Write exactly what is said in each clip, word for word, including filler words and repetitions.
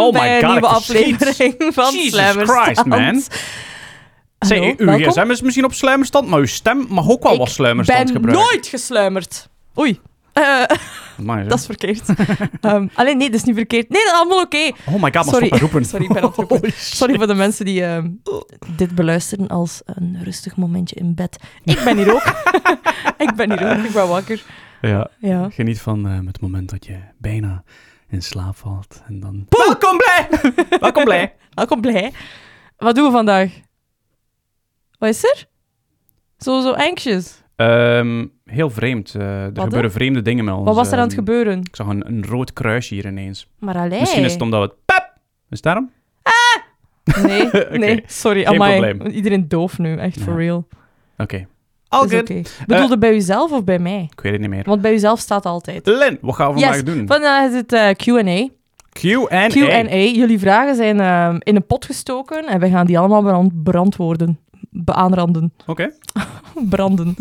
oh bij my God, een nieuwe ik verschiet. aflevering van Jesus Slammerstand. Christ, man. Zeg, Hallo, uw welkom. gsm is misschien op sluimerstand, maar uw stem mag ook wel wat Ik sluimerstand ben gebruiken. nooit gesluimerd. Oei. Uh, Amai, dat is verkeerd. um, alleen nee, dat is niet verkeerd. Nee, dat is allemaal oké. Okay. Oh my god, maar Sorry. stop met roepen. Sorry, ik ben aan het roepen. Holy Sorry voor de mensen die uh, dit beluisteren als een rustig momentje in bed. Ik ben hier ook. ik ben hier ook, ik ben wakker. Ja, Ja. geniet van uh, het moment dat je bijna in slaap valt. En dan... Poeh! Welkom blij! Welkom blij! Welkom blij. Wat doen we vandaag? Wat is er? Zo, zo anxious. Um, heel vreemd. Uh, er Wat gebeuren vreemde dingen met ons. Wat was er aan het Um, gebeuren? Ik zag een, een rood kruisje hier ineens. Maar alleen. Misschien is het omdat we het... Pep! Is het daarom? Nee, Oké. nee, sorry. Geen Amai. probleem. Iedereen doof nu, echt Ja. for real. Oké. Okay. All All good. good. Okay. Bedoelde bij uzelf of bij mij? Ik weet het niet meer. Want bij uzelf staat altijd. Lin, wat gaan we vandaag Yes. doen? Vandaag is het uh, Q en A. Q en Q en A. Jullie vragen zijn uh, in een pot gestoken en wij gaan die allemaal beant- beantwoorden. Beaanranden. Oké. Branden.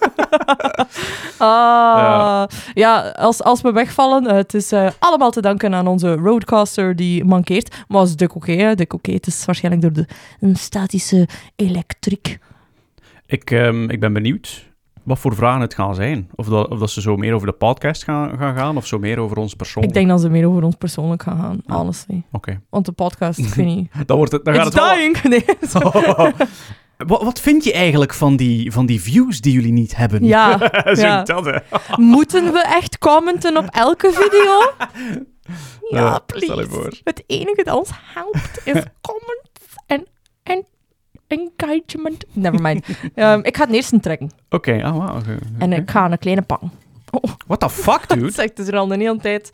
ah, ja, ja als, als we wegvallen, uh, het is uh, allemaal te danken aan onze roadcaster die mankeert. Maar het is dik oké, hè. Dik oké. Het is waarschijnlijk door de een statische elektriek. Ik, um, ik ben benieuwd wat voor vragen het gaan zijn. Of dat, of dat ze zo meer over de podcast gaan, gaan gaan, of zo meer over ons persoonlijk. Ik denk dat ze meer over ons persoonlijk gaan gaan, Ja. honestly. Oké. Okay. Want de podcast, ik weet niet. Dan, wordt het, dan gaat It's het wel... dying! Nee, sorry. Wat, wat vind je eigenlijk van die, van die views die jullie niet hebben? Ja, Zo ja. dat, hè. Moeten we echt commenten op elke video? Ja, Ja, stel je please. voor. Het enige dat ons helpt is comments en, en engagement. Nevermind. um, ik ga het eerst trekken. Oké, okay, oh wow. Okay. En ik ga een kleine pang. Oh, What the fuck, dude? dat zegt dus er al een hele tijd.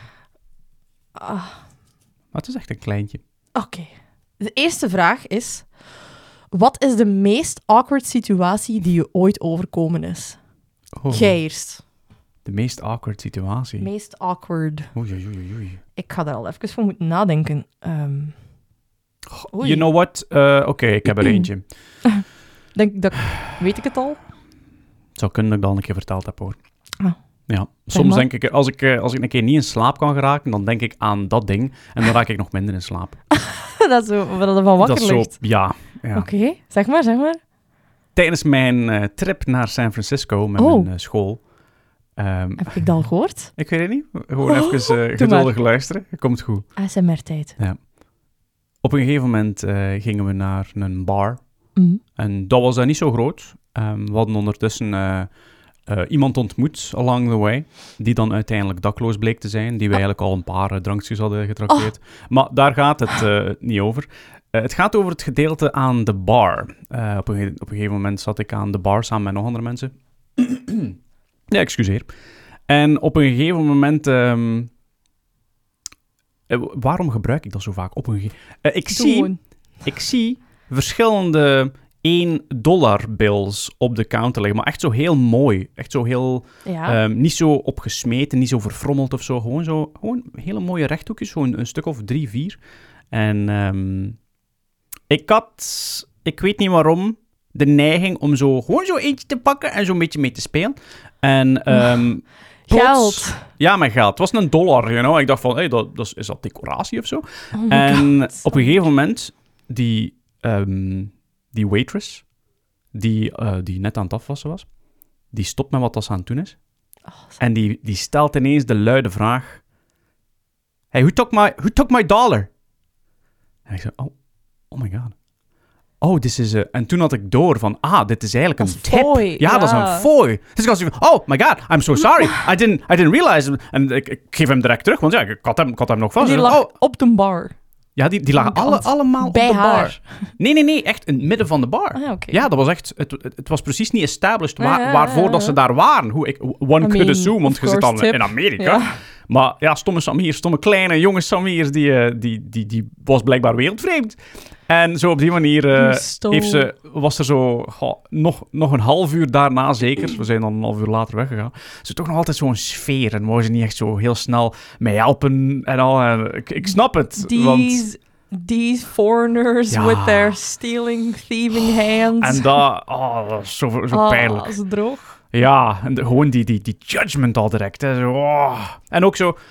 Ah, Wat is echt een kleintje? Oké. Okay. De eerste vraag is... Wat is de meest awkward situatie die je ooit overkomen is? Oh, Jij eerst. de meest awkward situatie. Meest awkward. Oei, oei, oei, oei. Ik ga daar al even voor moeten nadenken. Um, oei. You know what? Uh, Oké, okay, ik heb er eentje. Denk dat... Weet ik het al? Het zou kunnen dat ik dat al een keer verteld heb, hoor. Ah. Ja, soms denk ik, als ik, als ik een keer niet in slaap kan geraken, dan denk ik aan dat ding en dan raak ik nog minder in slaap. dat is zo, wat er van wakker dat is zo, ligt. ja. ja. Oké, okay. zeg maar, zeg maar. Tijdens mijn uh, trip naar San Francisco met oh. mijn uh, school... Um, Heb ik dat al gehoord? Ik weet het niet. Gewoon oh, even uh, geduldig luisteren. Het komt goed. A S M R-tijd. Ja. Op een gegeven moment uh, gingen we naar een bar. Mm. En dat was uh, niet zo groot. Um, we hadden ondertussen uh, uh, iemand ontmoet along the way, die dan uiteindelijk dakloos bleek te zijn, die we ah. eigenlijk al een paar uh, drankjes hadden getrakteerd. Oh. Maar daar gaat het uh, niet over. Uh, het gaat over het gedeelte aan de bar. Uh, op, een, op een gegeven moment zat ik aan de bar samen met nog andere mensen. Ja, excuseer. En op een gegeven moment... Um, uh, waarom gebruik ik dat zo vaak? Op een ge- uh, ik, zie, ik zie verschillende één dollar bills op de counter liggen, maar echt zo heel mooi. Echt zo heel... Ja. Um, niet zo opgesmeten, niet zo verfrommeld of zo. Gewoon zo... Gewoon hele mooie rechthoekjes. Gewoon een stuk of drie, vier. En um, ik had... Ik weet niet waarom... de neiging om zo gewoon zo eentje te pakken en zo'n beetje mee te spelen. En um, plots, geld. Ja, mijn geld. Het was een dollar, you know. Ik dacht van, hey, dat, dat is, is dat decoratie of zo? Oh en God. op een gegeven moment, die, um, die waitress, die, uh, die net aan het afwassen was, die stopt met wat dat ze aan het doen is. Oh, en die, die stelt ineens de luide vraag, hey, who took my, who took my dollar? En ik zei, oh, oh my god. Oh, dit is... Uh, en toen had ik door van... Ah, dit is eigenlijk dat een is tip. Fooi, ja, ja, dat is een fooi. Dus ik was van... Oh, my god. I'm so sorry. I didn't, I didn't realize... En ik, ik geef hem direct terug. Want ja, ik had hem, ik had hem nog vast. Die en, lag oh, op de bar. ja, die, die lagen Oh alle, allemaal bij op de haar. bar. Nee, nee, nee. Echt in het midden van de bar. Ah, okay. Ja, dat was echt... Het, het, het was precies niet established waar, ja, ja, waarvoor ja. dat ze daar waren. Hoe ik... One I could mean, assume, want of je zit dan course, in Amerika. Ja. Maar ja, stomme Samir, stomme kleine jonge Samir, die, uh, die, die, die was blijkbaar wereldvreemd. En zo op die manier uh, heeft ze, was er zo oh, nog, nog een half uur daarna zeker, we zijn dan een half uur later weggegaan, ze toch nog altijd zo'n sfeer en wou ze niet echt zo heel snel mij helpen en al. En ik, ik snap het. These, want... these foreigners ja. with their stealing, thieving hands. En dat, oh, dat is zo, zo oh, pijnlijk. Dat is droog. Ja, en de, gewoon die, die, die judgment al direct. Hè, zo, oh. En ook zo...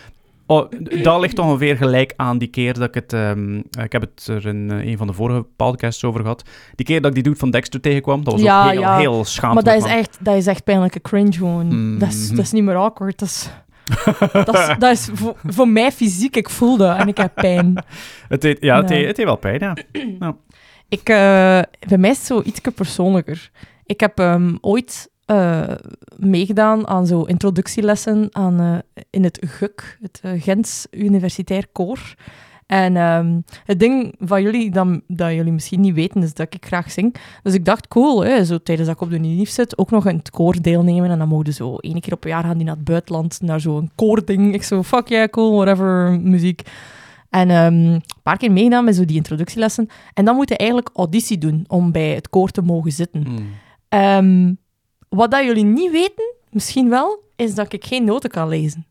Oh, dat ligt ongeveer gelijk aan die keer dat ik het... Um, ik heb het er in uh, een van de vorige podcasts over gehad. Die keer dat ik die dude van Dexter tegenkwam, dat was ja, ook heel, ja. heel schaamtelijk. Maar dat is, echt, dat is echt pijnlijke cringe gewoon. Mm-hmm. Dat, is, dat is niet meer awkward. Dat is, dat is, dat is voor, voor mij fysiek. Ik voel dat en ik heb pijn. Het heet, ja, het, Nee. heet, het heeft wel pijn, ja. ja. Ik, uh, bij mij is het zo iets persoonlijker. Ik heb um, ooit uh, meegedaan aan zo introductielessen aan, uh, in het G U C, het uh, Gents Universitair Koor. En um, het ding van jullie, dat, dat jullie misschien niet weten, is dat ik graag zing. Dus ik dacht, cool, hè, zo tijdens dat ik op de Unief zit, ook nog in het koor deelnemen. En dan mogen zo één keer op een jaar gaan die naar het buitenland, naar zo'n koording. Ik zo, fuck yeah, cool, whatever, muziek. En um, een paar keer meegedaan met zo die introductielessen. En dan moet je eigenlijk auditie doen om bij het koor te mogen zitten. Mm. Um, wat dat jullie niet weten, misschien wel, is dat ik geen noten kan lezen.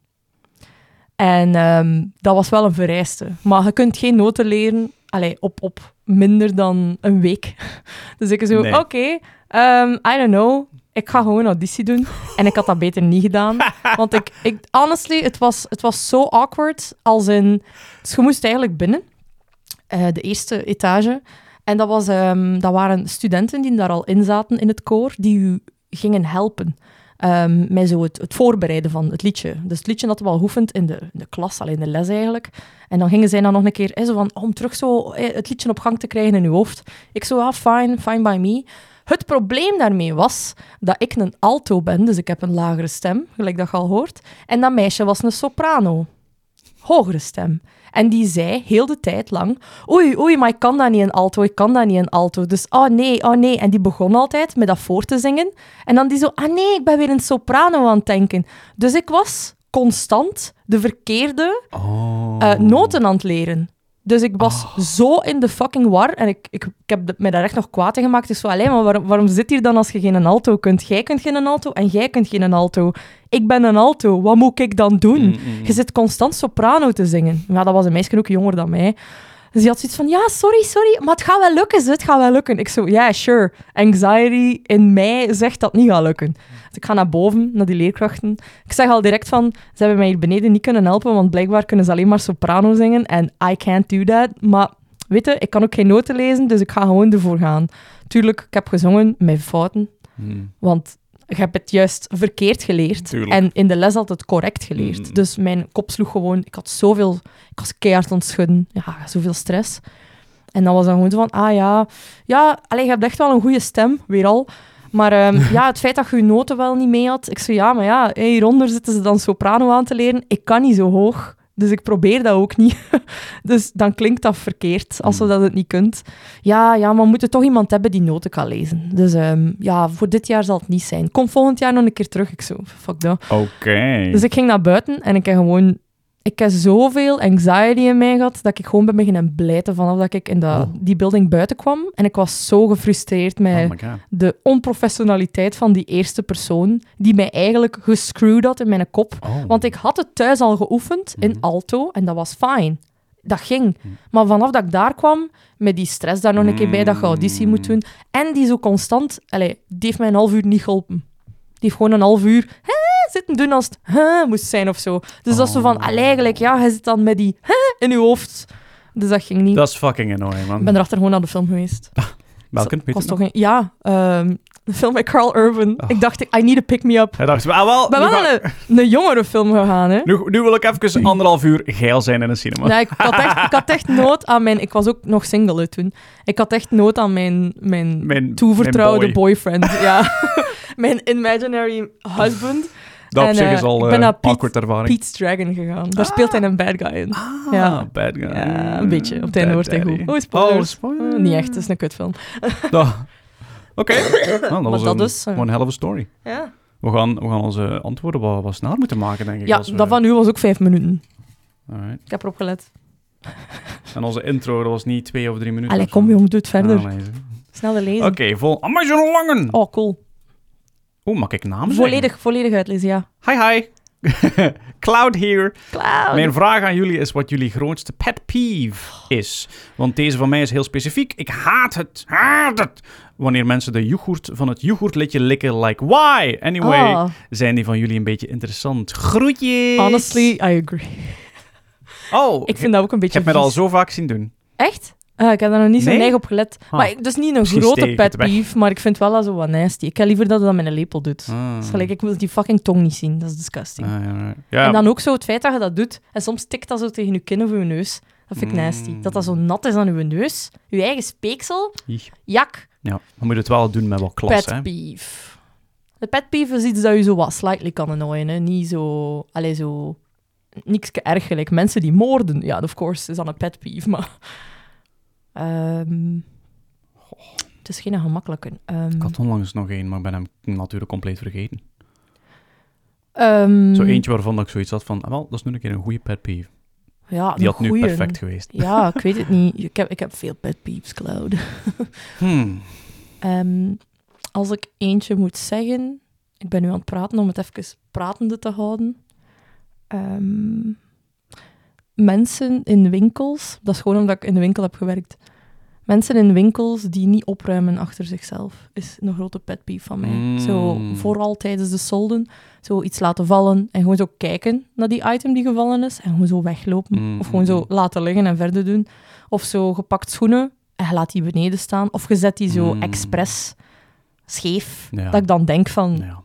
En um, dat was wel een vereiste. Maar je kunt geen noten leren allee, op, op minder dan een week. Dus ik zo, Nee. oké, okay, um, I don't know. Ik ga gewoon auditie doen. En ik had dat beter niet gedaan. Want ik, ik honestly, het was, het was zo awkward. Als in, dus je moest eigenlijk binnen. Uh, de eerste etage. En dat, was, um, dat waren studenten die daar al in zaten in het koor, die u gingen helpen. Um, met zo het, het voorbereiden van het liedje. Dus het liedje hadden we al geoefend in de, in de klas, alleen de les eigenlijk. En dan gingen zij dan nog een keer, eh, zo van, om terug zo eh, het liedje op gang te krijgen in uw hoofd. Ik zo, ah, fine, fine by me. Het probleem daarmee was dat ik een alto ben, dus ik heb een lagere stem, gelijk dat je al hoort. En dat meisje was een soprano. Hogere stem. En die zei heel de tijd lang, oei, oei, maar ik kan dat niet in alto, ik kan dat niet in alto. Dus, oh nee, oh nee. En die begon altijd met dat voor te zingen. En dan die zo, ah nee, ik ben weer een soprano aan het denken. Dus ik was constant de verkeerde Oh. uh, noten aan het leren. Dus ik was Oh. zo in de fucking war. En ik, ik, ik heb me daar echt nog kwaad in gemaakt. Dus zo, alleen maar waarom, waarom zit hier dan als je geen alto kunt? Jij kunt geen alto en jij kunt geen alto. Ik ben een alto. Wat moet ik dan doen? Mm-mm. Je zit constant soprano te zingen. Ja, dat was een meisje ook jonger dan mij. Dus die had zoiets van, ja, sorry, sorry, maar het gaat wel lukken, het gaat wel lukken. Ik zo, ja, yeah, sure. Anxiety in mij zegt dat het niet gaat lukken. Dus ik ga naar boven, naar die leerkrachten. Ik zeg al direct van, ze hebben mij hier beneden niet kunnen helpen, want blijkbaar kunnen ze alleen maar soprano zingen. En I can't do that. Maar weet je, ik kan ook geen noten lezen, dus ik ga gewoon ervoor gaan. Tuurlijk, ik heb gezongen met fouten, Mm. want je hebt het juist verkeerd geleerd. Tuurlijk. En in de les had het correct geleerd. Mm. Dus mijn kop sloeg gewoon... Ik had zoveel... Ik was keihard ontschudden. Ja, zoveel stress. En dan was dan gewoon zo van... Ah ja... Ja, allee, je hebt echt wel een goede stem. Weer al. Maar um, ja, het feit dat je je noten wel niet mee had... Ik zei, ja, maar ja... Hey, hieronder zitten ze dan soprano aan te leren. Ik kan niet zo hoog. Dus ik probeer dat ook niet. Dus dan klinkt dat verkeerd, als je dat het niet kunt. Ja, ja, maar we moeten toch iemand hebben die noten kan lezen. Dus um, ja, voor dit jaar zal het niet zijn. Kom volgend jaar nog een keer terug. Ik zo, fuck dat. Oké. Okay. Dus ik ging naar buiten en ik heb gewoon... Ik heb zoveel anxiety in mij gehad, dat ik gewoon ben beginnen blijten vanaf dat ik in dat, Oh. die building buiten kwam. En ik was zo gefrustreerd met Oh my god. de onprofessionaliteit van die eerste persoon, die mij eigenlijk gescrewd had in mijn kop. Oh. Want ik had het thuis al geoefend in Mhm. alto en dat was fijn. Dat ging. Mhm. Maar vanaf dat ik daar kwam, met die stress daar nog een keer bij, dat je auditie moet doen, en die zo constant... Allee, die heeft mij een half uur niet geholpen. Die heeft gewoon een half uur hè, zitten doen als het hè, moest zijn of zo. Dus dat is zo van, Oh. allee, eigenlijk, ja, je zit dan met die hè, in je hoofd. Dus dat ging niet. Dat is fucking annoying, man. Ik ben erachter gewoon naar de film geweest. Welke? Ik Weet was je toch nog? een, ja, um, de film met Carl Urban. Oh. Ik dacht, I need a pick-me-up. Hij dacht, ah, wel, Ik ben nu, wel ga- een, een jongere film gegaan, hè. nu, nu wil ik even anderhalf uur geil zijn in een cinema. Nee, ik had, echt, ik had echt nood aan mijn... Ik was ook nog single hè, toen. Ik had echt nood aan mijn, mijn, Mijn- toevertrouwde mijn boy. boyfriend. Ja. Mijn imaginary husband. Dat op en, zich eh, is al ik uh, ben naar Piet- awkward ervaring. Pete's Dragon gegaan. Daar speelt hij een bad guy in. Ah, Ja. bad guy. Ja, een beetje. Op het einde Bad wordt hij daddy. goed. Oh, spoilers. Oh, spoilers. Eh, niet echt, het is een kutfilm. Nou, Oké, okay. nou, dat Maar was dat een, dus, eh. gewoon een hell of a story. Ja, We gaan, we gaan onze antwoorden wat, wat sneller moeten maken, denk ik. ja als we... dat van u was ook vijf minuten. Alright. Ik heb erop gelet. En onze intro, dat was niet twee of drie minuten. Allee, of zo. kom jong, doe het verder. Ah, nee, zo. Sneller lezen. Oké, vol Amazon Langen. Oh, cool. Oeh, mag ik namen Volledig, volledig uitlezen, ja. zeggen? Hi, hi. Cloud hier. Cloud. Mijn vraag aan jullie is wat jullie grootste pet peeve is. Want deze van mij is heel specifiek. Ik haat het, haat het. Wanneer mensen de yoghurt van het yoghurtlidje likken, like why? Anyway, Oh. zijn die van jullie een beetje interessant. Groetjes. Honestly, I agree. Oh, Ik vind dat ook een je beetje hebt me dat al vies. zo vaak zien doen. Echt? Ah, ik heb daar nog niet zo Nee? neig op gelet. Ah. Maar ik, dat is niet een Misschien grote steek ik pet het weg. peeve, maar ik vind wel dat zo wat nasty. Ik heb liever dat je dat met een lepel doet. Ah. Dat is gelijk, ik wil die fucking tong niet zien. Dat is disgusting. Ah, ja, ja. Ja. En dan ook zo het feit dat je dat doet, en soms tikt dat zo tegen je kin of je neus. Dat vind ik Mm. nasty. Dat dat zo nat is aan je neus. Je eigen speeksel. Ich. Jak. Ja, dan moet je het wel doen met wat klas, Pet hè. peeve. De pet peeve is iets dat je zo wat slightly kan annoyen. Hè. Niet zo... Allee, zo... Niks erg gelijk. Mensen die moorden. Ja, of course, is dan een pet peeve, maar... Ehm, het is geen gemakkelijke. Ehm, Ik had onlangs nog één, maar ik ben hem natuurlijk compleet vergeten. ehm, Zo eentje waarvan ik zoiets had van, ah, wel, dat is nu een keer een goede pet peeve. Ja, Die een had nu goeie. perfect geweest. Ja, ik weet het niet. Ik heb, ik heb veel pet peeves, Cloud. Hmm. Ehm, als ik eentje moet zeggen... Ik ben nu aan het praten om het even pratende te houden. Ehm, mensen in winkels... Dat is gewoon omdat ik in de winkel heb gewerkt. Mensen in winkels die niet opruimen achter zichzelf is een grote pet peeve van mij. Mm. Zo, vooral tijdens de solden, zo iets laten vallen en gewoon zo kijken naar die item die gevallen is en gewoon zo weglopen. Mm, Of gewoon zo mm. laten liggen en verder doen. Of zo gepakt schoenen en je laat die beneden staan. Of je zet die zo Mm. expres scheef. Ja. Dat ik dan denk van... Ja.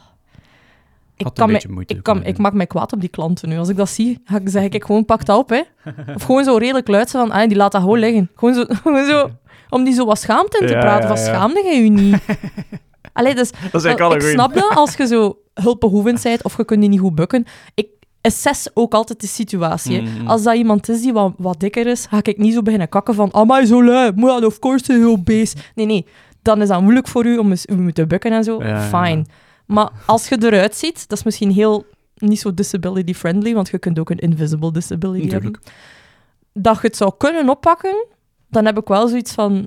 Ik, Had kan een me, beetje moeite ik, kan, kunnen ik doen. maak mij kwaad op die klanten nu. Als ik dat zie, ga ik, zeg ik gewoon, pak dat op, hè. Of gewoon zo redelijk luid zijn van, ah, die laat dat gewoon liggen. Gewoon zo, gewoon zo om die zo wat schaamte in te Ja, praten. ja, Van, ja. schaamde jij je niet? Allee, dus... Dat is eigenlijk al een ik goeie. snap dat als je zo hulpbehoevend bent of je kunt die niet goed bukken. Ik assess ook altijd de situatie. hè. Mm. Als dat iemand is die wat, wat dikker is, ga ik niet zo beginnen kakken van amai, zo lui, maar ja, of course, heel beest. Nee, nee. Dan is dat moeilijk voor u om eens om te bukken en zo. Ja, ja, ja. Fine. Maar als je eruit ziet, dat is misschien heel niet zo disability-friendly, want je kunt ook een invisible disability Natuurlijk. hebben. Dat je het zou kunnen oppakken, dan heb ik wel zoiets van...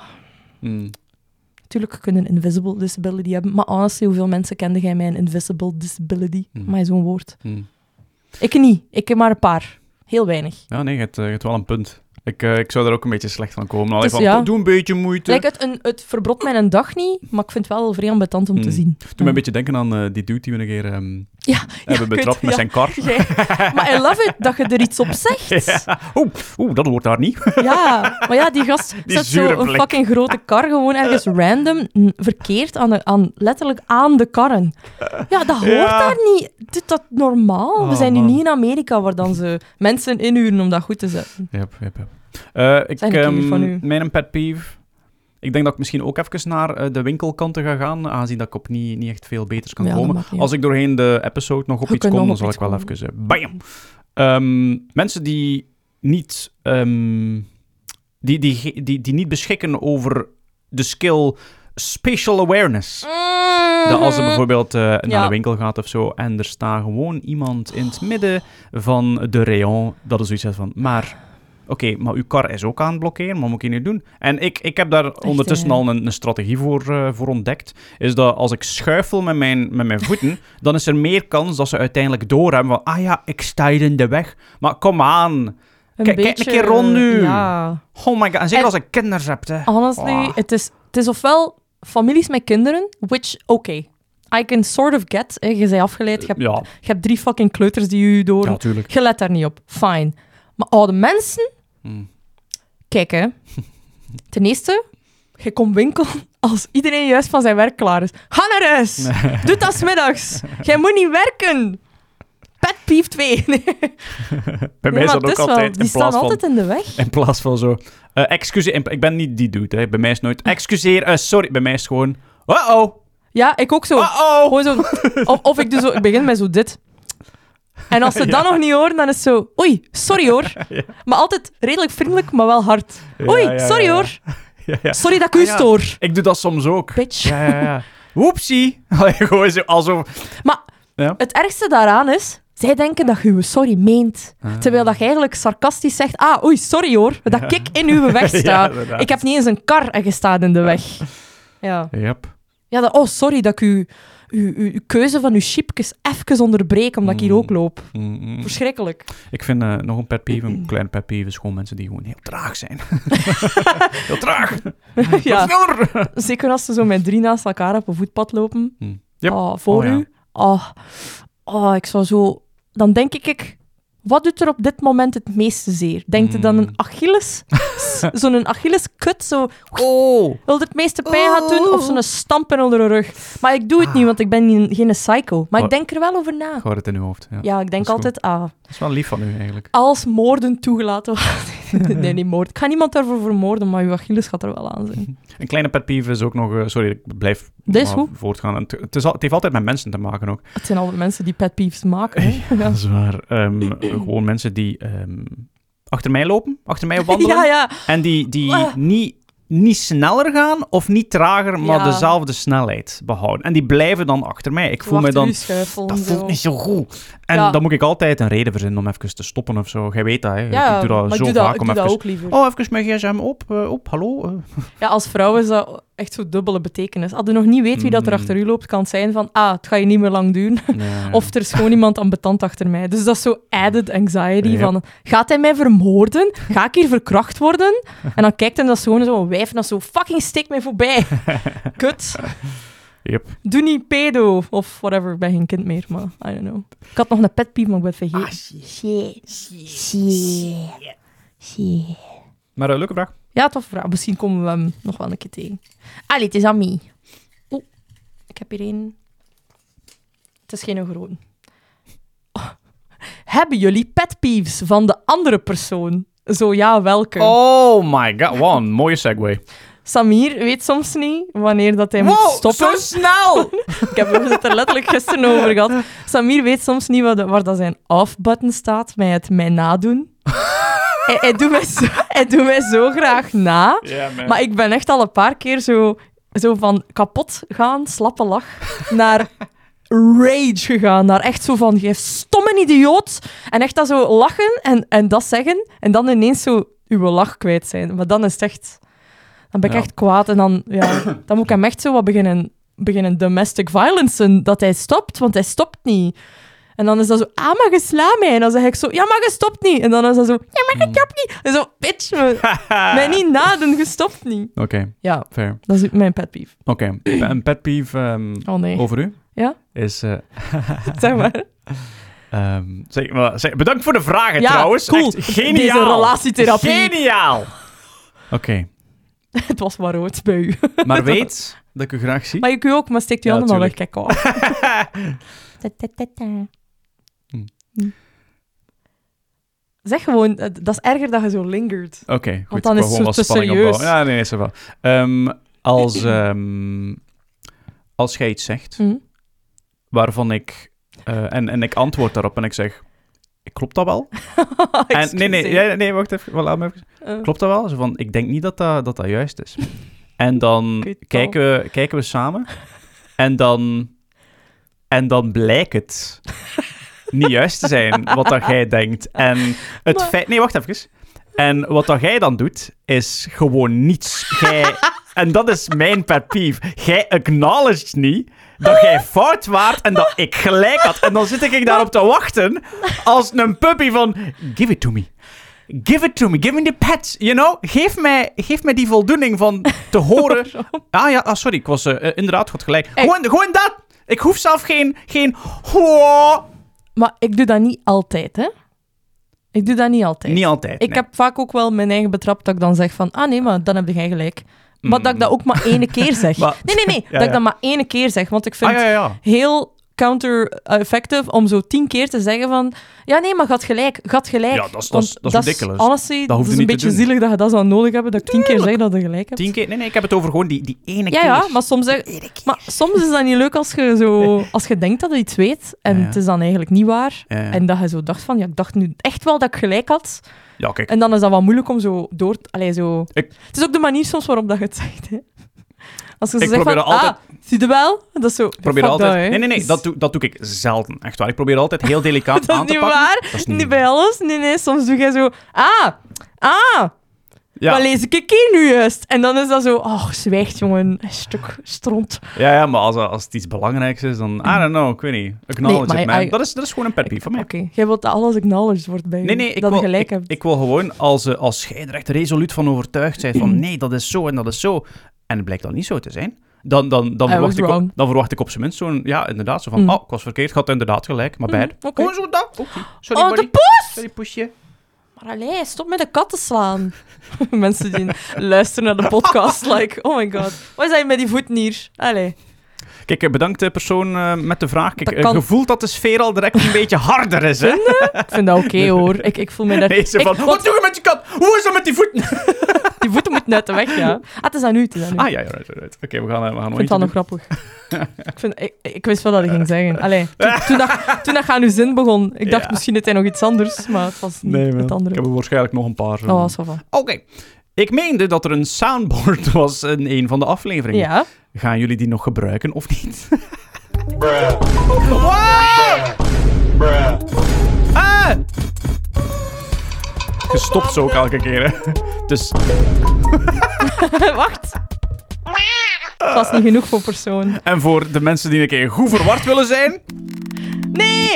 Mm. Tuurlijk, je kunt een invisible disability hebben, maar honestly, hoeveel mensen kende jij mij een invisible disability? Mm. Maar zo'n woord. Mm. Ik niet. Ik heb maar een paar. Heel weinig. Ja, nee, je hebt, eh, je hebt wel een punt. Ik, uh, ik zou er ook een beetje slecht van komen. Allee, Dus van, ja. doe een beetje moeite. Like, het, een, het verbrot mij een dag niet, maar ik vind het wel vrij ambetant om Mm. te zien. Doe me een beetje denken aan uh, die dude die we een keer um, Ja, hebben ik betrapt weet- met ja. zijn kar. Jij- maar I love it dat je er iets op zegt. Ja, Ja. Oeh, oeh, dat hoort daar niet. maar ja, die gast Die zet zure zo een blik. fucking grote kar gewoon ergens random n- verkeerd aan, de, aan letterlijk aan de karren. Ja, dat hoort Ja. daar niet. Doe dat normaal. We Oh, zijn nu man. niet in Amerika waar dan ze mensen inhuren om dat goed te zetten. Yep, yep, yep. Uh, ik, Zijn een keer um, van u. mijn pet peeve... Ik denk dat ik misschien ook even naar uh, de winkelkanten ga gaan, aangezien dat ik op niet, niet echt veel beters kan Ja, dat komen. maakt niet Als ik doorheen de episode nog op Je iets kunt kom, nog dan op zal ik iets wel komen. even... Uh, bam! Um, mensen die niet, um, die, die, die, die niet beschikken over de skill spatial awareness. Dat als er bijvoorbeeld uh, naar Ja. de winkel gaat of zo en er staat gewoon iemand in het midden van de rayon, dat is zoiets uit van, maar... Oké, okay, maar uw kar is ook aan het blokkeren, wat moet ik nu doen? En ik, ik heb daar ondertussen hè? al een, een strategie voor, uh, voor ontdekt. Is dat als ik schuifel met mijn, met mijn voeten, dan is er meer kans dat ze uiteindelijk doorhebben van, ah ja, ik sta hier in de weg. Maar kom aan. Een Kijk, kijk een keer rond nu. Ja. Oh my god, en zeker En- als ik kinderen heb, hè. Honestly, Oh. het, is, het is ofwel families met kinderen, which, oké, okay, I can sort of get. Hè, je bent afgeleid, je hebt, Ja, je hebt drie fucking kleuters die je door... ja, tuurlijk. Je let daar niet op. Fine. Maar oude mensen... Mm. Kijk, hè. Ten eerste, je komt winkelen als iedereen juist van zijn werk klaar is. Ga naar huis. Doe dat 's middags. Jij moet niet werken. Pet peeve twee. Nee. Bij mij Nee, is maar dat het ook is wel- altijd Die in staan plaats van... altijd in de weg. In plaats van zo... Uh, excuseer, in- ik ben niet die dude, hè. Bij mij is het nooit... Excuseer, uh, sorry. Bij mij is het gewoon... Uh-oh. Ja, ik ook zo. Uh-oh. Gewoon zo of, of ik, doe zo, ik begin met zo dit. En als ze dat nog niet horen, dan is het zo... Oei, sorry hoor. Ja. Maar altijd redelijk vriendelijk, maar wel hard. Oei, Ja, ja, sorry ja. hoor. Ja, ja. Sorry dat ik u Ah, ja. stoor. Ik doe dat soms ook. Bitch. Ja, ja, ja. Woepsie. Allee, gewoon zo, alsof... Maar Ja. het ergste daaraan is... Zij denken dat je uw sorry meent. Ah. Terwijl dat je eigenlijk sarcastisch zegt... Ah, oei, sorry hoor. Dat Ja. ik in uw weg sta. Ja, inderdaad. ik heb niet eens een kar en je staat in de weg. Ja. Yep. Ja, dat, oh, sorry dat ik uw, uw, uw, uw keuze van uw chipjes even onderbreek, omdat ik hier Mm. ook loop. Mm-mm. Verschrikkelijk. Ik vind uh, nog een pet peeve, een klein pet peeve, is gewoon mensen die gewoon heel traag zijn. Heel traag. Ja. Sneller. Zeker als ze zo met drie naast elkaar op een voetpad lopen. Hm. Yep. Oh, voor Oh, ja. u. Oh, oh, ik zou zo... Dan denk ik, ik wat doet er op dit moment het meeste zeer? Denkt je dan een Achilles? Zo'n Achilleskut, zo... Oh! Wil het meeste pijn gaat doen? Of zo'n stampen onder de rug? Maar ik doe het niet, want ik ben niet, geen psycho. Maar ik denk er wel over na. Houd het in uw hoofd. Ja, Ja, ik denk Dat is altijd... Ah, dat is wel lief van u, eigenlijk. als moorden toegelaten worden... nee, niet moord. Ik ga niemand daarvoor vermoorden, maar uw Achilles gaat er wel aan zijn. Een kleine pet peeve is ook nog... uh, sorry, ik blijf Dit is maar goed. voortgaan. Het, het, is al, het heeft altijd met mensen te maken ook. Het zijn altijd mensen die pet peeves maken. Hè? Ja. Dat is waar. Ehm, gewoon mensen die ehm, achter mij lopen, achter mij wandelen. ja, ja. En die, die Ah. niet, niet sneller gaan of niet trager, maar Ja. dezelfde snelheid behouden. En die blijven dan achter mij. Ik voel Achter me dan... u schuifelen, Dat zo. voelt niet zo goed. En Ja. dan moet ik altijd een reden verzinnen om even te stoppen of zo. Jij weet dat, hè. Ja, ik doe dat maar zo ik doe vaak dat, ik om doe even... dat ook liever. Oh, even mijn gsm op, uh, op, hallo. Uh. Ja, als vrouw is dat echt zo dubbele betekenis. Als je nog niet weet wie dat er Mm. achter u loopt, kan het zijn van, ah, het ga je niet meer lang doen. Ja. Of er is gewoon iemand ambetant achter mij. Dus dat is zo added anxiety Yep. van, gaat hij mij vermoorden? Ga ik hier verkracht worden? En dan kijkt hij dat zo gewoon zo'n wijf en dat zo, fucking steek mij voorbij. Kut. Yep. Doe niet pedo. Of whatever, ik ben geen kind meer, maar I don't know. Ik had nog een pet peeve, maar ik ben het Ah, vergeten. Shit. Shit. Shit. Maar een leuke vraag. Ja, toffe vraag. Misschien komen we hem nog wel een keer tegen. Allee, het is aan mij. Oeh, ik heb hier één. Het is geen grote. Oh. Hebben jullie pet peeves van de andere persoon? Zo ja, welke? Oh my god, wow, een mooie segue. Samir weet soms niet wanneer dat hij moet stoppen. snel! Ik heb het er letterlijk gisteren over gehad. Samir weet soms niet wat, waar dat zijn off-button staat met het mij nadoen. hij, hij, doet mij zo, hij doet mij zo graag na. Yeah, man. Maar ik ben echt al een paar keer zo, zo van kapot gaan, slappe lach, naar rage gegaan. Naar echt zo van, jij stomme idioot. En echt dat zo lachen en, en dat zeggen. En dan ineens zo uw lach kwijt zijn. Maar dan is het echt... Dan ben ik Ja. echt kwaad. En dan, ja, dan moet ik hem echt zo wat beginnen, beginnen domestic violence. Dat hij stopt, want hij stopt niet. En dan is dat zo, ah, maar je slaat mij. En dan zeg ik zo, ja, maar je stopt niet. En dan is dat zo, ja, maar je stopt niet. En zo, bitch, me, mij niet nadoen, je stopt niet. Oké, Ja, fair. dat is mijn pet peeve. Oké, een pet peeve ehm, Oh nee. over u Ja? is... eh, Zeg maar. ehm, zeg, maar, zeg, bedankt voor de vragen Ja, trouwens. cool. Echt geniaal. Deze relatietherapie. Geniaal. Oké, Het was maar rood bij u. maar weet dat ik u graag zie. Maar je kunt ook, maar steekt je Ja, handen maar weg. tuurlijk. Kijk al. Hm. Zeg gewoon, eh, dat is erger dat je zo lingert. Oké, goed. dan ik is wou het gewoon zo wat te spanning serieus. opbouwen. Ja, nee, nee, is er wel. Ehm, als, ehm, als jij iets zegt Hm? waarvan ik... eh, en, en ik antwoord daarop en ik zeg... Klopt dat wel? En, nee, nee, Excuseer. ja, nee, wacht even. Wel, laat me even. Eh, Klopt dat wel? Zo van, ik denk niet dat dat, dat, dat juist is. En dan Ik weet het kijken we, kijken we samen. En dan... En dan blijkt het niet juist te zijn wat dat jij denkt. En het Maar- feit... Nee, wacht even. En wat dat jij dan doet, is gewoon niets. Jij... En dat is mijn pet peeve. Jij acknowledged niet dat jij fout waart en dat ik gelijk had. En dan zit ik daarop te wachten als een puppy van... Give it to me. Give it to me. Give me the pets. You know? Geef mij, geef mij die voldoening van te horen... Ah ja, ah, sorry. Ik was uh, inderdaad goed gelijk. Hey. Gewoon, gewoon dat. Ik hoef zelf geen... geen... Hoa. Maar ik doe dat niet altijd, hè. Ik doe dat niet altijd. Niet altijd. Ik nee. heb vaak ook wel mijn eigen betrapt dat ik dan zeg van, ah nee, maar dan heb jij gelijk. Maar Mm. dat ik dat ook maar ene keer zeg. Maar- Nee, nee, nee. Ja, dat ja. ik dat maar ene keer zeg. Want ik vind Ah, ja, ja, ja. heel counter-effective om zo tien keer te zeggen van... Ja, nee, maar gaat gelijk. Gaat gelijk. Ja, dat is- dat Want is- dat is ridiculous. Honestly, Dat dat, hoef je is een niet te beetje doen. zielig dat je dat zou nodig hebben. Dat ik tien keer zeg dat je gelijk hebt. Tien keer? Nee, nee, ik heb het over gewoon die, die ene Ja, keer. ja, maar soms, zeg, maar soms is dat niet leuk als je, zo, als je denkt dat je iets weet en Ja, ja. het is dan eigenlijk niet waar. Ja, ja. En dat je zo dacht van, ja, ik dacht nu echt wel dat ik gelijk had. Ja, kijk. En dan is dat wat moeilijk om zo door... Allee, zo... Ik- Het is ook de manier soms waarop dat je het zegt, hè. Als je zo Ik zegt van, probeer altijd- ah, zie je wel? Dat is zo... Ik probeer fuck altijd... dat, hè. nee, nee, nee. Dus- Dat doe, dat doe ik zelden. Echt waar. Ik probeer altijd heel delicaat Dat aan is te niet pakken. waar. Dat is Niet... niet... bij alles. Nee, nee. Soms doe jij zo... Ah, ah, Ja. wat lees ik hier nu juist? En dan is dat zo... Oh, zwijgt, jongen. Een stuk stront. Ja, ja, maar als, als het iets belangrijks is, dan... I don't know, ik weet niet. Acknowledge Nee, it, maar man. I- Dat, is, dat is gewoon een pet peeve van mij. Oké, jij wilt dat alles acknowledged wordt bij je. Nee, nee, ik dat wil, je gelijk ik, hebt. ik wil gewoon, als, eh, als jij er echt resoluut van overtuigd bent van nee, dat is zo en dat is zo, en het blijkt dan niet zo te zijn, Dan, dan, dan, I verwacht was ik op, wrong. dan verwacht ik op zijn minst zo'n... Ja, inderdaad. Zo van, Mm. oh, ik was verkeerd. Ik had inderdaad gelijk. Maar bij. Mm, oké. Oh, zo dat. Oké. Sorry, Oh, buddy. de poes! Sorry, poesje. Maar allee, stop met de kat te slaan. Mensen die luisteren naar de podcast, like, oh my god. Wat is dat met die voeten hier? Allee. Kijk, eh, bedankt de persoon uh, met de vraag. Kijk, Dat uh, kan- je voelt dat de sfeer al direct een beetje harder is, hè? Ik vind dat oké, hoor. Ik, ik voel me daar... Nee, ze ik, van, want wat doe je met je kat? Hoe is dat met die voeten? die voeten moeten uit de weg, ja. Ah, het is aan u, het is aan u. Ah ja, ja, right, right. Oké, okay, we gaan, uh, we gaan Ik nog vind dat nog eentje grappig. ik, vind, ik, ik wist wel dat ik ging zeggen. Allee, toen, toen, dat, toen dat aan uw zin begon, ik dacht Ja. misschien het hij nog iets anders, maar het was niet doen. Nee, man. het andere. Ik heb er waarschijnlijk nog een paar. zo. Oh, zo van. Oké. Okay. Ik meende dat er een soundboard was in een van de afleveringen. Ja. Gaan jullie die nog gebruiken of niet? Bruh. Wow! Bruh. Ah! Je stopt zo ook elke keer, hè. Dus... Wacht. Het was niet genoeg voor persoon. En voor de mensen die een keer goed verward willen zijn... Nee!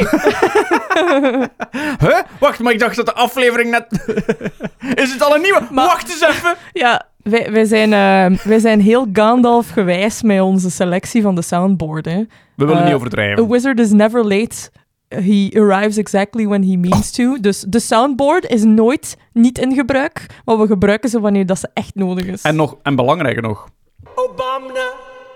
Huh? Wacht, maar ik dacht dat de aflevering net... Is het al een nieuwe? Maar- Wacht eens even. Ja, wij, wij, zijn, uh, wij zijn heel Gandalf-gewijs met onze selectie van de soundboard. Hè. We willen Uh, niet A overdrijven. wizard is never late. He arrives exactly when he means to. Dus de soundboard is nooit niet in gebruik, maar we gebruiken ze wanneer dat ze echt nodig is. En, nog, en belangrijker nog... Obama.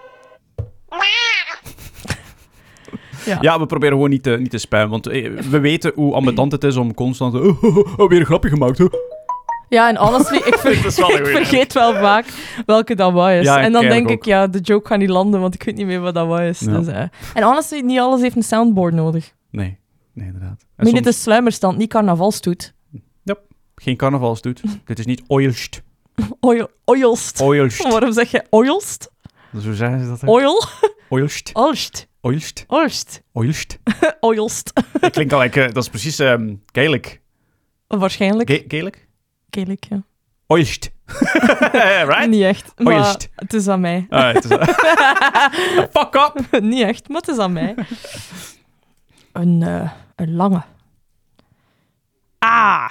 Ja. Ja, we proberen gewoon niet te, niet te spammen, want eh, we weten hoe ambetant het is om constant... Oh, oh, oh, oh, weer een grapje gemaakt, hè? Ja, en honestly, ik, ver- Dat is wel een ik goeie. vergeet wel vaak welke dat was. Ja, en dan ik denk eigenlijk ik, ja, de joke gaat niet landen, want ik weet niet meer wat dat was. Ja. Dus, uh, en honestly, niet alles heeft een soundboard nodig. Nee, nee, inderdaad. En Maar dit soms is sluimerstand, niet carnavalstoet. geen carnavalsdoet. Dit is niet oilst. Oil, oilst. Oilst. Waarom zeg je oilst? Zo zeggen ze dat, hè? Oil? Oilst. Oilst. Oilst. Oilst. Oilst. Oilst. Dat klinkt al like, uh, dat is precies um, Gaelic. Waarschijnlijk. Ga- Gaelic? Gaelic, ja. Oilst. Right? Niet echt, maar Oilst. het is aan mij. Ah, het is, fuck up. Niet echt, maar het is aan mij. Een, uh, een lange. Ah!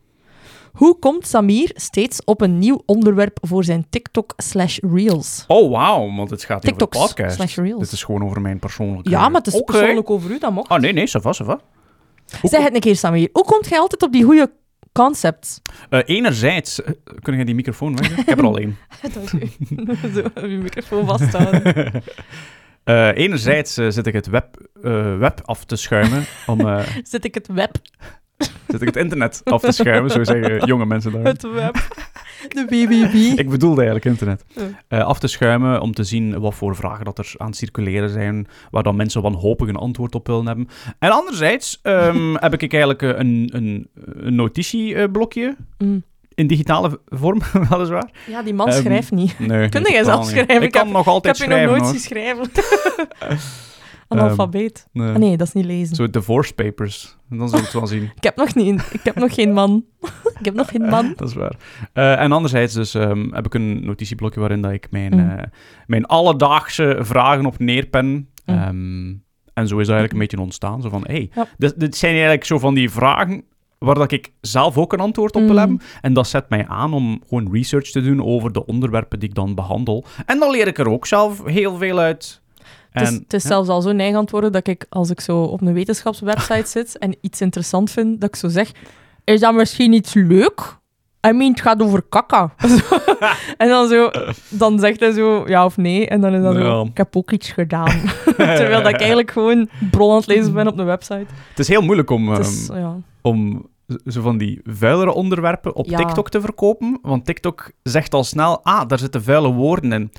Hoe komt Samir steeds op een nieuw onderwerp voor zijn TikTok slash Reels? Oh, wauw, want het gaat niet over de TikToks podcast. slash Reels. Dit is gewoon over mijn persoonlijke... Ja, maar het is Oké. persoonlijk over u, dat mocht. Oh, nee, nee, ça va, ça va. Hoe Zeg het een keer, Samir. Hoe komt jij altijd op die goede concepts? Uh, enerzijds... Uh, kun je die microfoon weg? Ik heb er al één. Dank u. Zo, je microfoon vasthouden. Uh, enerzijds uh, zit ik het web, uh, web af te schuimen. Om, uh, Zit ik het web? zit ik het internet af te schuimen, zo zeggen jonge mensen daar. Het web. De B B B. Ik bedoelde eigenlijk internet. Ja. Uh, af te schuimen om te zien wat voor vragen dat er aan het circuleren zijn, waar dan mensen wanhopig een antwoord op willen hebben. En anderzijds um, heb ik eigenlijk uh, een, een, een notitieblokje, Mm. in digitale vorm, weliswaar. Ja, die man Um, schrijft niet. Nee, Kun nee, jij totaal zelf niet. schrijven? Ik, Ik kan heb- nog Ik altijd heb je nog schrijven, nooit hoor. zien schrijven. Analfabeet. Nee. Ah, nee, dat is niet lezen. Zo divorce papers. Dan zul je het wel zien. Ik heb nog niet... Ik heb nog geen man. Ik heb nog geen man. Dat is waar. Uh, en anderzijds dus, um, heb ik een notitieblokje waarin dat ik mijn, Mm. uh, mijn alledaagse vragen op neerpen. Mm. Um, en zo is dat eigenlijk een beetje ontstaan. Zo van, hey, Ja. dit, dit zijn eigenlijk zo van die vragen waar dat ik zelf ook een antwoord op wil Mm. hebben. En dat zet mij aan om gewoon research te doen over de onderwerpen die ik dan behandel. En dan leer ik er ook zelf heel veel uit. Het is, En, het is ja. zelfs al zo neig aan het worden dat ik, als ik zo op een wetenschapswebsite zit en iets interessant vind, dat ik zo zeg, is dat misschien iets leuk? I mean, het gaat over kaka. En dan zo, dan zegt hij zo, ja of nee. En dan is dat Ja. zo, ik heb ook iets gedaan. Terwijl dat ik eigenlijk gewoon bron aan het lezen ben op de website. Het is heel moeilijk om... Het is, um, ja. om zo van die vuilere onderwerpen op Ja. TikTok te verkopen. Want TikTok zegt al snel, ah, daar zitten vuile woorden in.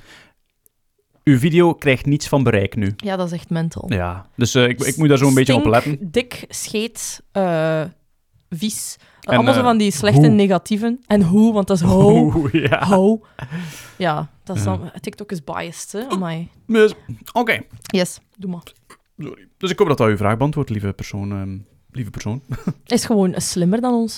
Uw video krijgt niets van bereik nu. ja, dat is echt mental. Ja, dus uh, ik, ik moet daar zo een beetje op Stink, letten. dik, scheet, uh, vies. En, Allemaal zo uh, van die slechte hoe. negatieven. En hoe, want dat is hoe. Oeh, ja. Hoe. Ja, dat is Ja. dan... TikTok is biased, hè. Amai. Dus, Oké, Yes, doe maar. sorry. Dus ik hoop dat dat uw vraag beantwoordt, lieve persoon. Um, lieve persoon. Is gewoon slimmer dan ons.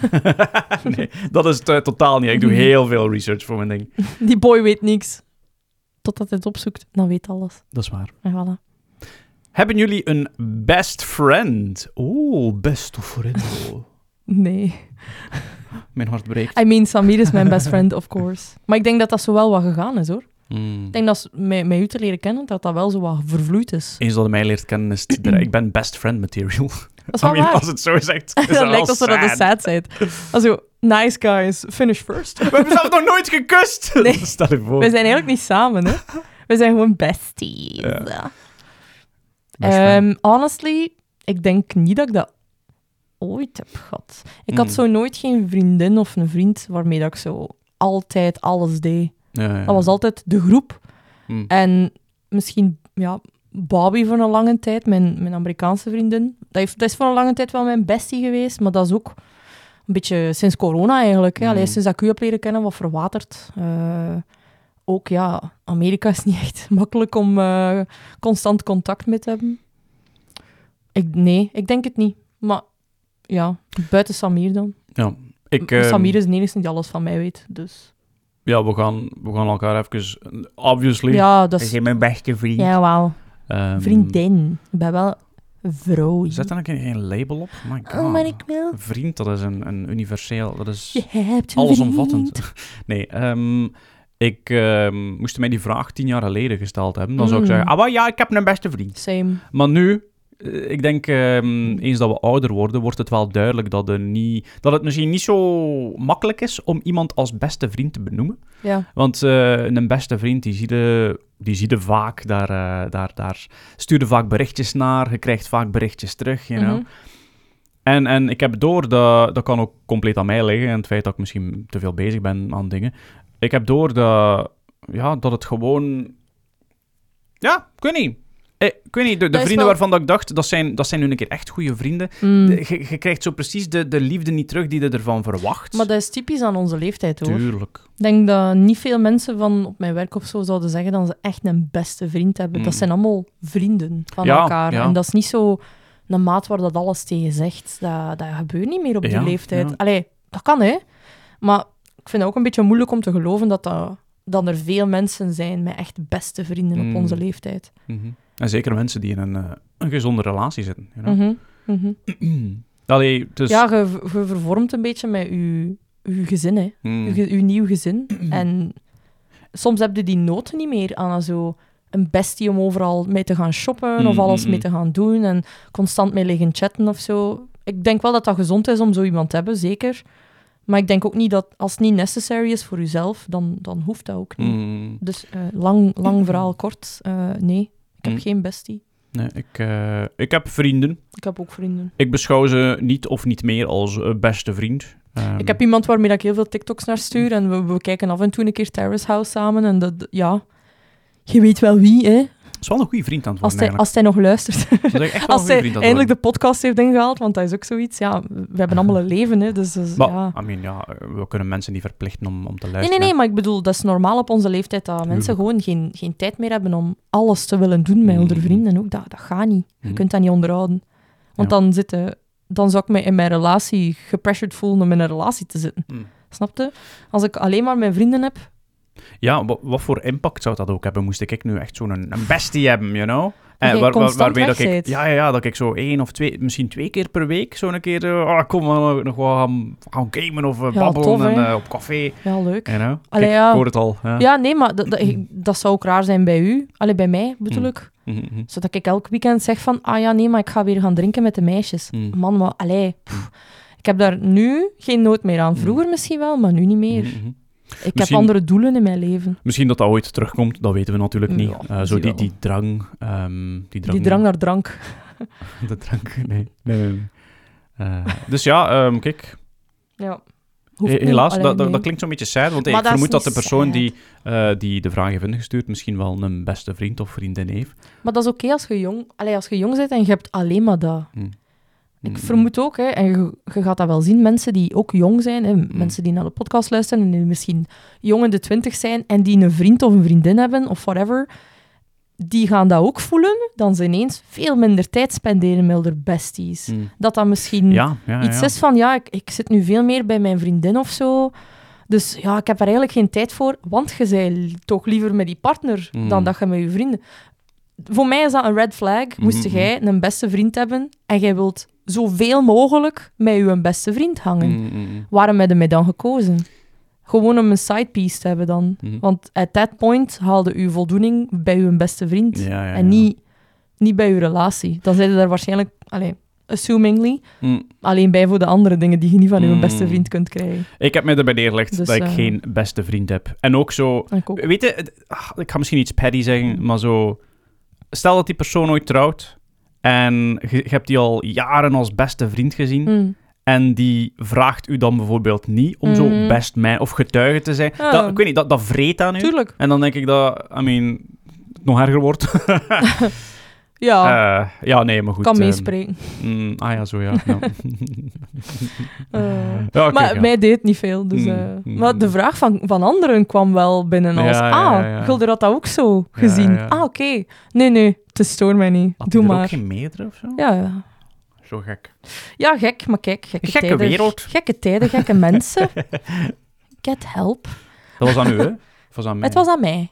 Nee, dat is het uh, totaal niet. Ik doe heel veel research voor mijn ding. Die boy weet niks. Totdat hij het opzoekt, dan weet alles. Dat is waar. En voilà. Hebben jullie een best friend? Oeh, best friend. Nee. Mijn hart breekt. I mean, Samir is mijn best friend, of course. Maar ik denk dat dat zo wel wat gegaan is, hoor. Mm. Ik denk dat s- met, met u te leren kennen, dat dat wel zo wat vervloeid is. Eens dat je mij leert kennen, is het... ik ben best friend material. Dat is I wel mean, waar. als het zo zegt, is Dat dat lijkt wel alsof dat de sad. sad zijn. Also, nice guys, finish first. We hebben zelf nog nooit gekust! Nee. Stel je voor. We zijn eigenlijk niet samen, hè. We zijn gewoon besties. Ja. Best friend. Um, honestly, ik denk niet dat ik dat ooit heb gehad. Ik had Mm. zo nooit geen vriendin of een vriend waarmee dat ik zo altijd alles deed. Ja, ja, ja. Dat was altijd de groep. Mm. En misschien, ja, Bobby voor een lange tijd, mijn, mijn Amerikaanse vriendin. Dat, heeft, dat is voor een lange tijd wel mijn bestie geweest, maar dat is ook een beetje sinds corona eigenlijk. Hè. Mm. Allee, sinds dat ik u heb leren kennen, wat verwaterd. Eh, ook, ja, Amerika is niet echt makkelijk om eh, constant contact mee te hebben. Ik, nee, ik denk het niet. Maar ja, buiten Samir dan. Ja, ik... Maar ehm, Samir is de enige die alles van mij weet, dus... Ja, we gaan, we gaan elkaar even... Obviously. Ja, dat is... mijn beste vriend. Ja, wauw. Ehm, Vriendin. Ik ben wel een vrouw. Zet daar een geen label op? My god. Oh, maar ik wil... Vriend, dat is een, een universeel... Dat is Je hebt een allesomvattend. vriend. Nee, ehm, ik ehm, moest mij die vraag tien jaar geleden gesteld hebben. Dan zou ik Mm. zeggen, ah, wel, ja, ik heb een beste vriend. Same. Maar nu, eh, ik denk, ehm, eens dat we ouder worden, wordt het wel duidelijk dat, er niet, dat het misschien niet zo makkelijk is om iemand als beste vriend te benoemen. Ja. Want eh, een beste vriend, die zie je, die zie je vaak, daar, eh, daar, daar stuur je vaak berichtjes naar, je krijgt vaak berichtjes terug, you know. Mhm. En, en ik heb door, dat, dat kan ook compleet aan mij liggen, en het feit dat ik misschien te veel bezig ben aan dingen. Ik heb door dat, ja, dat het gewoon... Ja, ik weet niet. Eh, Ik weet niet, de, de Dat is vrienden wel- waarvan dat ik dacht, dat zijn, dat zijn nu een keer echt goede vrienden. Mm. De- Je, je krijgt zo precies de, de liefde niet terug die je ervan verwacht. Maar dat is typisch aan onze leeftijd, hoor. Tuurlijk. Ik denk dat niet veel mensen van op mijn werk of zo zouden zeggen dat ze echt een beste vriend hebben. Mm. Dat zijn allemaal vrienden van Ja, elkaar. ja. En dat is niet zo een maat waar dat alles tegen zegt. Dat, dat gebeurt niet meer op die Ja, leeftijd. ja. Allee, dat kan, hè. Maar ik vind het ook een beetje moeilijk om te geloven dat, dat, dat er veel mensen zijn met echt beste vrienden Mm. op onze leeftijd. Mhm. En zeker mensen die in een, eh, een gezonde relatie zitten. You know? Mhm, mhm. Allee, dus... Ja, je, je vervormt een beetje met je, je gezin, hè. Mm. Je, ge- je nieuw gezin. En soms heb je die nood niet meer aan zo een bestie om overal mee te gaan shoppen of Mm, alles mm, mee mm. te gaan doen en constant mee liggen chatten of zo. Ik denk wel dat dat gezond is om zo iemand te hebben, zeker. Maar ik denk ook niet dat als het niet necessary is voor jezelf, dan, dan hoeft dat ook niet. Mm. Dus eh, lang, lang verhaal kort, eh, nee. Ik heb Mm. geen bestie. Nee, ik, eh, ik heb vrienden. Ik heb ook vrienden. Ik beschouw ze niet of niet meer als eh, beste vriend. Ehm, Ik heb iemand waarmee dat ik heel veel TikToks naar stuur en we, we kijken af en toe een keer Terrace House samen en dat, ja... Je weet wel wie, hè? is wel een goede vriend aan het Als worden, hij, als hij nog luistert. eigenlijk. Dat is echt wel Als een hij goede vriend aan het eindelijk de worden. podcast heeft ingehaald, want dat is ook zoiets. Ja, we hebben allemaal een leven, hè, dus, dus Maar, ja. I mean, ja, we kunnen mensen niet verplichten om, om te Nee, luisteren. nee, nee, maar ik bedoel, dat is normaal op onze leeftijd dat mensen Tuurlijk. gewoon geen, geen tijd meer hebben om alles te willen doen met Mhm. hun vrienden. Ook dat, dat gaat niet. Je Mhm. kunt dat niet onderhouden. Want Ja. dan, zitten, dan zou ik me in mijn relatie gepressured voelen om in een relatie te zitten. Mm. Snap je? Als ik alleen maar mijn vrienden heb... Ja, wat, wat voor impact zou dat ook hebben? Moest ik nu echt zo'n een, een bestie hebben, you know? Dat jij constant waarmee weg dat ik, bent. ja, ja, ja, dat ik zo één of twee, misschien twee keer per week zo'n keer, eh, oh, kom, we nog wel gaan, gaan gamen of uh, Ja, babbelen tof, en, hè? eh, op café, Ja, leuk. you know? Allee, Kijk, ja. ik hoor het al. Ja. Ja, nee, maar dat, dat, ik- dat zou ook raar zijn bij u. Allee, bij mij bedoel Mm. ik. Mhm, mhm. Zodat ik elk weekend zeg van, ah ja, nee, maar ik ga weer gaan drinken met de meisjes. Mm. Man, maar allee, pff, ik heb daar nu geen nood meer aan. Vroeger misschien wel, maar nu niet meer. Mhm, mhm. Ik heb Misschien- andere doelen in mijn leven. Misschien dat dat ooit terugkomt, dat weten we natuurlijk niet. Ja, Eh, zo zie die, wel. die drang, ehm, die drang... Die drang naar drank. De drank, nee. nee, nee, nee. Eh, dus ja, ehm, kijk, Ja. he- niet. helaas, Allee, dat, dat, nee. dat klinkt zo'n beetje sad, want Maar ik dat is vermoed dat de niet persoon sad. die, eh, die de vraag heeft ingestuurd misschien wel een beste vriend of vriendin heeft. Maar dat is oké als je jong... Allee, als je jong bent en je hebt alleen maar dat. Mm. Ik Mm. vermoed ook, hè, en je, je gaat dat wel zien, mensen die ook jong zijn, hè, mensen die naar de podcast luisteren en die misschien jong in de twintig zijn en die een vriend of een vriendin hebben, of whatever, die gaan dat ook voelen, dan ze ineens veel minder tijd spenderen met hun besties. Mm. Dat dat misschien Ja, ja, ja. iets ja. is van, ja, ik, ik zit nu veel meer bij mijn vriendin of zo, dus ja, ik heb daar eigenlijk geen tijd voor, want je zei toch liever met die partner Mm. dan dat je met je vrienden... Voor mij is dat een red flag. Moest Mhm. jij een beste vriend hebben en jij wilt zoveel mogelijk met je beste vriend hangen. Mm, mm, mm. Waarom heb je mij dan gekozen? Gewoon om een sidepiece te hebben dan. Mhm. Want at that point haalde u voldoening bij uw beste vriend. Ja, ja, ja. En niet, niet bij uw relatie. Dan zijn je daar waarschijnlijk, allee, assumingly, Mm. alleen bij voor de andere dingen die je niet van uw Mm. beste vriend kunt krijgen. Ik heb mij erbij neergelegd Dus, dat ik eh, geen beste vriend heb. En ook zo... Ik ook. Weet je, het- ah, ik ga misschien iets petty zeggen, maar zo... Stel dat die persoon ooit trouwt en je, je hebt die al jaren als beste vriend gezien Mm. en die vraagt u dan bijvoorbeeld niet om zo Mhm. best man of getuige te zijn. Ja. Dat, ik weet niet, dat, dat vreet aan u. Tuurlijk. En dan denk ik dat, I mean, het nog erger wordt. Ja, Eh, ja, nee, maar goed. kan ehm, meespreken. mm, ah ja, zo ja. ja. Eh, Ja, oké, maar ja. mij deed niet veel. Dus, Mm, eh, mm. Maar de vraag van, van anderen kwam wel binnen als... Ja, ja, ah, ja, ja. Gulder had dat ook zo Ja, gezien. ja. Ah, oké. Nee, nee, het stoort mij niet. Had Doe die er maar. ook geen meerdere of zo? Ja, ja. Zo gek. ja, gek, maar kijk. Gekke, Gekke tijden, wereld. Gekke tijden, gekke mensen. Get help. Dat was aan u, hè? Of was aan mij? Het was aan mij.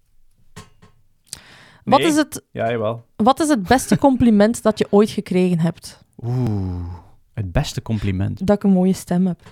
Wat, Nee. is het, Ja, jawel. wat is het beste compliment dat je ooit gekregen hebt? Oeh, het beste compliment. Dat ik een mooie stem heb.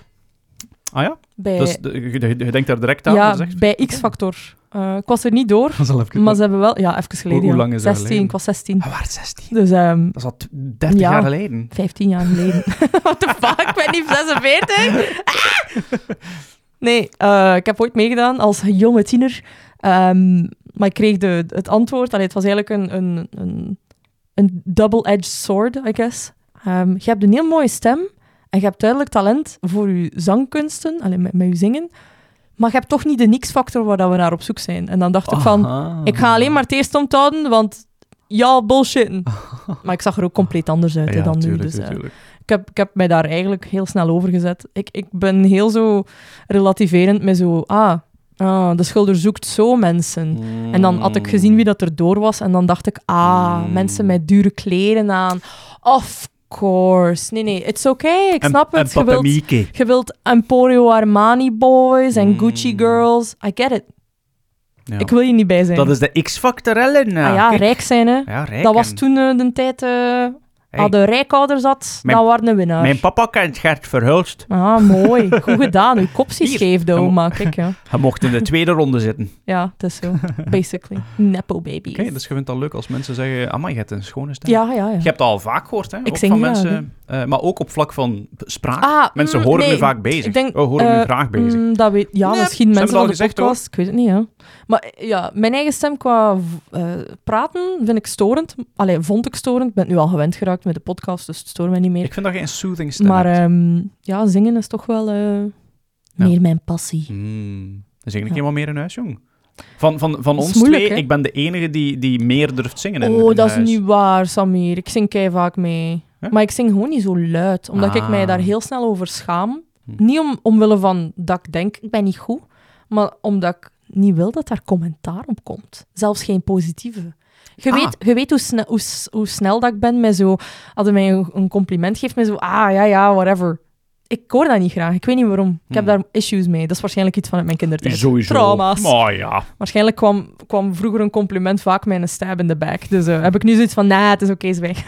Ah ja? Bij, Dus de- je, je- je denkt daar direct aan? ja, dat is echt- bij X-Factor. Eh, ik was er niet door, Dat is al even- maar ze hebben wel... Ja, even geleden. hoe ja. lang is dat zestien, geleden? ik was zestien. Hij was zestien. Dus ehm Dat is al t- dertig Ja. jaar geleden. vijftien jaar geleden. What the fuck? Ik ben niet zesenveertig. Ah! Nee, eh, ik heb ooit meegedaan als jonge tiener. Ehm, maar ik kreeg de, het antwoord. Allee, het was eigenlijk een, een, een, een double-edged sword, I guess. Ehm, je hebt een heel mooie stem en je hebt duidelijk talent voor je zangkunsten, allee, met, met je zingen. Maar je hebt toch niet de X-factor waar dat we naar op zoek zijn. En dan dacht ik van, Aha. ik ga alleen maar het eerst onthouden, want ja, bullshitten. Maar ik zag er ook compleet anders uit hè, Ja, dan nu. tuurlijk, Dus, eh, tuurlijk. ik heb, ik heb mij daar eigenlijk heel snel over gezet. Ik, ik ben heel zo relativerend met zo... Ah, ah, de schilder zoekt zo mensen. En dan had ik gezien wie dat er door was. En dan dacht ik... Ah, Mm. mensen met dure kleren aan. Of course. Nee, nee, it's okay. Ik En- snap en het. Je Papa wilt, Mieke. je wilt Emporio Armani boys en Mm. Gucci girls. I get it. Ja. Ik wil hier niet bij zijn. Dat is de X-factor, Ellen. ah, ja, Kijk. rijk zijn, hè. Ja, rijk. Dat was en- toen eh, de tijd... eh Hey, hadden rijkouders had, Mijn- dan waren een winnaar. Mijn papa kent Gert Verhulst. Ah, mooi. Goed gedaan. Uw kop is Hier. scheef, Hij mo- though, maar kijk, ja. Hij mocht in de tweede ronde zitten. Ja, het is zo. Basically. Nepo babies. Oké, dus je vindt het al leuk als mensen zeggen... Amai, je hebt een schone stem. Ja, ja, ja. Je hebt het al vaak gehoord, hè? Ik ook zing van graag, mensen, eh, maar ook op vlak van spraak. Ah, mensen mm, horen nee, nu vaak bezig. ik denk, oh, horen nu eh, graag bezig. Mm, dat weet, ja, Nee, misschien ze mensen hebben van het de al gezegd, podcast. Ik weet het niet, ja. Maar eh, ja, mijn eigen stem qua eh, praten vind ik storend. Allee, vond ik storend. Ik ben nu al gewend geraakt met de podcast, dus het stoort mij niet meer. Ik vind dat je een soothing stem Maar hebt. ehm, ja, zingen is toch wel eh, meer mijn passie. Hmm. Dan zing ik Ja. helemaal meer in huis, jong. Van, van, van Dat is ons moeilijk, twee, hè? ik ben de enige die, die meer durft zingen in, Oh, in dat is huis. niet waar, Samir. Ik zing kei vaak mee. Huh? Maar ik zing gewoon niet zo luid, omdat ik Ah. mij daar heel snel over schaam. Hm. Niet om, omwille van dat ik denk, ik ben niet goed, maar omdat ik niet wil dat daar commentaar op komt. Zelfs geen positieve. Je, Ah. weet, je weet hoe, sne- hoe, s- hoe snel dat ik ben met zo... Als je mij een, een compliment geeft met zo... Ah, ja, ja, whatever. Ik hoor dat niet graag. Ik weet niet waarom. Ik heb Hm. daar issues mee. Dat is waarschijnlijk iets vanuit mijn kindertijd. Sowieso. Trauma's. Maar ja. Waarschijnlijk kwam, kwam vroeger een compliment vaak met een stab in de back. Dus eh, heb ik nu zoiets van, nah, het is oké, zwijg.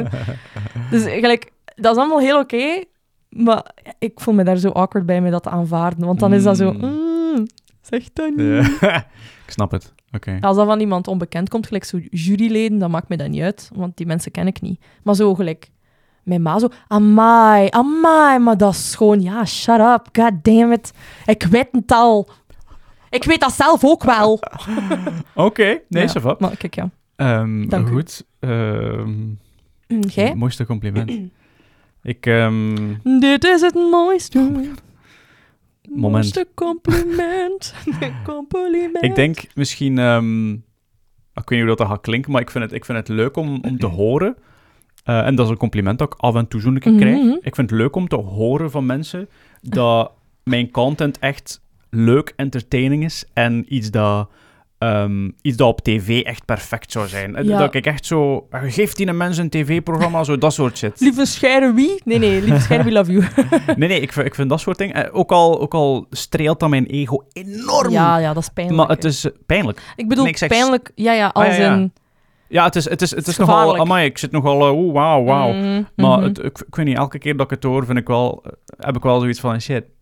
Dus gelijk, dat is allemaal heel oké, maar ik voel me daar zo awkward bij me dat te aanvaarden. Want dan is dat zo, Mm. mm, zeg dat niet. Ja. ik snap het. Oké. Als dat van iemand onbekend komt, gelijk zo juryleden, dan maakt me dat niet uit, want die mensen ken ik niet. Maar zo gelijk, mijn ma zo, amai, amai, maar dat is gewoon, ja, shut up, god damn it. Ik weet het al. Ik weet dat zelf ook wel. Oké, nee, Ja, ça va. Maar kijk, ja. Ehm, Dank u. goed. Ehm, Mm, Jij? het mooiste compliment. ik, ehm, Dit is het mooiste. Moment. Mooiste compliment. compliment. ik denk misschien... ehm, ik weet niet hoe dat gaat klinken, maar ik vind het, ik vind het leuk om, om te horen. Eh, en dat is een compliment dat ik af en toe zo'n keer krijg. Mhm. Ik vind het leuk om te horen van mensen dat mijn content echt leuk entertaining is en iets dat, ehm, iets dat op tv echt perfect zou zijn. Eh, Ja. Dat ik echt zo... Geeft die een mens een tv-programma, zo dat soort shit. Lieve Scheire, wie? Nee, nee, lieve Scheire, we love you. Nee, nee, ik vind, ik vind dat soort dingen... eh, Ook al, ook al streelt dat mijn ego enorm. Ja, ja, dat is pijnlijk. maar het hè. is eh, pijnlijk. Ik bedoel, nee, ik zeg- pijnlijk, ja, ja, als Ah, ja, ja. in... Ja, het is, het is, het is is nogal... gevaarlijk. Amai, ik zit nogal... eh, Oeh, wauw, wauw. Mm, Maar mhm. het, ik, ik weet niet, elke keer dat ik het hoor, vind ik wel, heb ik wel zoiets van, shit,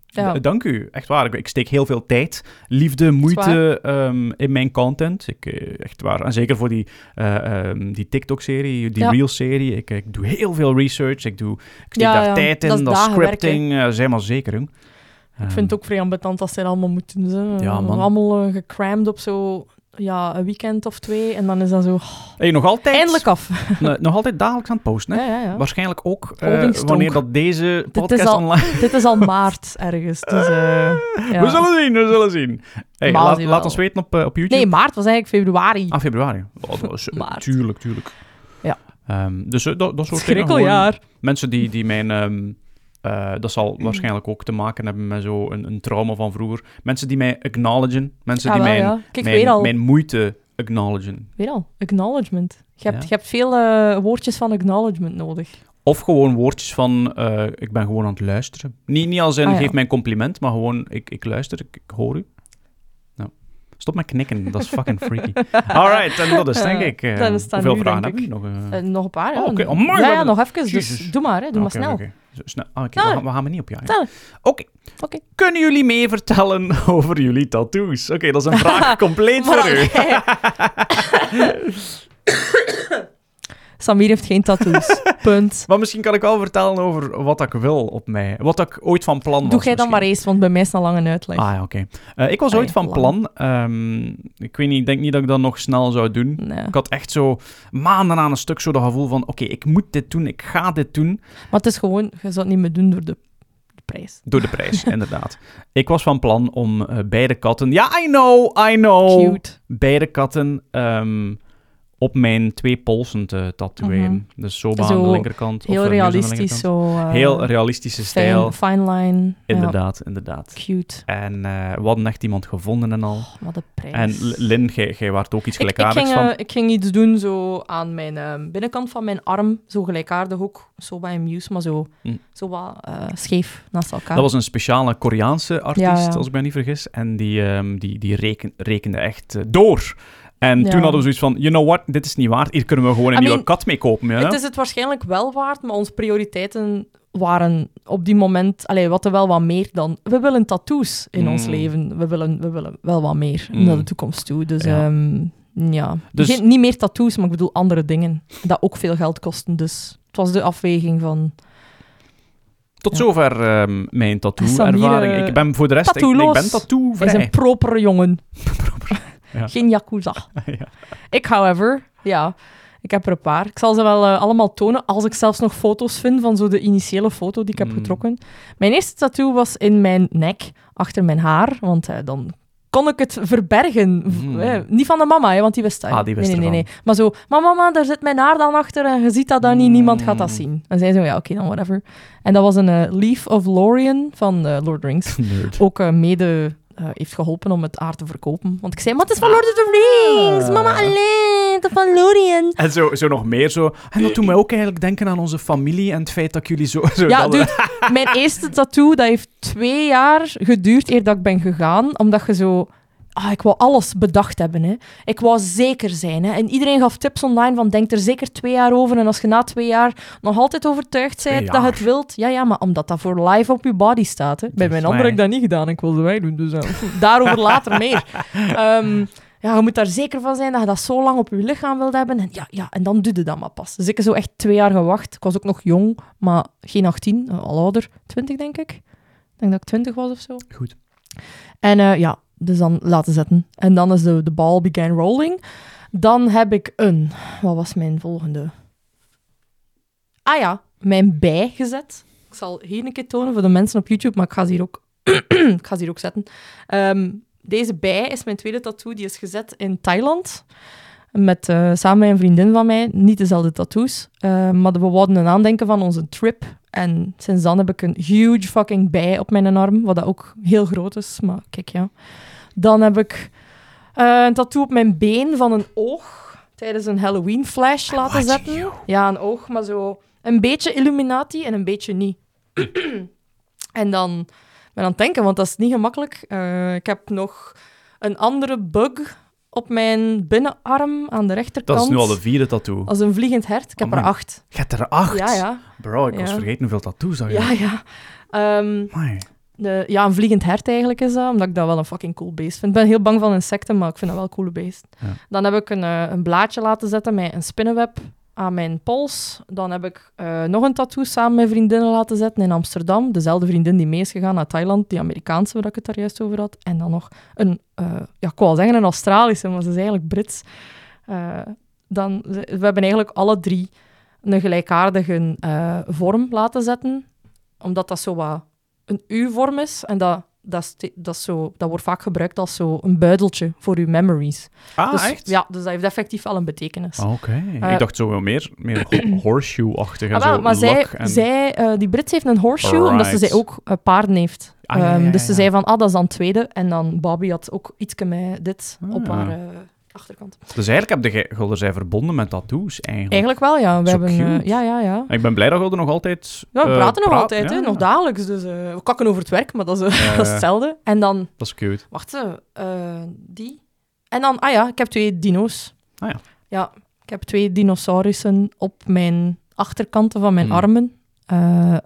Ja. D- dank u, echt waar. Ik, ik steek heel veel tijd, liefde, moeite um, in mijn content. Ik, uh, echt waar. En zeker voor die, uh, um, die TikTok-serie, die Ja. Reels-serie. Ik, ik doe heel veel research. Ik, doe, ik steek Ja, daar ja. tijd in, Dat is dat, dagenwerk, scripting. Uh, zeg maar zeker, jong. Ik vind het ook vrij ambetant als zij dat allemaal moeten doen. Ze. Ja, man. Allemaal uh, gecrammed op zo ja, een weekend of twee. En dan is dat zo... Oh, Hey, nog altijd... eindelijk af. n- nog altijd dagelijks aan het posten, hè? Ja, ja, ja. Waarschijnlijk ook uh, Holdingstronk. wanneer dat deze Dit podcast is al- online... Dit is al maart ergens. Dus, uh, ja. We zullen zien, we zullen zien. Hey, Maar laat, zie laat wel. ons weten op, uh, op YouTube. Nee, maart was eigenlijk februari. Ah, februari. Oh, dat is, uh, Maart. tuurlijk, tuurlijk. Ja. Um, dus uh, dat, dat soort dingen gewoon... Schrikkeljaar. Mensen die, die mijn... Um, uh, dat zal Mm. waarschijnlijk ook te maken hebben met zo een, een trauma van vroeger. Mensen die mij acknowledgen. Mensen Ja, die wel, mijn, ja. Kijk, mijn, weer al. mijn moeite acknowledgen. Weer al. Acknowledgement. Je hebt, Ja. je hebt veel uh, woordjes van acknowledgement nodig. Of gewoon woordjes van... Uh, ik ben gewoon aan het luisteren. Niet, niet als in, Ah, ja. geef mij een compliment, maar gewoon... Ik, ik luister, ik, ik hoor u. Nou, stop met knikken. Dat is fucking freaky. Alright, en dat is denk ik... Uh, Dat is dan hoeveel nu, vragen denk hebben we ik. nog? Uh... Uh, nog een paar, ja. Oh, oké. ja, Amai, ja, wat een- nog even. Jezus. Dus doe maar, hè. Doe maar Oké, snel. oké, oké. Zo snel. Ah, oké, Nou, we, gaan- we gaan me niet opjagen. snel. Oké. Oké. Kunnen jullie meer vertellen over jullie tattoos? Oké, dat is een vraag compleet Maar voor u. dan- Samir heeft geen tattoos. Punt. Maar misschien kan ik wel vertellen over wat ik wil op mij. Wat ik ooit van plan was. Doe jij dan maar misschien. eerst, want bij mij is het al lang een uitleg. Ah ja, oké. Uh, ik was Ah, ooit ja, van lang. plan. Um, ik weet niet, ik denk niet dat ik dat nog snel zou doen. Nee. Ik had echt zo maanden aan een stuk zo dat gevoel van... Oké, ik moet dit doen, ik ga dit doen. Maar het is gewoon, je zou het niet meer doen door de, de prijs. Door de prijs, inderdaad. Ik was van plan om uh, beide katten... Ja, I know, I know. Cute. Beide katten um, op mijn twee polsen te tatoeëren. Mhm. Dus Soba Zo aan de linkerkant. of Heel uh, Neus aan de realistisch, linkerkant. zo... uh, Heel realistische stijl. Fine, fine line. Inderdaad, inderdaad. Ja, cute. En uh, we hadden echt iemand gevonden en al. Oh, wat een prijs. En L- Lin, jij jij waart ook iets ik, ik, gelijkaardigs ging, van. uh, ik ging iets doen zo aan mijn uh, binnenkant van mijn arm. Zo gelijkaardig ook. Zo bij een Muse, maar zo, Hm. zo wat uh, scheef naast elkaar. Dat was een speciale Koreaanse artiest, Ja, ja. als ik me niet vergis. En die, um, die, die reken, rekende echt uh, door. En Ja. toen hadden we zoiets van, you know what, dit is niet waard. Hier kunnen we gewoon een I nieuwe mean, kat mee kopen. Ja? Het is het waarschijnlijk wel waard, maar onze prioriteiten waren op die moment... Allee, we hadden wel wat meer dan... We willen tattoos in Mm. ons leven. We willen, we willen wel wat meer Mm. naar de toekomst toe. Dus Ja. ja, um, ja. Dus- Geen, niet meer tattoos, maar ik bedoel andere dingen. Dat ook veel geld kosten. Dus het was de afweging van... Tot Ja. zover um, mijn Samir, tattoo-ervaring. uh, Ik ben voor de rest... Ik, ik tattooloos. ben Hij tattoo-vrij. is een propere jongen. Ja. Geen Yakuza. Ja. Ik, however, ja... Ik heb er een paar. Ik zal ze wel uh, allemaal tonen, als ik zelfs nog foto's vind van zo de initiële foto die ik heb Mm. getrokken. Mijn eerste tattoo was in mijn nek, achter mijn haar, want uh, dan kon ik het verbergen. V- Mm. eh, niet van de mama, hè, want die wist dat. Ah, die wist nee, nee, nee, ervan. nee. Maar zo, maar mama, daar zit mijn haar dan achter en je ziet dat dan niet, niemand gaat dat Mm. zien. En zij zo, ja, oké, dan whatever. En dat was een uh, Leaf of Lorien van uh, Lord of the Rings. Nerd. Ook uh, mede uh, heeft geholpen om het haar te verkopen. Want ik zei, maar het is van Lord of the Rings! Mama, alleen, het is van Lorien. En zo, zo nog meer zo. En dat doet mij ook eigenlijk denken aan onze familie en het feit dat jullie zo... zo Ja, dat- dude, mijn eerste tattoo, dat heeft twee jaar geduurd eer dat ik ben gegaan. Omdat je zo... Ah, ik wou alles bedacht hebben, hè. Ik wou zeker zijn, hè. En iedereen gaf tips online van, denk er zeker twee jaar over. En als je na twee jaar nog altijd overtuigd Twee bent dat je jaar? het wilt... Ja, ja, maar omdat dat voor live op je body staat, hè. Bij is mijn andere heb ik waar. dat niet gedaan. Ik wilde wij doen, dus... uh, daarover later meer. Ehm, ja, je moet daar zeker van zijn dat je dat zo lang op je lichaam wilt hebben. En ja, ja, en dan doe je dat maar pas. Dus ik heb zo echt twee jaar gewacht. Ik was ook nog jong, maar geen achttien. uh, al ouder. twintig, denk ik. Ik denk dat ik twintig was of zo. Goed. En uh, ja, dus dan laten zetten. En dan is de, de ball began rolling. Dan heb ik een... Wat was mijn volgende? Ah ja, mijn bij gezet. Ik zal hier een keer tonen voor de mensen op YouTube, maar ik ga ze hier ook, ik ga ze hier ook zetten. Um, deze bij is mijn tweede tattoo. Die is gezet in Thailand. Met, uh, samen met een vriendin van mij. Niet dezelfde tattoos. Uh, maar we wouden een aandenken van onze trip. En sinds dan heb ik een huge fucking bij op mijn arm. Wat dat ook heel groot is. Maar kijk, ja. Dan heb ik uh, een tattoo op mijn been van een oog. Tijdens een Halloween flash laten zetten. you. Ja, een oog, maar zo een beetje Illuminati en een beetje niet. En dan ben aan het denken, want dat is niet gemakkelijk. Uh, ik heb nog een andere bug op mijn binnenarm aan de rechterkant. Dat is nu al de vierde tattoo. Als een vliegend hert. Ik heb Amai. er acht. Je hebt er acht? Ja, ja. Bro, ik was Ja. vergeten hoeveel tattoos dat je Ja, ja. Um, Amai. de, ja, een vliegend hert eigenlijk is dat, omdat ik dat wel een fucking cool beest vind. Ik ben heel bang van insecten, maar ik vind dat wel een coole beest. Ja. Dan heb ik een, uh, een blaadje laten zetten met een spinnenweb aan mijn pols. Dan heb ik uh, nog een tattoo samen met vriendinnen laten zetten in Amsterdam. Dezelfde vriendin die mee is gegaan naar Thailand, die Amerikaanse, waar ik het daar juist over had. En dan nog een, uh, ja, ik wou zeggen een Australische, maar ze is eigenlijk Brits. Uh, dan, we hebben eigenlijk alle drie een gelijkaardige uh, vorm laten zetten, omdat dat zo wat een U-vorm is. En dat, dat, is, dat, is zo, dat wordt vaak gebruikt als zo een buideltje voor uw memories. Ah, dus, echt? Ja, dus dat heeft effectief wel een betekenis. Oké. Okay. Uh, ik dacht zo meer, meer horseshoe-achtig en ah, wel, zo. maar zij, en... zij uh, die Brits heeft een horseshoe, Right. omdat ze zij ook uh, paarden heeft. Ah, ja, ja, ja, ja. Um, dus ze zei van, ah, dat is dan het tweede. En dan Bobby had ook iets met dit Ah. op haar... Uh, achterkant. Dus eigenlijk heb je Gulder zij verbonden met tattoos, eigenlijk. Eigenlijk wel, ja. We Zo hebben, uh, cute. ja, ja, ja. Ik ben blij dat Gulder nog altijd... Ja, we uh, praten nog praat, altijd, ja. hè, nog dagelijks. Dus uh, we kakken over het werk, maar dat is, uh, Ja, dat is ja. hetzelfde. En dan... Dat is cute. Wacht, uh, die. En dan, ah ja, ik heb twee dino's. Ah ja. Ja, ik heb twee dinosaurussen op mijn achterkanten van mijn Hmm. armen. Uh,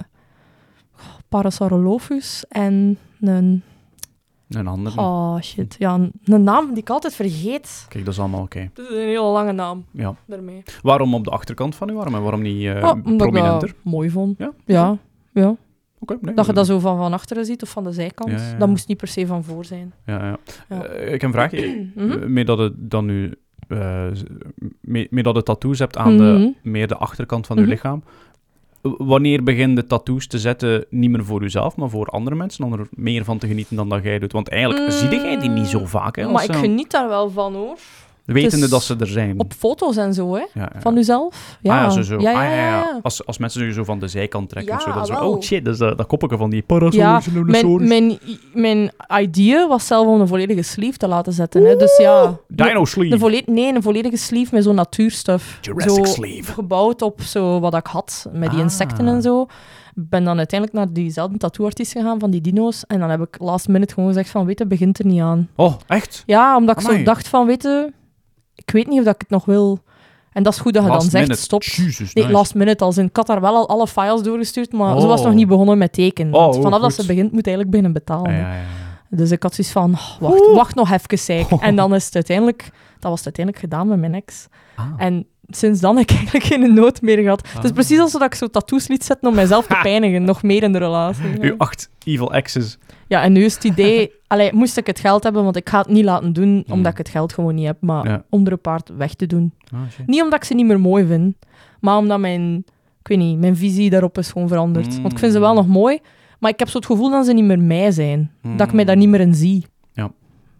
Parasaurolophus en een... Een andere. Oh, shit. Ja, een, een naam die ik altijd vergeet. Kijk, dat is allemaal oké. Dat is een hele lange naam Ja. daarmee. Waarom op de achterkant van uw arm en waarom niet uh, Oh, omdat prominenter? ik dat mooi vond. Ja? Ja, ja. Oké, nee. Dat je dat zo van, van achteren ziet of van de zijkant. Ja, ja, ja. Dat moest niet per se van voor zijn. Ja, ja. Ja. Uh, ik heb een vraagje. Mhm. Uh, meer dat het dan nu... Uh, meer, meer dat je tattoos hebt aan Mhm. de, meer de achterkant van Mhm. je lichaam. W- Wanneer begin de tattoos te zetten, niet meer voor jezelf, maar voor andere mensen, om er meer van te genieten dan dat jij doet? Want eigenlijk Mm. zie jij die niet zo vaak, hè? Maar als, ik uh, geniet daar wel van, hoor. wetende dus dat ze er zijn. Op foto's en zo, hè. Ja, ja. Van uzelf. Ja, Ah, ja, zo, zo. Ja, ja, Ah, ja, ja. ja. Als, als mensen je zo van de zijkant trekken Ja, of zo, dan zo, wel. oh shit, dat is dat, dat koppelje van die Ja, Parasaurolophus. mijn, mijn, mijn idee was zelf om een volledige sleeve te laten zetten. Hè. Dus ja... Dino sleeve. Een volle- nee, een volledige sleeve met zo'n natuurstuff. Jurassic zo sleeve. gebouwd op zo wat ik had, met die Ah. insecten en zo. Ik ben dan uiteindelijk naar diezelfde tattooartiest gegaan van die dino's. En dan heb ik last minute gewoon gezegd van, weet je, begint er niet aan. Oh, echt? Ja, omdat ik Amai. zo dacht van, weet je, ik weet niet of dat ik het nog wil. En dat is goed dat je Last dan zegt, minute. stop. Jesus, Nee, nice. last minute, als in, ik had daar wel al alle files doorgestuurd, maar Oh. ze was nog niet begonnen met tekenen. Oh, Want oh, vanaf dat goed. ze begint, moet eigenlijk beginnen betalen. Ja, hè. ja, ja. Dus ik had zoiets van, oh, wacht, Oeh. wacht nog even, zei ik. En dan is het uiteindelijk, dat was het uiteindelijk gedaan met mijn ex. Ah. En sinds dan heb ik eigenlijk geen nood meer gehad. Het is Ah. precies alsof ik zo tattoos liet zetten om mijzelf te pijnigen, nog meer in de relatie. Ja. Uw acht evil exes. Ja, en nu is het idee... Allee, moest ik het geld hebben, want ik ga het niet laten doen, Hmm. omdat ik het geld gewoon niet heb, maar Ja. om er een paard weg te doen. Oh, shit. Niet omdat ik ze niet meer mooi vind, maar omdat mijn... Ik weet niet, mijn visie daarop is gewoon veranderd. Hmm. Want ik vind ze wel nog mooi, maar ik heb zo het gevoel dat ze niet meer mij zijn. Dat ik mij daar niet meer in zie. Ja.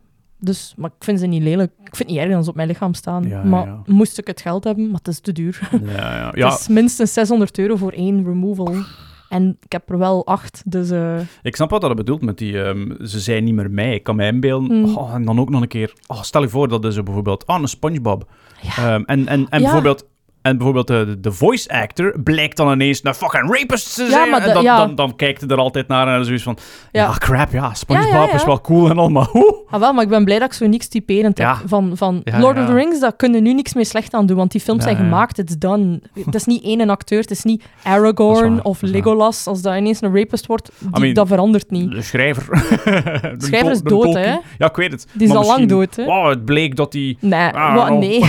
Dus, maar ik vind ze niet lelijk. Ik vind het niet erg dat ze op mijn lichaam staan. Ja, maar ja. moest ik het geld hebben, maar het is te duur. Ja, ja. ja. Het is minstens zeshonderd euro voor één removal. En ik heb er wel acht, dus... eh, Ik snap wat dat bedoelt met die... ehm, ze zijn niet meer mij. Ik kan mij inbeelden. Hmm. Oh, en dan ook nog een keer... Oh, stel je voor dat is bijvoorbeeld... Oh, een SpongeBob. Ja. Ehm, en en, en Ja. bijvoorbeeld... En bijvoorbeeld de, de voice actor blijkt dan ineens een fucking rapist te Ja, zijn. maar en de- dan, ja. dan, dan kijkt hij er altijd naar en dan zoiets van... Ja, Ja. crap, ja, SpongeBob Ja, ja, ja. is wel cool en al, maar hoe? Ah, wel, maar ik ben blij dat ik zo niks typerend heb. Ja. Van, van Ja, Lord ja. of the Rings, daar kunnen nu niks meer slecht aan doen, want die films Ja, zijn ja. gemaakt, it's done. Het is niet één acteur, het is niet Dat is Aragorn waar, of dat is waar. Legolas. Als dat ineens een rapist wordt, die, I mean, dat verandert niet. De schrijver. De schrijver is Tol- de dood, Tolkien. hè? Ja, ik weet het. Die is Maar al lang misschien- dood, hè? Wow, het bleek dat hij... Nee, Ah, wat, oh. nee.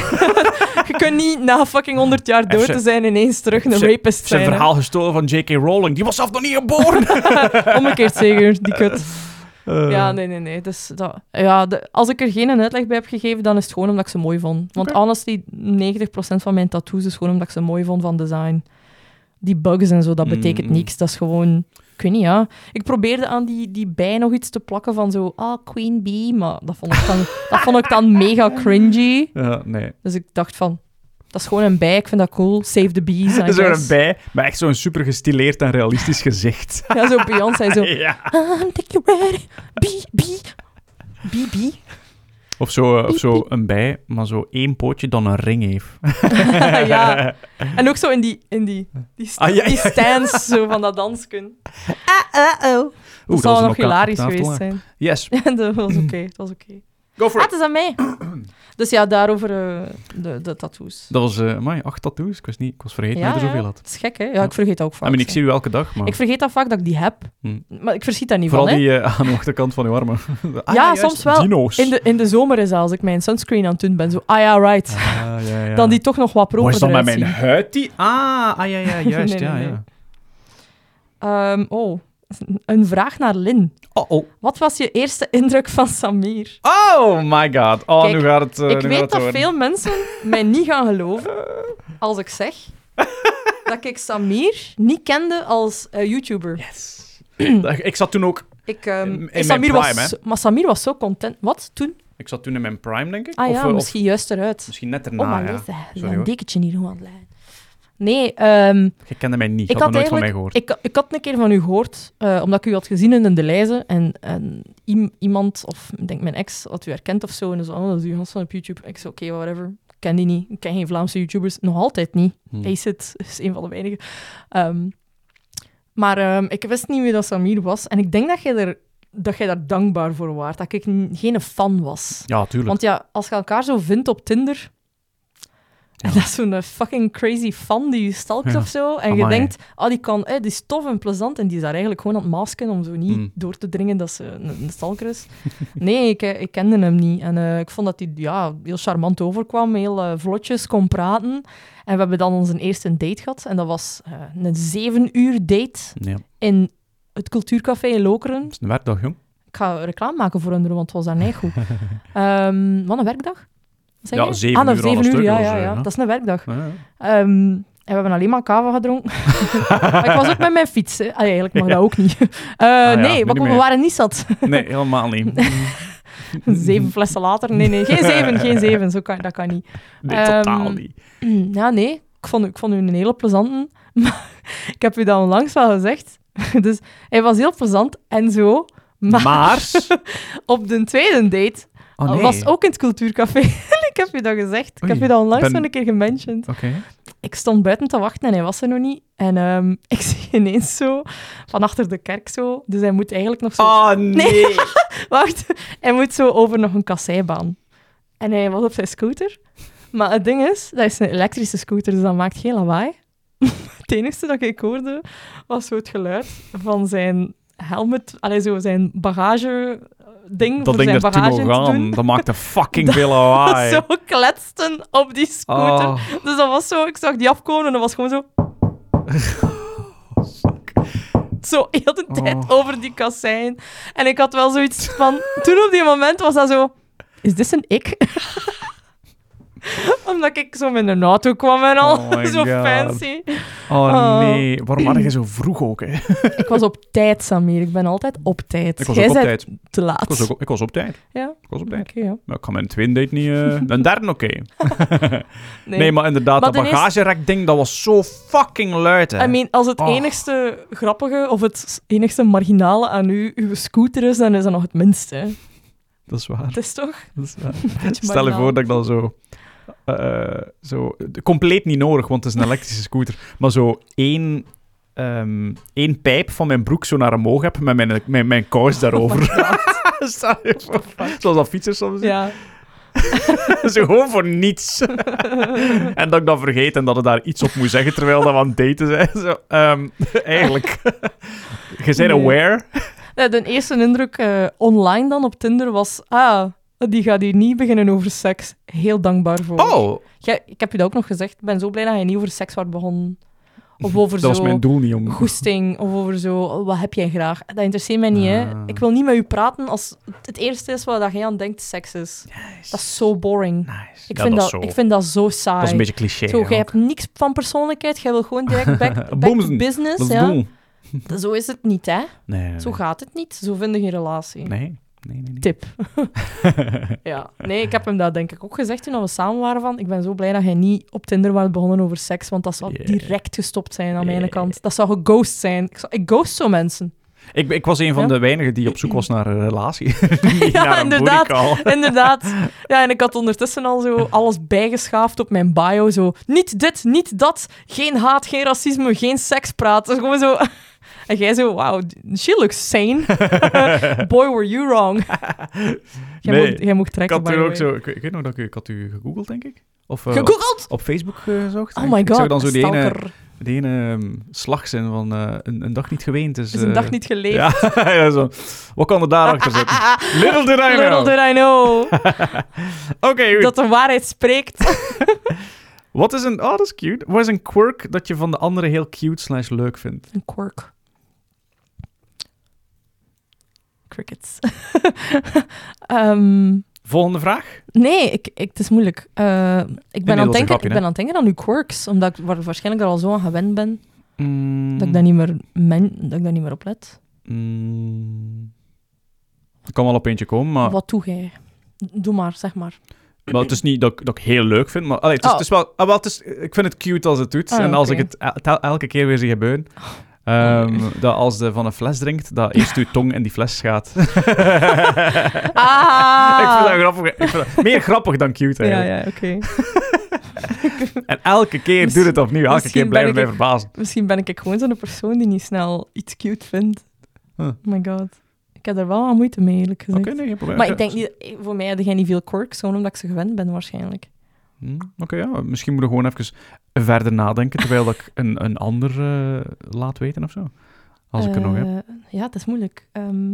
Je kunt niet na fucking honderd jaar dood zijn- te zijn ineens terug een zijn- rapist Zijn zijn. hè. verhaal gestolen van J K. Rowling. Die was zelf nog niet geboren. Omgekeerd zeker, die kut. Eh, Ja, nee, nee, nee. Dus dat, ja, de, als ik er geen uitleg bij heb gegeven, dan is het gewoon omdat ik ze mooi vond. Want Oké. honestly, negentig procent van mijn tattoos is gewoon omdat ik ze mooi vond van design. Die bugs en zo, dat betekent Mm. niks. Dat is gewoon... Ik weet niet, ja. Ik probeerde aan die, die bij nog iets te plakken van zo... Ah, Queen Bee. Maar dat vond ik dan, dat vond ik dan mega cringy. Ja, nee. Dus ik dacht van... Dat is gewoon een bij, ik vind dat cool. Save the bees, I Zo guess. erbij, maar echt zo'n super gestileerd en realistisch gezicht. Ja, zo Beyoncé, zo... Ja. I'm take you ready. Bee, bee. Bee, bee. Of zo, eh, of zo een bij, maar zo één pootje dan een ring heeft. Ja. En ook zo in die, in die, die, st- Ah, ja, die ja, ja. stance zo van dat danskun. Ah, uh, oh. Oeh, Dat zal was nog een oka- hilarisch octaaf te geweest laag. zijn. Yes. Ja, dat was oké. Het was oké. Go for Ah, it. het is aan mij. Dus ja, daarover uh, de, de tattoos. Dat was, uh, amai, acht tattoos. Ik, was niet, ik was vergeten Ja, dat je er ja, zoveel had. het is gek, hè? Ja, ik vergeet dat ook vaak. I mean, ik hè. zie u elke dag, maar... Ik vergeet dat vaak dat ik die heb. Hm. Maar ik verschiet daar niet Vooral van, hè. die uh, aan de achterkant van uw armen. Ah, Ja, juist, soms wel. Dino's. In de, in de zomer is dat, als ik mijn sunscreen aan het doen ben. Zo, ah ja, right. Ah, ja, ja. Dan die toch nog wat proper Wat is dat met eruit mijn zien. huid? Die... Ah, ah, ja, ja, juist. Nee, nee, ja, nee. ja. Um, oh, een vraag naar Lin. Oh, oh. Wat was je eerste indruk van Samir? Oh my god. Oh, Kijk, nu gaat het uh, ik nu weet gaat dat het worden. veel mensen mij niet gaan geloven als ik zeg dat ik Samir niet kende als uh, YouTuber. Yes. Ik zat toen ook... Ik, um, In mijn Samir prime, was, hè? zo- maar Samir was zo content. Wat, toen? Ik zat toen in mijn prime, denk ik. Ah of, ja, uh, of misschien juist eruit. misschien net erna, Oh, maar ja. lees dat. Sorry, een hoor. dekentje hier gewoon aan het leggen. Nee, ehm, Je kende mij niet. Je ik had had nog nooit van mij eigenlijk... gehoord. Ik, ik had een keer van u gehoord, uh, omdat ik u had gezien in de lijzen. En, en iem- iemand, of ik denk mijn ex, had u herkend of zo. En zo, oh, dat is uw gast van op YouTube. Ik zei, oké, okay, whatever. Ik ken die niet. Ik ken geen Vlaamse YouTubers. Nog altijd niet. Hmm. Aceit is een van de weinigen. Um, maar um, ik wist niet wie dat Samir was. En ik denk dat jij er... dat jij daar dankbaar voor waart. Dat ik n- geen fan was. Ja, tuurlijk. Want ja, als je elkaar zo vindt op Tinder... Ja. En dat is zo'n fucking crazy fan die je stalkt Ja. of zo. En je Amai. denkt, ah, die, kan, eh, die is tof en plezant. En die is daar eigenlijk gewoon aan het masken om zo niet Mm. door te dringen dat ze een, een stalker is. Nee, ik, eh, ik kende hem niet. En uh, ik vond dat hij ja, heel charmant overkwam. Heel uh, vlotjes kon praten. En we hebben dan onze eerste date gehad. En dat was uh, een zeven uur date Ja. in het Cultuurcafé in Lokeren. Dat is een werkdag, jong. Ik ga reclame maken voor hun, want het was daar niet goed. um, wat een werkdag? Zeg Ja, je? zeven ah, nou, uur aan zeven een uur, stuk, ja, dat ja, was, ja. eh, ja. Dat is een werkdag. Ja, ja. Um, en we hebben alleen maar kava gedronken. Maar ik was ook met mijn fiets. Hè. Allee, eigenlijk mag Ja. dat ook niet. Uh, ja, nee, nu maar niet we meer. waren niet zat. Nee, helemaal niet. Zeven flessen later. Nee, nee, geen zeven, geen zeven. Zo kan, dat kan niet. Nee, Ehm, totaal niet. Ja, nee. Ik vond, ik vond u een hele plezante. Maar ik heb u dat onlangs wel gezegd. Dus hij was heel plezant en zo. Maar, Maar... op de tweede date Oh, nee. was ook in het Cultuurcafé. ik heb je dat gezegd. Ik Oei, heb je dat onlangs ben- nog een keer gementioned. Oké. Ik stond buiten te wachten en hij was er nog niet. En um, ik zie ineens zo, van achter de kerk zo. Dus hij moet eigenlijk nog zo... Oh, nee. Wacht, hij moet zo over nog een kasseibaan. En hij was op zijn scooter. Maar het ding is, dat is een elektrische scooter, dus dat maakt geen lawaai. Het enige dat ik hoorde, was zo het geluid van zijn helmet, allee, zo zijn bagage... ding Dat voor ding zijn dat bagage toen te nog aan. doen. Dat maakte fucking veel lawaai. Zo kletsten op die scooter. Oh. Dus dat was zo, ik zag die afkomen en dat was gewoon zo... Zo heel de tijd Oh. over die kassein. En ik had wel zoiets van... Toen op die moment was dat zo... Is dit een ik? Omdat ik zo met een auto kwam en al. Oh my zo God. fancy. Oh Oh. nee. Waarom had je zo vroeg ook, hè? Ik was op tijd, Samir. Ik ben altijd op tijd. Ik was Jij ook op bent tijd. te laat. Ik was, ook, ik was op tijd. Ja? Ik was op tijd. Oké, ja. Maar ik ga mijn tweede date niet... eh Een derde, oké. Nee. Nee, maar inderdaad, Maar dat de eerste- bagagerek-ding, dat was zo fucking luid, hè. I mean, als het Oh. enigste grappige of het enigste marginale aan u uw scooter is, dan is dat nog het minste. Hè. Dat is waar. Het is toch? Dat is waar. Beetje Stel je marginaal. voor dat ik dan zo... eh, zo compleet niet nodig, want het is een elektrische scooter. Maar zo één, ehm, één pijp van mijn broek zo naar omhoog heb met mijn, mijn, mijn kous daarover. Stel je voor. Zoals dat fietsers soms doen. Ja. Zo gewoon voor niets. En dat ik dan vergeet en dat ik daar iets op moet zeggen terwijl dat we aan het daten zijn. Zo, ehm, eigenlijk. Je bent Nee. aware. Ja, de eerste indruk uh, online dan op Tinder was... Ah, die gaat hier niet beginnen over seks. Heel dankbaar voor. Oh, Jij- ik heb je dat ook nog gezegd. Ik ben zo blij dat je niet over seks wordt begonnen. Of over dat was zo mijn doel niet, jongen. goesting. Of over zo... oh, wat heb jij graag? Dat interesseert mij niet, hè. Ah. Ik wil niet met u praten als het eerste is wat jij aan denkt seks is. Nice. Dat is zo boring. Nice. Ik, Ja, vind dat, dat, is zo. ik vind dat zo saai. Dat is een beetje cliché. Zo, hè, jij ook. hebt niks van persoonlijkheid. Jij wil gewoon direct back, back Boemzen. to business. Dat is het Ja. doel. Zo is het niet, hè. Nee, nee, Zo nee. gaat het niet. Zo vind je geen relatie. Nee, nee, nee. nee. Tip. Ja. Nee, ik heb hem dat denk ik ook gezegd toen we samen waren van. Ik ben zo blij dat jij niet op Tinder was begonnen over seks, want dat zou Yeah. direct gestopt zijn aan mijn Yeah. kant. Dat zou geghost zijn. Ik, zou, ik ghost zo mensen. Ik, ik was een van Ja. de weinigen die op zoek was naar een relatie. Niet Ja, naar een inderdaad. bodycall. Inderdaad. Ja, en ik had ondertussen al zo alles bijgeschaafd op mijn bio. Zo, niet dit, niet dat. Geen haat, geen racisme, geen sekspraat. Dus gewoon zo... En jij zo, wow, she looks sane. Boy, were you wrong. Jij Nee, moet, jij moet Ik trekken, had by u the ook way. zo... Ik, ik weet nog dat ik, ik had u gegoogeld, denk ik. Of eh, op, Gegoogeld? op Facebook gezocht. Oh En my ik zag god, dan zo die ene, stalker. die ene um, slagzin van eh, een, een dag niet geweend. Dus, Is een eh, dag niet geleefd. Ja, ja, zo. Wat kan er daarachter zitten? Little did I know. Little did I know. Oké, goed. Dat de waarheid spreekt. Wat is een... Oh, dat is cute. Wat is een quirk dat je van de anderen heel cute slash leuk vindt? Een quirk. Crickets. Ehm, Volgende vraag. nee, ik, ik, het is moeilijk. Eh, ik, ben dat aan was een het denken, grapje, ik hè? ben aan het denken aan uw quirks, omdat ik waar- waarschijnlijk er al zo aan gewend ben, Mm, dat ik daar niet meer, men, dat ik daar niet meer op let. mm, ik kan wel op eentje komen, maar, Wat doe jij? Doe maar, zeg maar. maar het is niet dat, ik- dat ik heel leuk vind. Maar allee, het, is, Oh. het is wel... ah, wel het is, ik vind het cute als het doet. Ah, en als oké. ik het el- tel- elke keer weer zie gebeuren. Ehm, dat als je van een fles drinkt, dat eerst je tong in die fles gaat. Ah! Ik vind dat grappig. Ik vind dat meer grappig dan cute, Ja, eigenlijk. ja, oké. En elke keer Misschien- doet het opnieuw. Elke misschien keer blijven ben mij ik- verbazen. Misschien ben ik gewoon zo'n persoon die niet snel iets cute vindt. Huh. Oh my god. Ik heb er wel aan moeite mee, eerlijk Oké, gezegd. nee, geen probleem. Maar ik denk niet... Voor mij had jij niet veel quirks, gewoon omdat ik ze gewend ben, waarschijnlijk. Hm, Oké, ja. Misschien moet ik gewoon even verder nadenken, terwijl dat ik een, een ander eh, laat weten of zo. Als ik er nog heb. Eh, Ja, het is moeilijk. Ehm,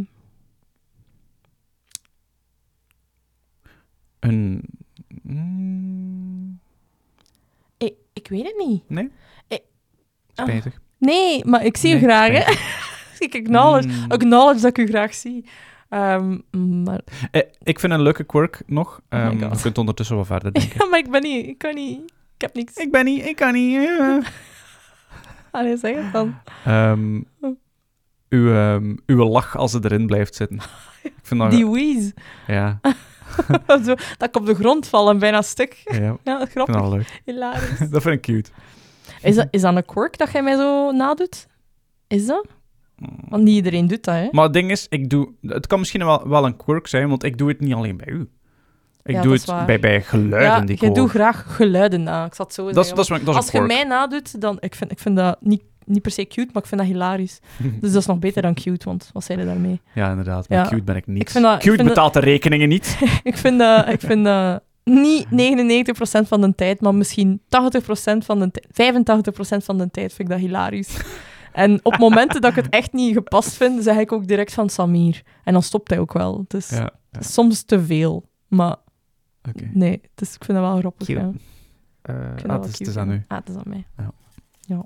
Een... mm, ik, ik weet het niet. nee? Eh, Spijtig. Nee, maar ik zie Nee, u graag, hè. spijtig. ik acknowledge, Mm. acknowledge dat ik u graag zie. Ehm, maar, Eh, ik vind een leuke quirk nog. Oh my Ehm, God. je kunt ondertussen wel verder denken. ja, maar ik ben niet... Ik kan niet... Ik heb niks. Ik ben niet, ik kan niet. eh. Allee, zeg het dan. Ehm, uw, ehm, uw lach als het erin blijft zitten. Ik vind dat... Die wheeze. Ja, Zo, dat ik op de grond val en bijna stuk. ja, ik Ja, vind grappig. dat leuk. Hilarisch. Dat vind ik cute. Is dat, is dat een quirk dat jij mij zo nadoet? Is dat? Want niet iedereen doet dat, hè? Maar het ding is, ik doe... Het kan misschien wel, wel een quirk zijn, want ik doe het niet alleen bij u. Ik Ja, doe dat is het waar. bij, bij geluiden Ja, die ik je hoor. doet graag geluiden na. Ik zat zo Dat is, zeggen. dat is, dat is Als een je quirk. mij nadoet, dan... Ik vind, ik vind dat niet, niet per se cute, maar ik vind dat hilarisch. Dus dat is nog beter dan cute, want wat zei je daarmee? Ja, inderdaad. Maar Ja. cute ben ik niet. Ik vind dat- ik Cute vind betaalt de rekeningen niet. ik vind dat... Ik vind dat niet negenennegentig procent van de tijd, maar misschien tachtig procent van de tijd... vijfentachtig procent van de tijd vind ik dat hilarisch. En op momenten dat ik het echt niet gepast vind, zeg ik ook direct van Samir. En dan stopt hij ook wel. Dus Ja, ja. soms te veel. Maar Oké. nee, dus ik vind dat wel grappig. Cute. Ja. Eh, Ik vind ah, dat wel het, is, het cute, is aan ja. u. Ah, het is aan mij. Ja. Ja.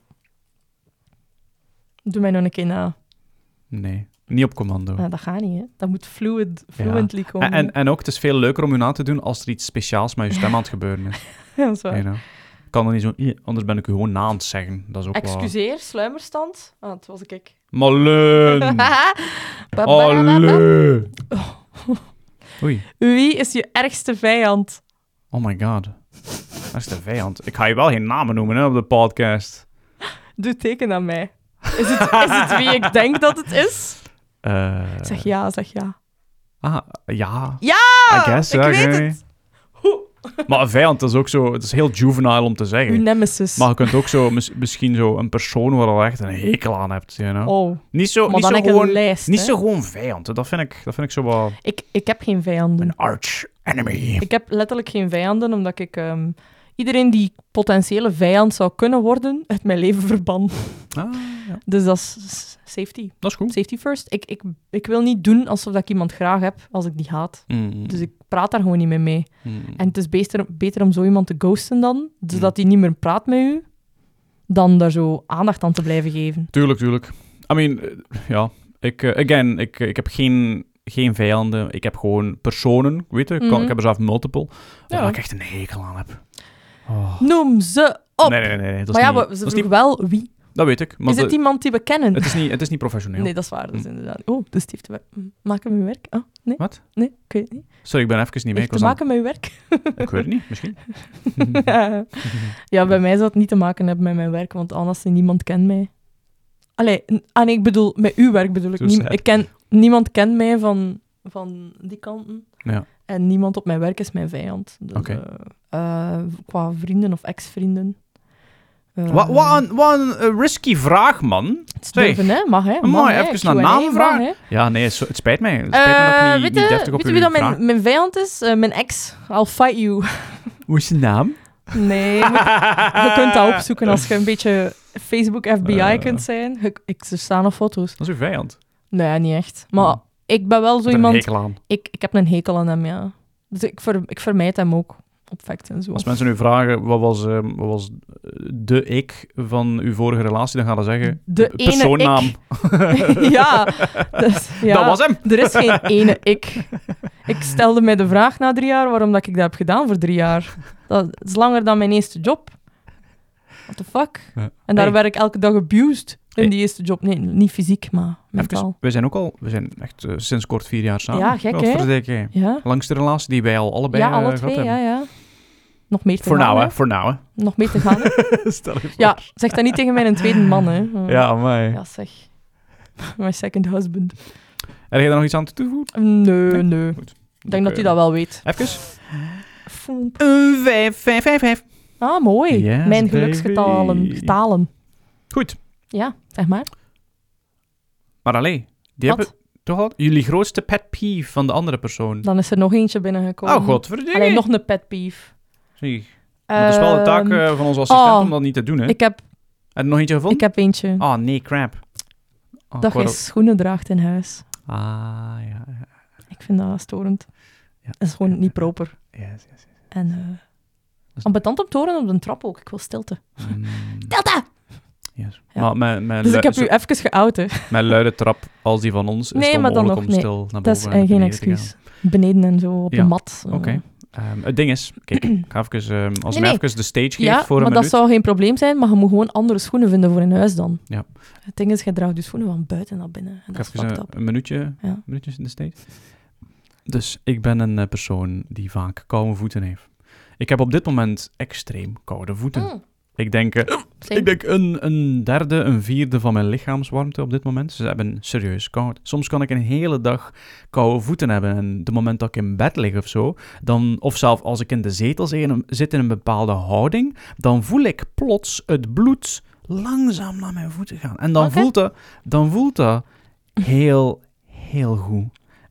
Doe mij nog een keer na. Nee, niet op commando. Ah, dat gaat niet, hè. Dat moet fluid, fluently komen. En, en, en ook, het is veel leuker om u na te doen als er iets speciaals met je stem aan het gebeuren is. Ja, dat is waar. You know? Ik kan er niet zo... "Ih", anders ben ik u gewoon na aan het zeggen. Dat is ook wel... Excuseer, sluimerstand. Ah, dat was ik. Malin! Ba- ba- ba- ba- Allee! Oei. Wie is je ergste vijand? Oh my god. Dat is de vijand. Ik ga je wel geen namen noemen hè, op de podcast. Doe teken aan mij. Is het, is het wie ik denk dat het is? Eh, Zeg ja, zeg ja. Ah, ja. Ja! I guess, ik ja, weet ik het. niet. Maar een vijand is ook zo... Het is heel juvenile om te Uw zeggen. nemesis. Maar je kunt ook zo... mis- misschien zo een persoon waar je echt een hekel aan hebt. You know? Oh, Niet zo, maar niet dan zo heb ik gewoon... een lijst, Niet hè. zo gewoon vijand. hè. Dat vind ik, dat vind ik zo wel... Ik, ik heb geen vijanden. Een arch enemy. Ik heb letterlijk geen vijanden, omdat ik ehm, iedereen die potentiële vijand zou kunnen worden, uit mijn leven verban. Ah, ja. Dus dat is s- safety. Dat is goed. Safety first. Ik, ik, ik wil niet doen alsof ik iemand graag heb als ik die haat. Mm. Dus ik praat daar gewoon niet mee mee. Mm. En het is beter, beter om zo iemand te ghosten dan, zodat hij niet meer praat met u, dan daar zo aandacht aan te blijven geven. Tuurlijk, tuurlijk. I mean, eh, ja. Ik, eh, again, ik, eh, ik heb geen, geen vijanden. Ik heb gewoon personen, weet je. Ik, kan, Mhm. ik heb er zelf multiple. Ja. Waar ik echt een hekel aan heb. Oh. Noem ze op! Nee, nee, nee. nee, Dat maar is ja, niet, we- ze dat, is vroeg niet, wel wie. dat weet ik. Maar Is het de- iemand die we kennen? het, is niet, het is niet professioneel. Nee, dat is waar. Dat is Hm. inderdaad... Oh, dus het heeft te we- maken met uw werk? Oh, nee? Wat? Nee, ik weet het niet. Sorry, ik ben even niet mee. Heeft Ik, te was aan- maken met uw werk? ik weet het niet, misschien. Ja, bij mij zou het niet te maken hebben met mijn werk, want anders niemand kent mij. Allee, n- ah nee, ik bedoel, met uw werk bedoel ik. Zo niet. sad. Ik ken, niemand kent mij van, van die kanten. Ja. En niemand op mijn werk is mijn vijand. Dus, Oké. eh, eh, qua vrienden of ex-vrienden. Uh, Wat, wat, een, wat een eh, risky vraag, man. Het is durven, hè? Mag, hè? Mag, Mooi, hè? even Q naar en A, namen mag, vragen. hè? Ja, nee, het, het spijt mij. Het spijt me dat Uh, ik niet, weet niet je, deftig op weet je uw wie dat vraag. mijn, mijn vijand is? Uh, mijn ex. I'll fight you. Hoe is je naam? Nee, je, moet- je kunt dat opzoeken als je een beetje Facebook F B I Uh. kunt zijn. Je- ik, er staan nog foto's. Dat is uw vijand. Nee, niet echt. Maar Hmm. ik ben wel zo Met een iemand... hekel aan. Ik, ik heb een hekel aan hem, ja. Dus ik, ver, ik vermijd hem ook op facts en zo. Als mensen nu vragen, wat was, eh, wat was de ik van uw vorige relatie, dan gaan ze zeggen... De p- ene persoonnaam. ja, dus, ja, Dat was hem. er is geen ene ik. Ik stelde mij de vraag na drie jaar waarom dat ik dat heb gedaan voor drie jaar. Dat is langer dan mijn eerste job. What the fuck? Ja. En daar Hey. werd ik elke dag abused in Hey. die eerste job. Nee, niet fysiek, maar Even, mentaal. we zijn ook al, we zijn echt eh, sinds kort vier jaar samen. Ja, gek, Wat hè? verdikke. Ja, Langste relatie die wij al allebei ja eh, alle gehad twee, hebben. ja, ja. Nog meer te Voor gaan, nou, hè. hè. Voor nou, Nog meer te gaan, hè. hè. Stel je voor. Ja, zeg dat niet tegen mijn tweede man, hè. Uh, Ja, mij. Ja, zeg. My second husband. Heb jij daar nog iets aan toe te voegen? Nee, nee. Goed. Ik denk dat hij dat wel weet. Even. Foemp. Een vijf, vijf, vijf, vijf. Ah, mooi. Yes, Mijn baby. geluksgetalen. Getalen. Goed. Ja, zeg maar. Maar allee, die Wat? hebben toch al jullie grootste pet peeve van de andere persoon. Dan is er nog eentje binnengekomen. Oh, godverdikke. Alleen nog een pet peeve. Zie. Want dat is wel de taak Ehm, eh, van onze assistent oh, om dat niet te doen, hè. Ik heb, Heb je nog eentje gevonden? ik heb eentje. Ah, nee, crap. Oh, dat ik wou jij schoenen draagt in huis. Ah, ja. ja. Ik vind dat storend. Ja. Dat is gewoon niet proper. Yes, yes, yes. En uh, is- ambetant op te horen op de trap ook. Ik wil stilte. Mm, Stilte! yes. Ja. Maar met, met, Dus ik heb lu- u even geout, hè. zo- met luide trap als die van ons is Nee, het maar dan onmogelijk nog, om nee. stil naar Dat is boven eh, en geen beneden te gaan. excuus. Beneden en zo, op Ja, de mat. Oké. eh. Ehm, het ding is, kijk, ik ga even, ehm, als je Nee, mij nee. even de stage geeft Ja, voor een maar dat minuut. zou geen probleem zijn, maar je moet gewoon andere schoenen vinden voor in huis dan. Ja. Het ding is, je draagt je schoenen van buiten naar binnen. En Ik dat is ga fucked even up. een, een minuutje, Ja. een minuutje in de stage. Dus ik ben een eh, persoon die vaak koude voeten heeft. Ik heb op dit moment extreem koude voeten. Mm, Ik denk, eh, same. ik denk een, een derde, een vierde van mijn lichaamswarmte op dit moment. Ze hebben serieus koud. Soms kan ik een hele dag koude voeten hebben. En de moment dat ik in bed lig of zo, dan, of zelfs als ik in de zetel zit in een, zit in een bepaalde houding, dan voel ik plots het bloed langzaam naar mijn voeten gaan. En dan, Oké. voelt, dat, dan voelt dat heel, heel goed.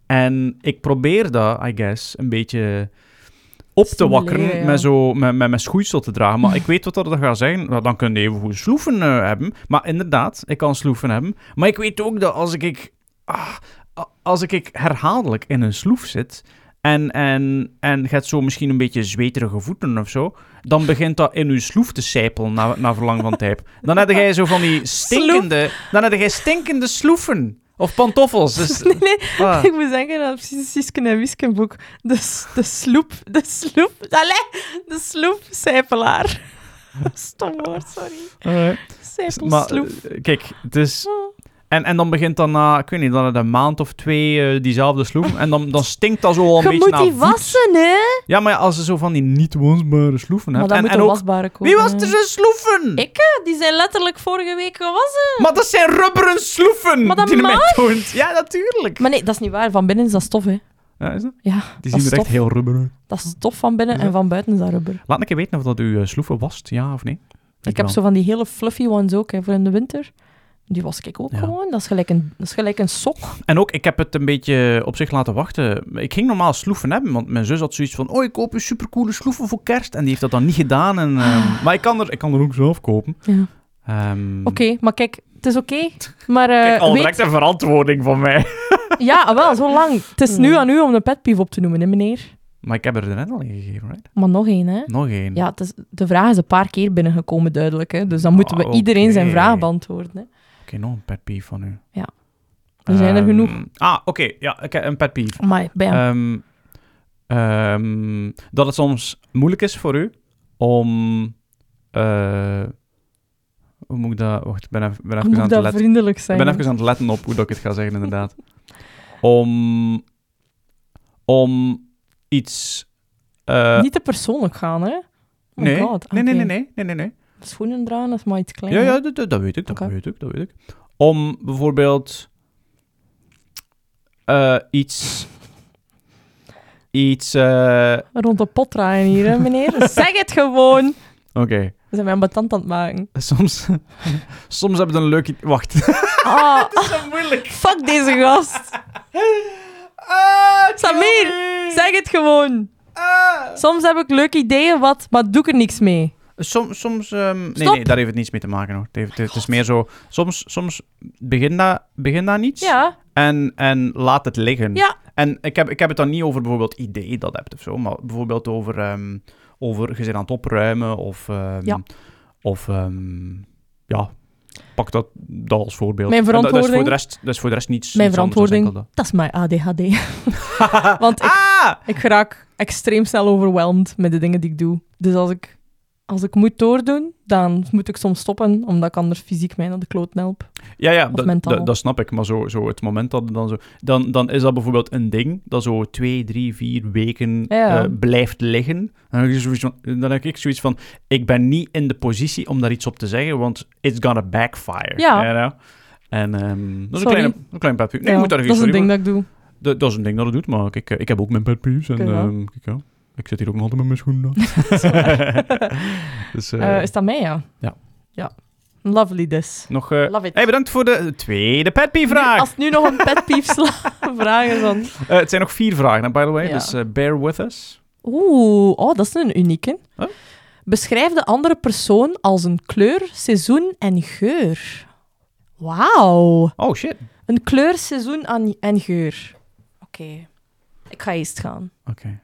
En ik probeer dat, I guess, een beetje op te Stimuleren, wakkeren ja. met, zo, met, met mijn schoeisel te dragen. Maar ik weet wat dat gaat zeggen. Nou, dan kun je even goed sloeven eh, hebben. Maar inderdaad, ik kan sloeven hebben. Maar ik weet ook dat als ik, ik, ah, a- als ik, ik herhaaldelijk in een sloef zit en, en, en je hebt zo misschien een beetje zweterige voeten of zo, dan begint dat in je sloef te sijpelen na, na verlang van tijd. Dan heb jij zo van die stinkende... Dan heb jij stinkende sloeven. Of pantoffels. Dus, Nee, nee, ah. ik moet zeggen dat Siesken en Wisken boek. De, s- de sloep, de sloep, allee, de sloepcijpelaar. Stom woord, sorry. Alright. Maar, Zijpelsloep. eh, kijk, het is... Oh. En, en dan begint dan na, ik weet niet, dan het een maand of twee eh, diezelfde sloef. En dan, dan stinkt dat zo al een Je beetje moet naar die voet. wassen, hè? Ja, maar ja, als ze zo van die niet wasbare sloeven Maar hebt. dan En, moet en een ook, wasbare kopen. wie was hè. er zijn sloeven? Ik, hè? Die zijn letterlijk vorige week gewassen. Maar dat zijn rubberen sloeven! Maar dat die je mij mag. toont. Ja, natuurlijk. Maar nee, dat is niet waar. Van binnen is dat stof, hè. Ja, is dat? Ja, Die dat zien is er echt stof. heel rubber uit. Dat is stof van binnen Is en dat? van buiten is dat rubber. Laat een keer weten of dat uw eh, sloeven wast, ja of nee. Ik heb wel. zo van die hele fluffy ones ook, hè, voor in de winter. Die was ik ook Ja. gewoon. Dat is, gelijk een, dat is gelijk een sok. En ook, ik heb het een beetje op zich laten wachten. Ik ging normaal sloeven hebben, want mijn zus had zoiets van, oh, ik koop een supercoole sloeven voor kerst. En die heeft dat dan niet gedaan. En, ehm, maar ik kan, er, ik kan er ook zelf kopen. Ja. Ehm, Oké, maar kijk, het is oké. Maar eh, Kijk, al weet- direct een verantwoording van mij. Ja, wel, zo lang. Het is nu aan u om de petpief op te noemen, hè, meneer. Maar ik heb er net al een gegeven, right? Maar nog één, hè. Nog één. Ja, het is, de vraag is een paar keer binnengekomen, duidelijk. Hè. Dus dan moeten we Ah, iedereen zijn oké. vraag beantwoorden. Hè. Oké, nog een pet peeve van u. Er zijn er Ehm, genoeg. Ah, oké. Ja, ik heb een pet peeve. Maar bij hem. Ehm, ehm, dat het soms moeilijk is voor u om... eh, hoe moet ik dat... Wacht, ik ben even, ben even Moet aan ik het dat letten. vriendelijk Ik zijn? ben even aan het letten op hoe dat ik het ga zeggen, inderdaad. Om... Om iets... eh, Niet te persoonlijk gaan, hè. Oh nee, god. nee, nee, oké. nee, nee, nee, nee, nee. Schoenen dragen is maar iets klein. Ja, hè. ja, dat, dat dat weet ik, dat Oké. weet ik, dat weet ik. Om bijvoorbeeld eh, iets... Iets... eh, Rond de pot draaien hier, hè, meneer. Zeg het gewoon. Oké. We zijn mij ambetant aan het maken. Soms, soms hebben we een leuk... i- Wacht. Ah, Zo moeilijk. fuck deze gast. Ah, Samir, zeg het gewoon. Ah. Soms heb ik leuke ideeën, wat, maar doe ik er niks mee. Soms, soms ehm, nee, Stop. nee, daar heeft het niets mee te maken hoor. Het, heeft, het is meer zo, soms, soms begin dat, begin dat niets Ja, en, en laat het liggen. ja. En ik heb, ik heb het dan niet over bijvoorbeeld idee dat hebt of zo, maar bijvoorbeeld over, ehm over je bent aan het opruimen of, ehm, Ja. of ehm, ja, pak dat, dat als voorbeeld. Mijn En dat- Dat, is voor verantwoording- de rest, dat is voor de rest niets. Mijn niets anders dan verantwoording, enkel dat is mijn A D H D. dat. Want ik, Ah! ik raak extreem snel overwhelmed met de dingen die ik doe. Dus als ik, als ik moet doordoen, dan moet ik soms stoppen, omdat ik anders fysiek mij naar de kloot help. Ja, ja, Of dat, mentaal. dat, dat snap ik. Maar zo, zo het moment dat het dan zo... Dan, dan is dat bijvoorbeeld een ding dat zo twee, drie, vier weken Ja. eh, blijft liggen. En dan heb, ik zoiets van, dan heb ik zoiets van... Ik ben niet in de positie om daar iets op te zeggen, want it's gonna backfire. Ja. You know? En ehm, dat is een Sorry. kleine, een klein pet peeve. Nee, Ja, je moet daar dat geen is een sorry ding voor- dat ik doe. Dat, dat is een ding dat het doet, maar kijk, eh, ik heb ook mijn pet peeves. En Oké, ja. ehm, kijk, ja. Ik zit hier ook nog altijd met mijn schoenen aan. Dus, eh, Eh, is dat mij, ja? Ja. Ja. Lovely this. nog... eh, Love it. hey, bedankt voor de tweede pet peeve Nu- vraag. Als het nu nog een pet peeve sla- vraag is, dan... Eh, het zijn nog vier vragen, hè, by the way, Ja. dus eh, bear with us. Oeh, oh, dat is een unieke. Huh? Beschrijf de andere persoon als een kleur, seizoen en geur. Wauw. Oh, shit. Een kleur, seizoen en, en geur. Oké. Ik ga eerst gaan. Oké.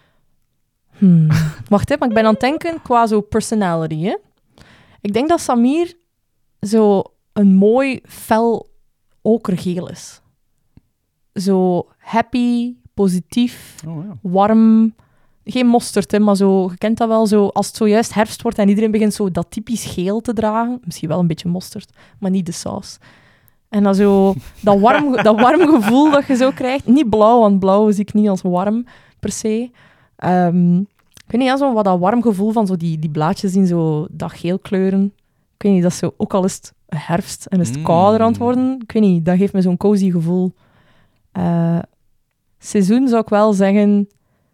Hmm. Wacht, hè, maar ik ben aan het denken qua zo personality, hè. Ik denk dat Samir zo een mooi, fel okergeel is. Zo happy, positief, Oh, ja. warm. Geen mosterd, hè, maar zo, je kent dat wel, zo, als het zojuist herfst wordt en iedereen begint zo dat typisch geel te dragen. Misschien wel een beetje mosterd, maar niet de saus. En dan zo, dat warm, dat warm gevoel dat je zo krijgt. Niet blauw, want blauw zie ik niet als warm, per se. Ehm, ik weet niet, ja, zo wat dat warm gevoel van zo die, die blaadjes in zo dat geel kleuren. Ik weet niet, dat is zo, ook al is het herfst en is het Mm. kouder aan het worden, ik weet niet, dat geeft me zo'n cozy gevoel. Eh, seizoen zou ik wel zeggen...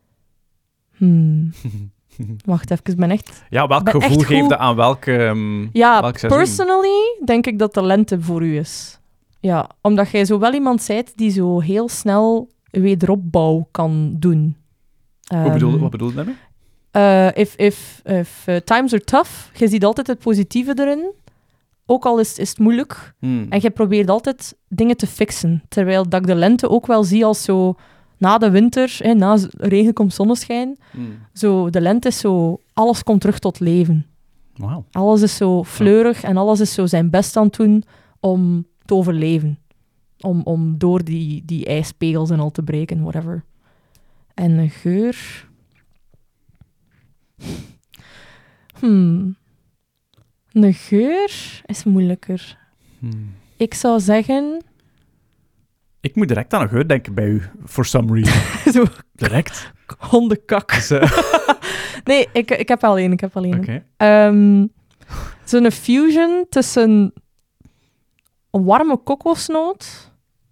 Hmm. Wacht even, ik ben echt... Ja, welk ben gevoel echt geeft goed- dat aan welke... ehm, Ja, welk seizoen? personally denk ik dat de lente voor u is. Ja, omdat jij zo wel iemand bent die zo heel snel wederopbouw kan doen. Wat bedoel, Ehm, wat bedoel je daarmee? eh, if if, if eh, times are tough, je ziet altijd het positieve erin. Ook al is, is het moeilijk. Hmm. En je probeert altijd dingen te fixen. Terwijl dat ik de lente ook wel zie als zo... Na de winter, hè, na z- regen komt zonneschijn. Hmm. Zo, de lente is zo... Alles komt terug tot leven. Wauw. Alles is zo fleurig en alles is zo zijn best aan het doen om te overleven. Om, om door die, die ijspegels en al te breken, whatever. En een geur... Hmm. Een geur is moeilijker. Hmm. Ik zou zeggen... Ik moet direct aan een geur denken bij u, for some reason. zo, Direct. hondenkak. Dus, eh, Nee, ik, ik heb alleen, ik heb alleen. Oké. Ehm, Zo'n fusion tussen een warme kokosnoot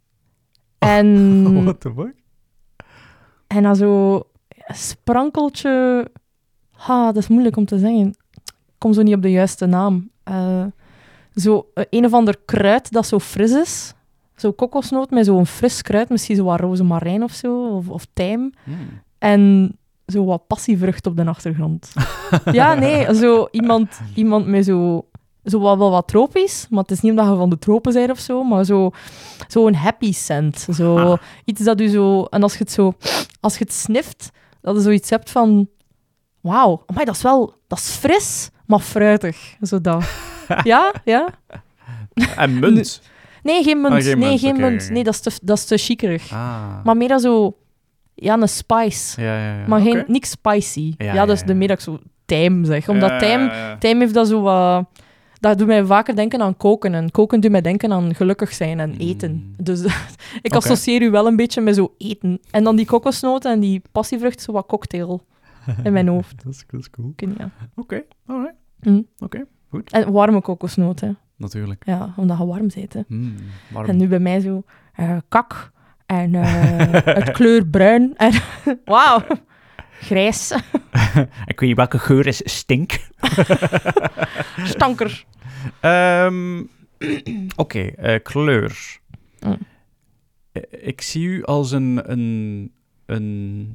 en, What the fuck? en dan zo een sprankeltje... Ha, dat is moeilijk om te zeggen. Ik kom zo niet op de juiste naam. Eh, zo eh, een of ander kruid dat zo fris is. Zo kokosnoot met zo'n fris kruid, misschien zo wat rozemarijn of zo, of, of tijm. Hmm. En zo wat passievrucht op de achtergrond. Ja, nee, zo iemand, iemand met zo, zo wat, wel wat tropisch, maar het is niet omdat je van de tropen bent of zo, maar zo, zo een happy scent. Zo, Ah. iets dat u zo... En als je het zo... Als je het snift, dat je zoiets hebt van... Wauw, amai, dat is wel... Dat is fris, maar fruitig. Zo dat. Ja, ja. En munt. Nee, geen munt. Ah, geen nee, munt, geen oké, munt. oké. Nee, dat is te, dat is te chiquerig. Ah. Maar meer dan zo... Ja, een spice. Ja, ja, ja. Maar geen, Oké. niks spicy. Ja, Ja, ja, dus ja. de meer dat ik zo tijm zeg. Omdat Ja, tijm, ja, ja. tijm heeft dat zo wat... Dat doet mij vaker denken aan koken. En koken doet mij denken aan gelukkig zijn en Mm. eten. Dus ik Oké. associeer u wel een beetje met zo eten. En dan die kokosnoten en die passievrucht, zo wat cocktail in mijn hoofd. Dat is, dat is cool. Ik weet niet, ja. Oké, alright. Mm. Oké, goed. En warme kokosnoten. Natuurlijk. Ja, omdat je warm bent. Hè. Hmm, warm. En nu bij mij zo eh, kak en eh, het kleur bruin. En wauw. Grijs. Ik weet niet welke geur is stink. Stanker. Um, Oké, okay, uh, kleur. Mm. Uh, ik zie u als een... een, een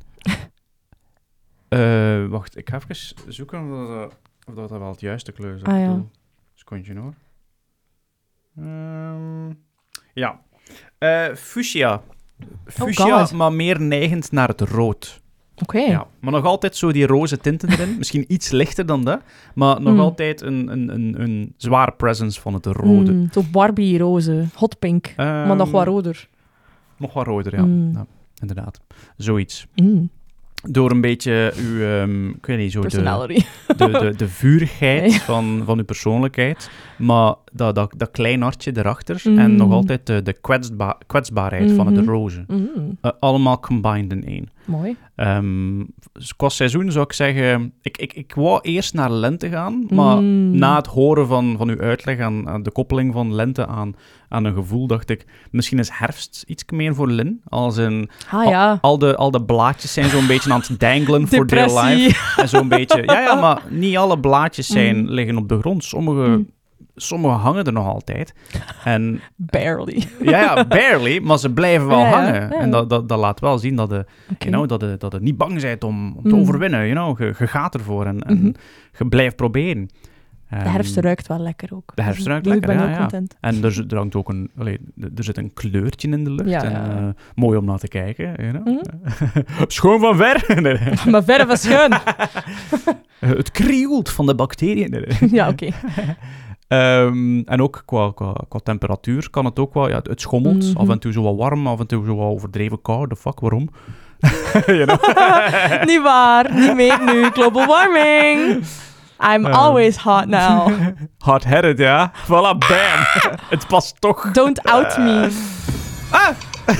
uh, wacht, ik ga even zoeken of dat, of dat wel het juiste kleur is. Ah, ja. Secondje hoor. Um, ja. Uh, fuchsia. Fuchsia, Oh maar meer neigend naar het rood. Oké. Okay. Ja, maar nog altijd zo die roze tinten erin. Misschien iets lichter dan dat. Maar nog mm. altijd een, een, een, een zware presence van het rode. Mm, zo Barbie-roze. Hot pink. Um, maar nog wat roder. Nog wat roder, ja. Mm. ja inderdaad. Zoiets. Mm. Door een beetje uw, um, ik weet niet, zo Personality. de, de, de, de vurigheid nee. van, van uw persoonlijkheid, maar dat, dat, dat klein hartje erachter mm. en nog altijd de, de kwetsba- kwetsbaarheid mm-hmm. van het roze. Mm. Uh, allemaal combined in één. Mooi. Um, qua seizoen zou ik zeggen, ik, ik, ik wou eerst naar lente gaan, maar mm. na het horen van, van uw uitleg aan, aan de koppeling van lente aan, aan een gevoel, dacht ik, misschien is herfst iets meer voor Lynn. Als in, ah, ja. al, al, de, al de blaadjes zijn zo'n beetje aan het dangelen voor dear life. En zo'n beetje, ja, ja, maar niet alle blaadjes zijn, mm. liggen op de grond. Sommige... Mm. Sommige hangen er nog altijd. En, barely. Ja, ja, barely, maar ze blijven wel ja, hangen. Ja, ja. En dat, dat, dat laat wel zien dat je okay. you know, dat je, dat je niet bang bent om, om te mm. overwinnen. You know? je, je gaat ervoor en, en mm-hmm. je blijft proberen. Um, de herfst ruikt wel lekker ook. De herfst ruikt dus lekker, ik ben ja. ook content. Ja. En er, er hangt ook een... Allee, er zit een kleurtje in de lucht. Ja, en, ja. Uh, mooi om naar te kijken. You know? mm-hmm. Schoon van ver. Nee. Maar verre van schoon. Het krioelt van de bacteriën. Nee. Ja, oké. Okay. Um, en ook qua, qua, qua temperatuur kan het ook wel... Ja, het schommelt. Mm-hmm. Af en toe zo wat warm, af en toe zo wat overdreven koud. De fuck, waarom? You know? Niet waar. Niet meer nu. Global warming. I'm uh, always hot now. Hot-headed, ja. Voilà, bam. Het past toch. Don't out me. Ah!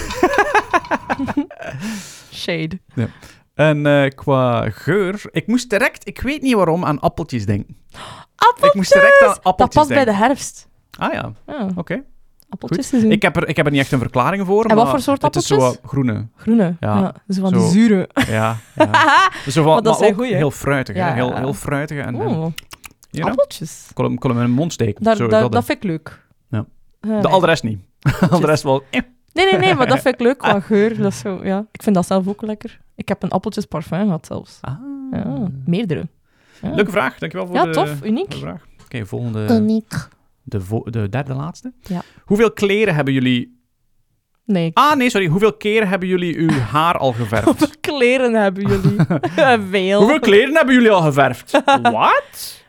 Shade. Ja. En uh, qua geur... Ik moest direct, ik weet niet waarom, aan appeltjes denken. Appeltjes! Ik moest direct aan appeltjes Dat past denken. bij de herfst. Ah ja, oh. oké. Okay. Appeltjes te zien. Ik heb, er, ik heb er niet echt een verklaring voor. En maar wat voor soort appeltjes? Het is zo groene. Groene, ja. ja. Zo van zo, die zure. Ja, ja. Zo van, maar dat maar zijn goeie. Heel fruitig, ja, heel, ja. heel fruitig. En, oh. en, you appeltjes? Ik kon hem, kon hem in mijn mond steken. Daar, zo, daar, dat, dat vind ik leuk. Ja. Uh, de, al de rest niet. Al de rest wel... Eh. Nee, nee, nee, maar dat vind ik leuk qua geur. Dat is zo, ja. Ik vind dat zelf ook lekker. Ik heb een appeltjes parfum gehad zelfs. Ah. Ja, meerdere. Ja. Leuke vraag, dankjewel voor ja, de, tof, uniek. de vraag. Oké, okay, volgende... Uniek. De, vo- de derde laatste. Ja. Hoeveel kleren hebben jullie... Nee. Ah, nee, sorry. Hoeveel keren hebben jullie uw haar al geverfd? Hoeveel kleren hebben jullie? Veel. Hoeveel kleren hebben jullie al geverfd? Wat?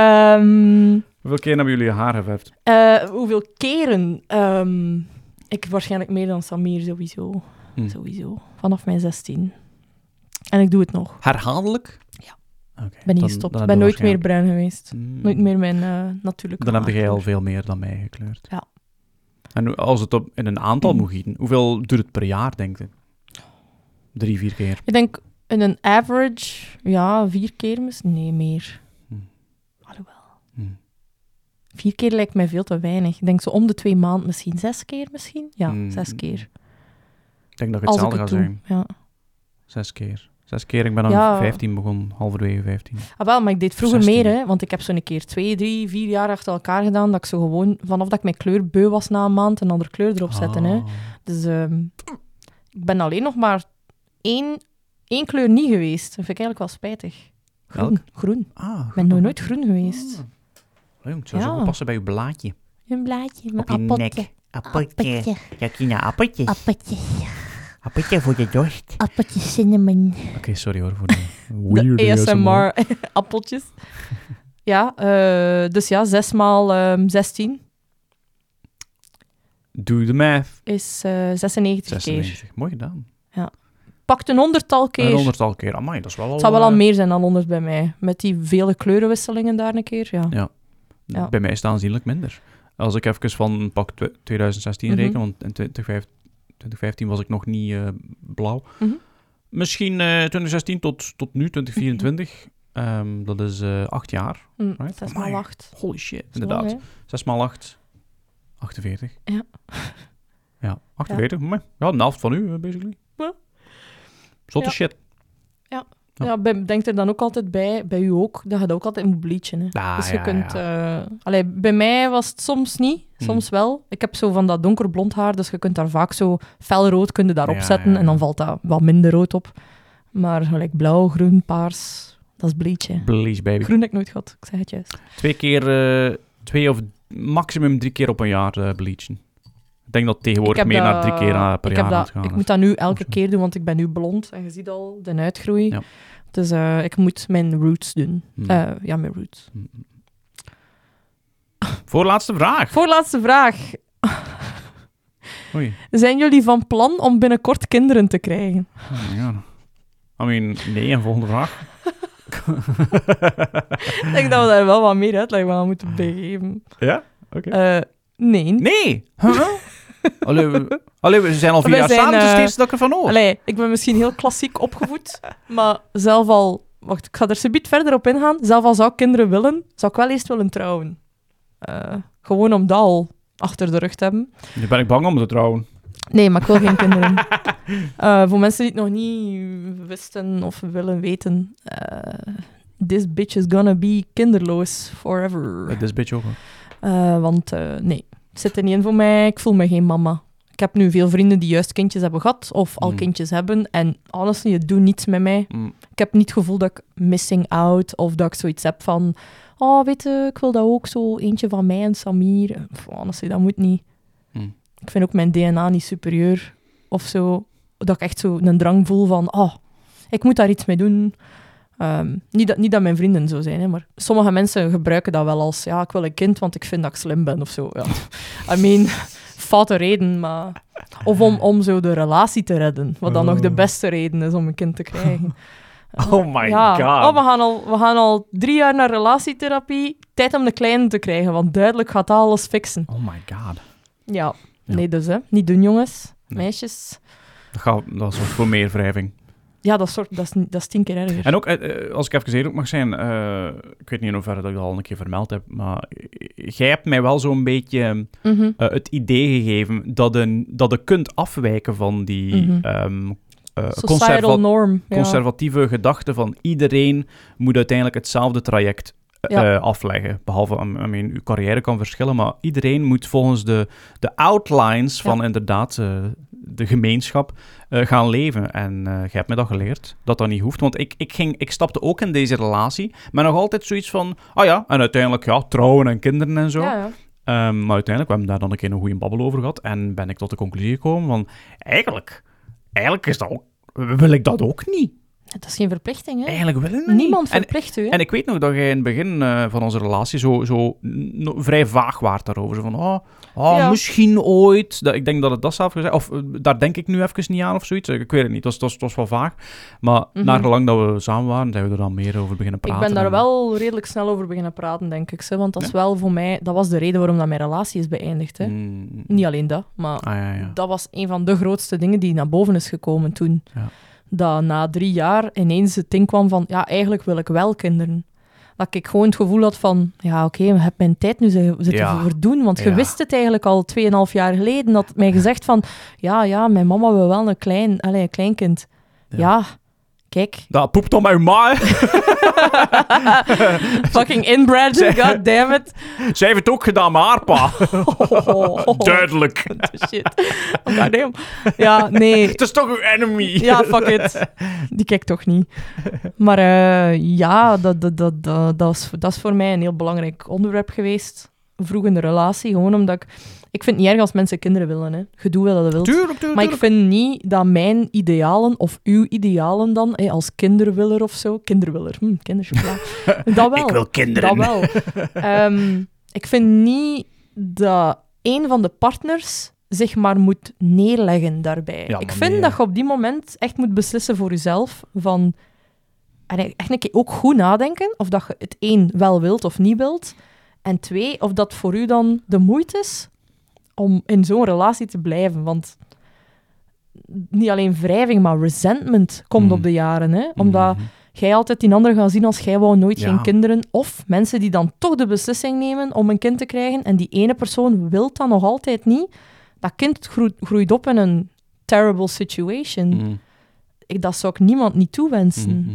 Um, hoeveel keren hebben jullie je haar geverfd? Uh, hoeveel keren? Um, ik waarschijnlijk meer dan Samir, sowieso. Hm. Sowieso. Vanaf mijn zestien. En ik doe het nog. Herhaaldelijk? Ja. Okay. Ben niet gestopt. Ik ben nooit meer bruin geweest. Mm. Nooit meer mijn uh, natuurlijke Dan haar. heb jij al veel meer dan mij gekleurd. Ja. En als het op, in een aantal mm. moet gieten, hoeveel doet het per jaar, denk je? Drie, vier keer? Ik denk in een average, ja, vier keer misschien. Nee, meer. Mm. Alhoewel. Mm. Vier keer lijkt mij veel te weinig. Ik denk zo om de twee maanden misschien. Zes keer misschien? Ja, mm. zes keer. Ik denk dat het hetzelfde gaat zijn. Ja. Zes keer. Zes keer. Ik ben aan ja. vijftien begonnen, halverwege vijftien. Ah, wel, maar ik deed vroeger zestien. Meer, hè. Want ik heb zo een keer twee, drie, vier jaar achter elkaar gedaan, dat ik zo gewoon, vanaf dat ik mijn kleur beu was na een maand, een andere kleur erop zetten. Ah. Hè. Dus um, ik ben alleen nog maar één, één kleur niet geweest. Dat vind ik eigenlijk wel spijtig. Groen. Welk? Groen. Ah, ik ben nog nooit groen geweest. Ah. Het zou ja. zo goed passen bij je blaadje. Een blaadje, mijn op je appeltje. nek. Appeltje. Jakina, appeltjes. Appeltjes. Appeltje voor je dorst. Appeltje cinnamon. Oké, okay, sorry hoor voor de weird A S M R-appeltjes. Ja, uh, dus ja, zes maal um, zestien. Doe de math. Is uh, zesennegentig, zesennegentig keer. Mooi gedaan. Ja. Pakt een honderdtal keer. Een honderdtal keer, amai, dat is wel al... Het zou wel al meer zijn dan honderd bij mij. Met die vele kleurenwisselingen daar een keer, ja. Ja. ja. Bij mij is het aanzienlijk minder. Als ik even van pak twintig zestien mm-hmm. reken, want in twintig vijftien was ik nog niet uh, blauw. Mm-hmm. Misschien uh, twintig zestien tot, tot nu, twintig vierentwintig. Mm-hmm. Um, dat is uh, acht jaar. Mm, right? zes maal acht. Holy shit, inderdaad. zes maal acht, achtenveertig. Ja. Ja, achtenveertig. Ja, ja een helft van u, basically. Ja. Zotte ja. shit. Ja. Ja. Ja, bij, denk er dan ook altijd bij, bij u ook, dat je dat ook altijd moet bleachen. Hè. Ah, dus je ja, kunt... ja. eh, allee, bij mij was het soms niet, soms Hmm. wel. Ik heb zo van dat donkerblond haar, dus je kunt daar vaak zo felrood kun je daarop Ja, zetten ja, ja. en dan valt dat wat minder rood op. Maar gelijk blauw, groen, paars, dat is bleach, hè. Bleach, baby. Groen heb ik nooit gehad, ik zeg het juist. Twee keer, eh, twee of maximum drie keer op een jaar eh, bleachen. Ik denk dat tegenwoordig Ik heb meer dat- naar drie keer eh, per ik jaar heb aan dat, het gaan Ik is. moet dat nu elke Of zo. keer doen, want ik ben nu blond en je ziet al de uitgroei. Ja. Dus eh, ik moet mijn roots doen. Hmm. Eh, ja, mijn roots. Voorlaatste vraag. Voorlaatste vraag. Oei. Zijn jullie van plan om binnenkort kinderen te krijgen? Oh my god. I mean, nee, en volgende vraag. Ik denk dat we daar wel wat meer uitleg aan moeten begeven. Ja? Oké. Eh, nee. Nee! Huh? Allee, we, allee, we zijn al vier We jaar zijn, samen, dus eh, het eerste dat ik ervan hoor. Allee, ik ben misschien heel klassiek opgevoed, maar zelf al... Wacht, ik ga er subiet verder op ingaan. Zelf al zou ik kinderen willen, zou ik wel eerst willen trouwen. Eh, gewoon om dat al achter de rug te hebben. Nu ben ik bang om te trouwen. Nee, maar ik wil geen kinderen. Eh, voor mensen die het nog niet wisten of willen weten... eh, this bitch is gonna be kinderloos forever. Dat is een beetje ook. hoor. Eh, want eh, nee, het zit er niet in voor mij. Ik voel me geen mama. Ik heb nu veel vrienden die juist kindjes hebben gehad of al Mm. kindjes hebben. En honestly, het doet niets met mij. Mm. Ik heb niet het gevoel dat ik missing out of dat ik zoiets heb van... Oh, weet je, ik wil dat ook zo. Eentje van mij en Samir. Pff, honestly, dat moet niet. Mm. Ik vind ook mijn D N A niet superieur of zo. Dat ik echt zo een drang voel van... Oh, ik moet daar iets mee doen. Ehm, niet, dat, niet dat mijn vrienden zo zijn, hè, maar sommige mensen gebruiken dat wel als... Ja, ik wil een kind, want ik vind dat ik slim ben of zo. Ja. I mean, foute reden, maar... Of om, om zo de relatie te redden. Wat dan nog de beste reden is om een kind te krijgen. Oh my ja. god. Oh, we, gaan al, we gaan al drie jaar naar relatietherapie. Tijd om de kleine te krijgen, want duidelijk gaat dat alles fixen. Oh my god. Ja, Ja. nee dus, hè. Niet doen, jongens. Nee. Meisjes. Dat, gaat, dat zorgt voor meer wrijving. Ja, dat is, soort, dat is, dat is tien keer erger. En ook, eh, eh, als ik even eerlijk mag zijn, eh, ik weet niet in hoeverre dat ik dat al een keer vermeld heb, maar eh, jij hebt mij wel zo'n beetje Mhm. eh, het idee gegeven dat, een, dat je kunt afwijken van die Mhm. ehm, eh, Societal conserva- norm. Ja. conservatieve gedachte van iedereen moet uiteindelijk hetzelfde traject eh, Ja. eh, afleggen. Behalve, I mean, uw carrière kan verschillen, maar iedereen moet volgens de, de outlines van inderdaad eh, de gemeenschap eh, gaan leven. En eh jij hebt me dat geleerd, dat dat niet hoeft. Want ik, ik, ging, ik stapte ook in deze relatie, maar nog altijd zoiets van, ah ja, en uiteindelijk ja, trouwen en kinderen en zo. Ja, ja. Ehm, maar uiteindelijk, we hebben daar dan een keer een goede babbel over gehad. En ben ik tot de conclusie gekomen van, eigenlijk, eigenlijk is dat ook, wil ik dat ook niet. Dat is geen verplichting, hè? Eigenlijk willen we Niemand niet. En, verplicht u, hè? en ik weet nog dat jij in het begin eh, van onze relatie zo, zo no- vrij vaag waart daarover. Zo van, oh, oh Ja. misschien ooit. Dat, ik denk dat het dat zelf gezegd, of eh, daar denk ik nu even niet aan of zoiets. Ik weet het niet, het was, het was, het was wel vaag. Maar Mhm. naar gelang dat we samen waren, zijn we er dan meer over beginnen praten. Ik ben daar en- wel redelijk snel over beginnen praten, denk ik. Hè? Want dat is wel voor mij... Dat was de reden waarom dat mijn relatie is beëindigd, hè? Mm. Niet alleen dat, maar Ah, ja, ja. dat was een van de grootste dingen die naar boven is gekomen toen. Ja. Dat na drie jaar ineens het ding kwam van... Ja, eigenlijk wil ik wel kinderen. Dat ik gewoon het gevoel had van... Ja, oké, we hebben mijn tijd nu zi- zitten Ja. voor doen. Want je Ja. wist het eigenlijk al tweeënhalf jaar geleden. Dat mij gezegd van... Ja, ja, mijn mama wil wel een, klein, allez, een kleinkind. Ja. Ja, kijk. Dat poept dan mijn ma. Fucking inbred, god damn it. Zij heeft het ook gedaan, maar haar pa. Oh, Duidelijk. shit. Oh, god damn. Ja, nee. Het is toch uw enemy. Ja, fuck it. Die kijkt toch niet. Maar eh, ja, dat, dat, dat, dat, dat, is, dat is voor mij een heel belangrijk onderwerp geweest. Vroeg in de relatie, gewoon omdat ik... Ik vind het niet erg als mensen kinderen willen, hè. Je doet wat je wilt. Tuurlijk, tuurlijk. Maar ik vind niet dat mijn idealen, of uw idealen dan, hè, als kinderwiller of zo... Kinderwiller, hm, kinderchocola. Dat wel. Ik wil kinderen. Dat wel. Ehm, ik vind niet dat een van de partners zich maar moet neerleggen daarbij. Ja, ik maar vind nee. dat je op die moment echt moet beslissen voor jezelf van... En echt een keer ook goed nadenken of dat je het één wel wilt of niet wilt. En twee, of dat voor u dan de moeite is om in zo'n relatie te blijven. Want niet alleen wrijving, maar resentment komt Mm. op de jaren. Hè? Omdat Mhm. jij altijd die andere gaat zien als jij wou nooit Ja. geen kinderen. Of mensen die dan toch de beslissing nemen om een kind te krijgen en die ene persoon wil dat nog altijd niet. Dat kind groeit, groeit op in een terrible situation. Mhm. Ik, dat zou ik niemand niet toewensen. Mhm.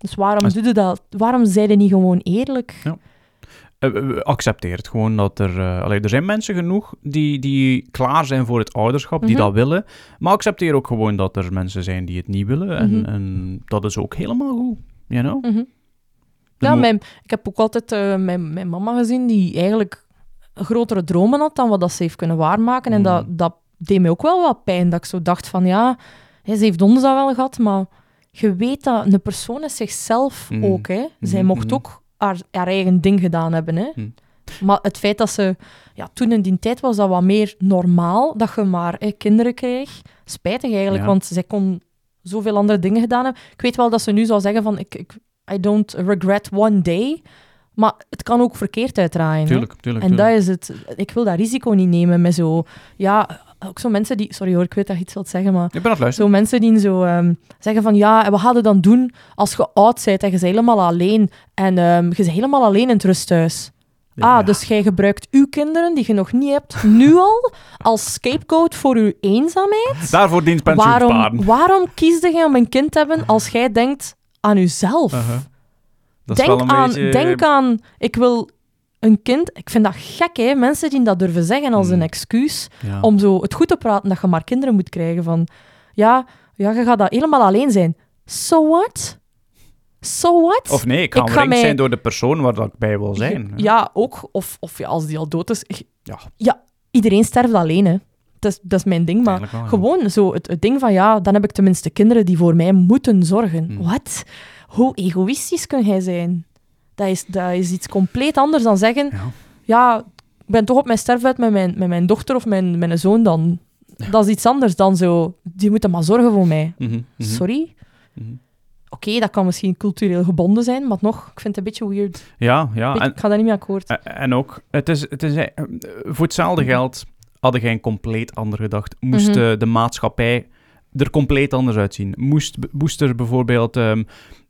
Dus waarom Als- doe je dat? Waarom zei je niet gewoon eerlijk? Ja. Uh, accepteer het gewoon dat er... Uh, allee, er zijn mensen genoeg die, die klaar zijn voor het ouderschap, die Mhm. dat willen. Maar accepteer ook gewoon dat er mensen zijn die het niet willen. En, Mhm. en dat is ook helemaal goed. You know? Mhm. De Ja, mo- mijn, ik heb ook altijd uh, mijn, mijn mama gezien die eigenlijk grotere dromen had dan wat dat ze heeft kunnen waarmaken. En Mhm. dat, dat deed me ook wel wat pijn. Dat ik zo dacht van ja, hè, ze heeft ons dat wel gehad, maar je weet dat een persoon is zichzelf Mhm. ook. Hè. Zij Mhm, mocht mhm. ook haar, haar eigen ding gedaan hebben. Hè. Mhm. Maar het feit dat ze... Ja, toen in die tijd was dat wat meer normaal, dat je maar hè, kinderen kreeg. Spijtig eigenlijk, Ja. want zij kon zoveel andere dingen gedaan hebben. Ik weet wel dat ze nu zou zeggen van... Ik, ik, I don't regret one day. Maar het kan ook verkeerd uitdraaien. Hè. Tuurlijk, tuurlijk. En dat tuurlijk. is het. Ik wil dat risico niet nemen met zo... Ja, ook zo mensen die... Sorry hoor, ik weet dat je iets wilt zeggen, maar... Ik ben aan het luisteren. Zo mensen die zo ehm, zeggen van... Ja, en wat ga je dan doen als je oud bent en je bent helemaal alleen? En ehm, je bent helemaal alleen in het rusthuis. Ja. Ah, dus jij gebruikt uw kinderen, die je nog niet hebt, nu al als scapegoat voor uw eenzaamheid? Daarvoor dient pensioen Waarom, sparen. waarom kiesde jij om een kind te hebben als jij denkt aan jezelf? Uh-huh. Dat is Denk, wel een aan, beetje... denk aan, ik wil een kind... Ik vind dat gek, hè? Mensen die dat durven zeggen als Hmm. een excuus Ja. om zo het goed te praten dat je maar kinderen moet krijgen. Van, ja, ja, je gaat dat helemaal alleen zijn. So what? So what? Of nee, ik ga Ik ga omringd mij- zijn door de persoon waar dat ik bij wil zijn. Ja, ook. Of, of ja, als die al dood is. Ja. Ja, iedereen sterft alleen, hè. Dat is, dat is mijn ding, maar Eigenlijk wel, ja. gewoon zo het, het ding van, ja, dan heb ik tenminste kinderen die voor mij moeten zorgen. Hmm. Wat? Hoe egoïstisch kun jij zijn? Dat is, dat is iets compleet anders dan zeggen, Ja. ja, ik ben toch op mijn sterfbed met mijn, met mijn dochter of mijn, mijn zoon dan. Dat is iets anders dan zo, die moeten maar zorgen voor mij. Mhm, mhm, Sorry? mhm. Oké, dat kan misschien cultureel gebonden zijn, maar nog, ik vind het een beetje weird. Ja, ja. Beetje- En, ik ga daar niet mee akkoord. en- en ook, het is, het is, eh, voor hetzelfde geld hadden jij een compleet ander gedacht. Moest Mhm. eh, de maatschappij er compleet anders uitzien? Moest, moest er bijvoorbeeld... ehm,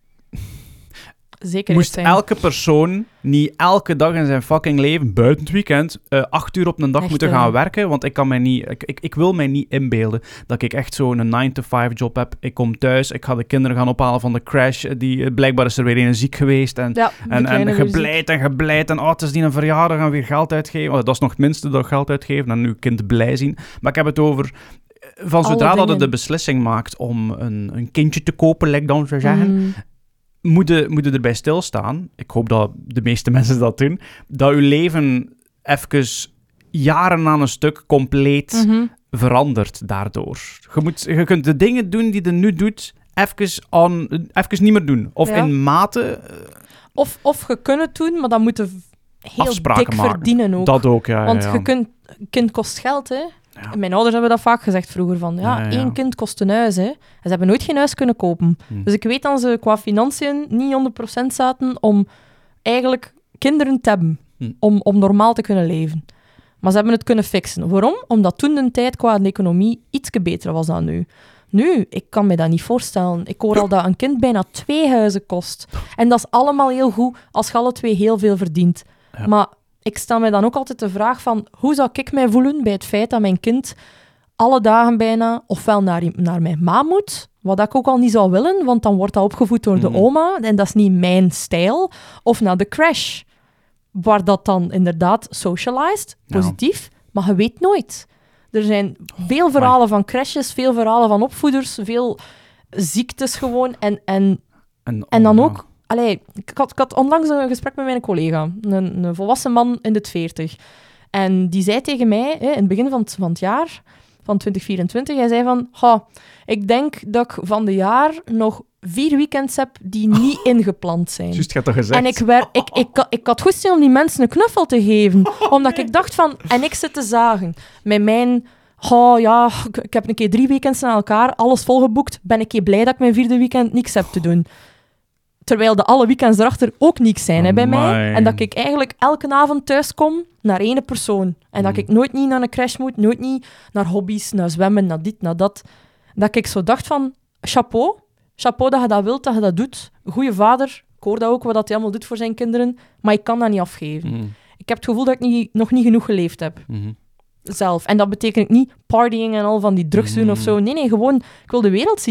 Zeker moest zijn. elke persoon niet elke dag in zijn fucking leven, buiten het weekend, eh, acht uur op een dag Echt, moeten hè? gaan werken? Want ik kan mij niet... Ik, ik, ik wil mij niet inbeelden dat ik echt zo'n nine to five job heb. Ik kom thuis, ik ga de kinderen gaan ophalen van de crash. Die, eh, blijkbaar is er weer een ziek geweest. En, Ja, de en, kleine en weer ziek. gebleid en gebleid. En oh, het is die een verjaardag en weer geld uitgeven. Oh, dat is nog het minste, dat geld uitgeven. En nu kind blij zien. Maar ik heb het over... eh, Van Alle zodra dat je dingen. de beslissing maakt om een, een kindje te kopen, like dan zou zeggen, Mm. moeten moet erbij stilstaan. Ik hoop dat de meeste mensen dat doen. Dat je leven even jaren aan een stuk compleet Mhm. verandert daardoor. Je, moet, je kunt de dingen doen die je nu doet, even, aan, even niet meer doen. Of Ja. in mate, eh, Of, of je kunt het doen, maar dan moet je heel Afspraken dik maken. verdienen ook. dat ook. Ja, Want ja, ja. je kunt, een kind kost geld, hè. Ja. En mijn ouders hebben dat vaak gezegd vroeger, van ja, Ja, ja, ja. één kind kost een huis, hè. En ze hebben nooit geen huis kunnen kopen. Hm. Dus ik weet dat ze qua financiën niet honderd procent zaten om eigenlijk kinderen te hebben. Hm. Om, om normaal te kunnen leven. Maar ze hebben het kunnen fixen. Waarom? Omdat toen de tijd qua de economie iets beter was dan nu. Nu, ik kan me dat niet voorstellen. Ik hoor al dat een kind bijna twee huizen kost. En dat is allemaal heel goed als je alle twee heel veel verdient. Ja. Maar ik stel mij dan ook altijd de vraag van... Hoe zou ik mij voelen bij het feit dat mijn kind alle dagen bijna ofwel naar, naar mijn ma moet, wat ik ook al niet zou willen, want dan wordt dat opgevoed door de Mhm. oma en dat is niet mijn stijl. Of naar de crash, waar dat dan inderdaad socialized, Ja. positief, maar je weet nooit. Er zijn veel verhalen van crashes, veel verhalen van opvoeders, veel ziektes gewoon. En, en, En, en dan ja. ook... Allee, ik had, ik had onlangs een gesprek met mijn collega, een, een volwassen man in de veertig. En die zei tegen mij, hè, in het begin van het, van het jaar, van twintig vierentwintig, hij zei van, "Ha, ik denk dat ik van de jaar nog vier weekends heb die niet ingepland zijn. Juist, je hebt dat gezegd. En ik, wer, ik, ik, ik, ik had goed zin om die mensen een knuffel te geven. Omdat ik dacht van... En ik zit te zagen. Met mijn... Oh ja, ik, ik heb een keer drie weekends na elkaar, alles volgeboekt. Ben ik keer blij dat ik mijn vierde weekend niks heb te doen. Terwijl de alle weekends erachter ook niks zijn hè, bij mij. Amai. En dat ik eigenlijk elke avond thuis kom naar één persoon. En dat Mm. ik nooit niet naar een crash moet, nooit niet naar hobby's, naar zwemmen, naar dit, naar dat. Dat ik zo dacht van, chapeau. Chapeau dat je dat wilt, dat je dat doet. Goeie vader. Ik hoor dat ook, wat hij allemaal doet voor zijn kinderen. Maar ik kan dat niet afgeven. Mhm, Ik heb het gevoel dat ik niet, nog niet genoeg geleefd heb. mhm. Zelf. En dat betekent niet partying en al van die drugs doen Mm. of zo. Nee, nee, gewoon, ik wil de wereld zien.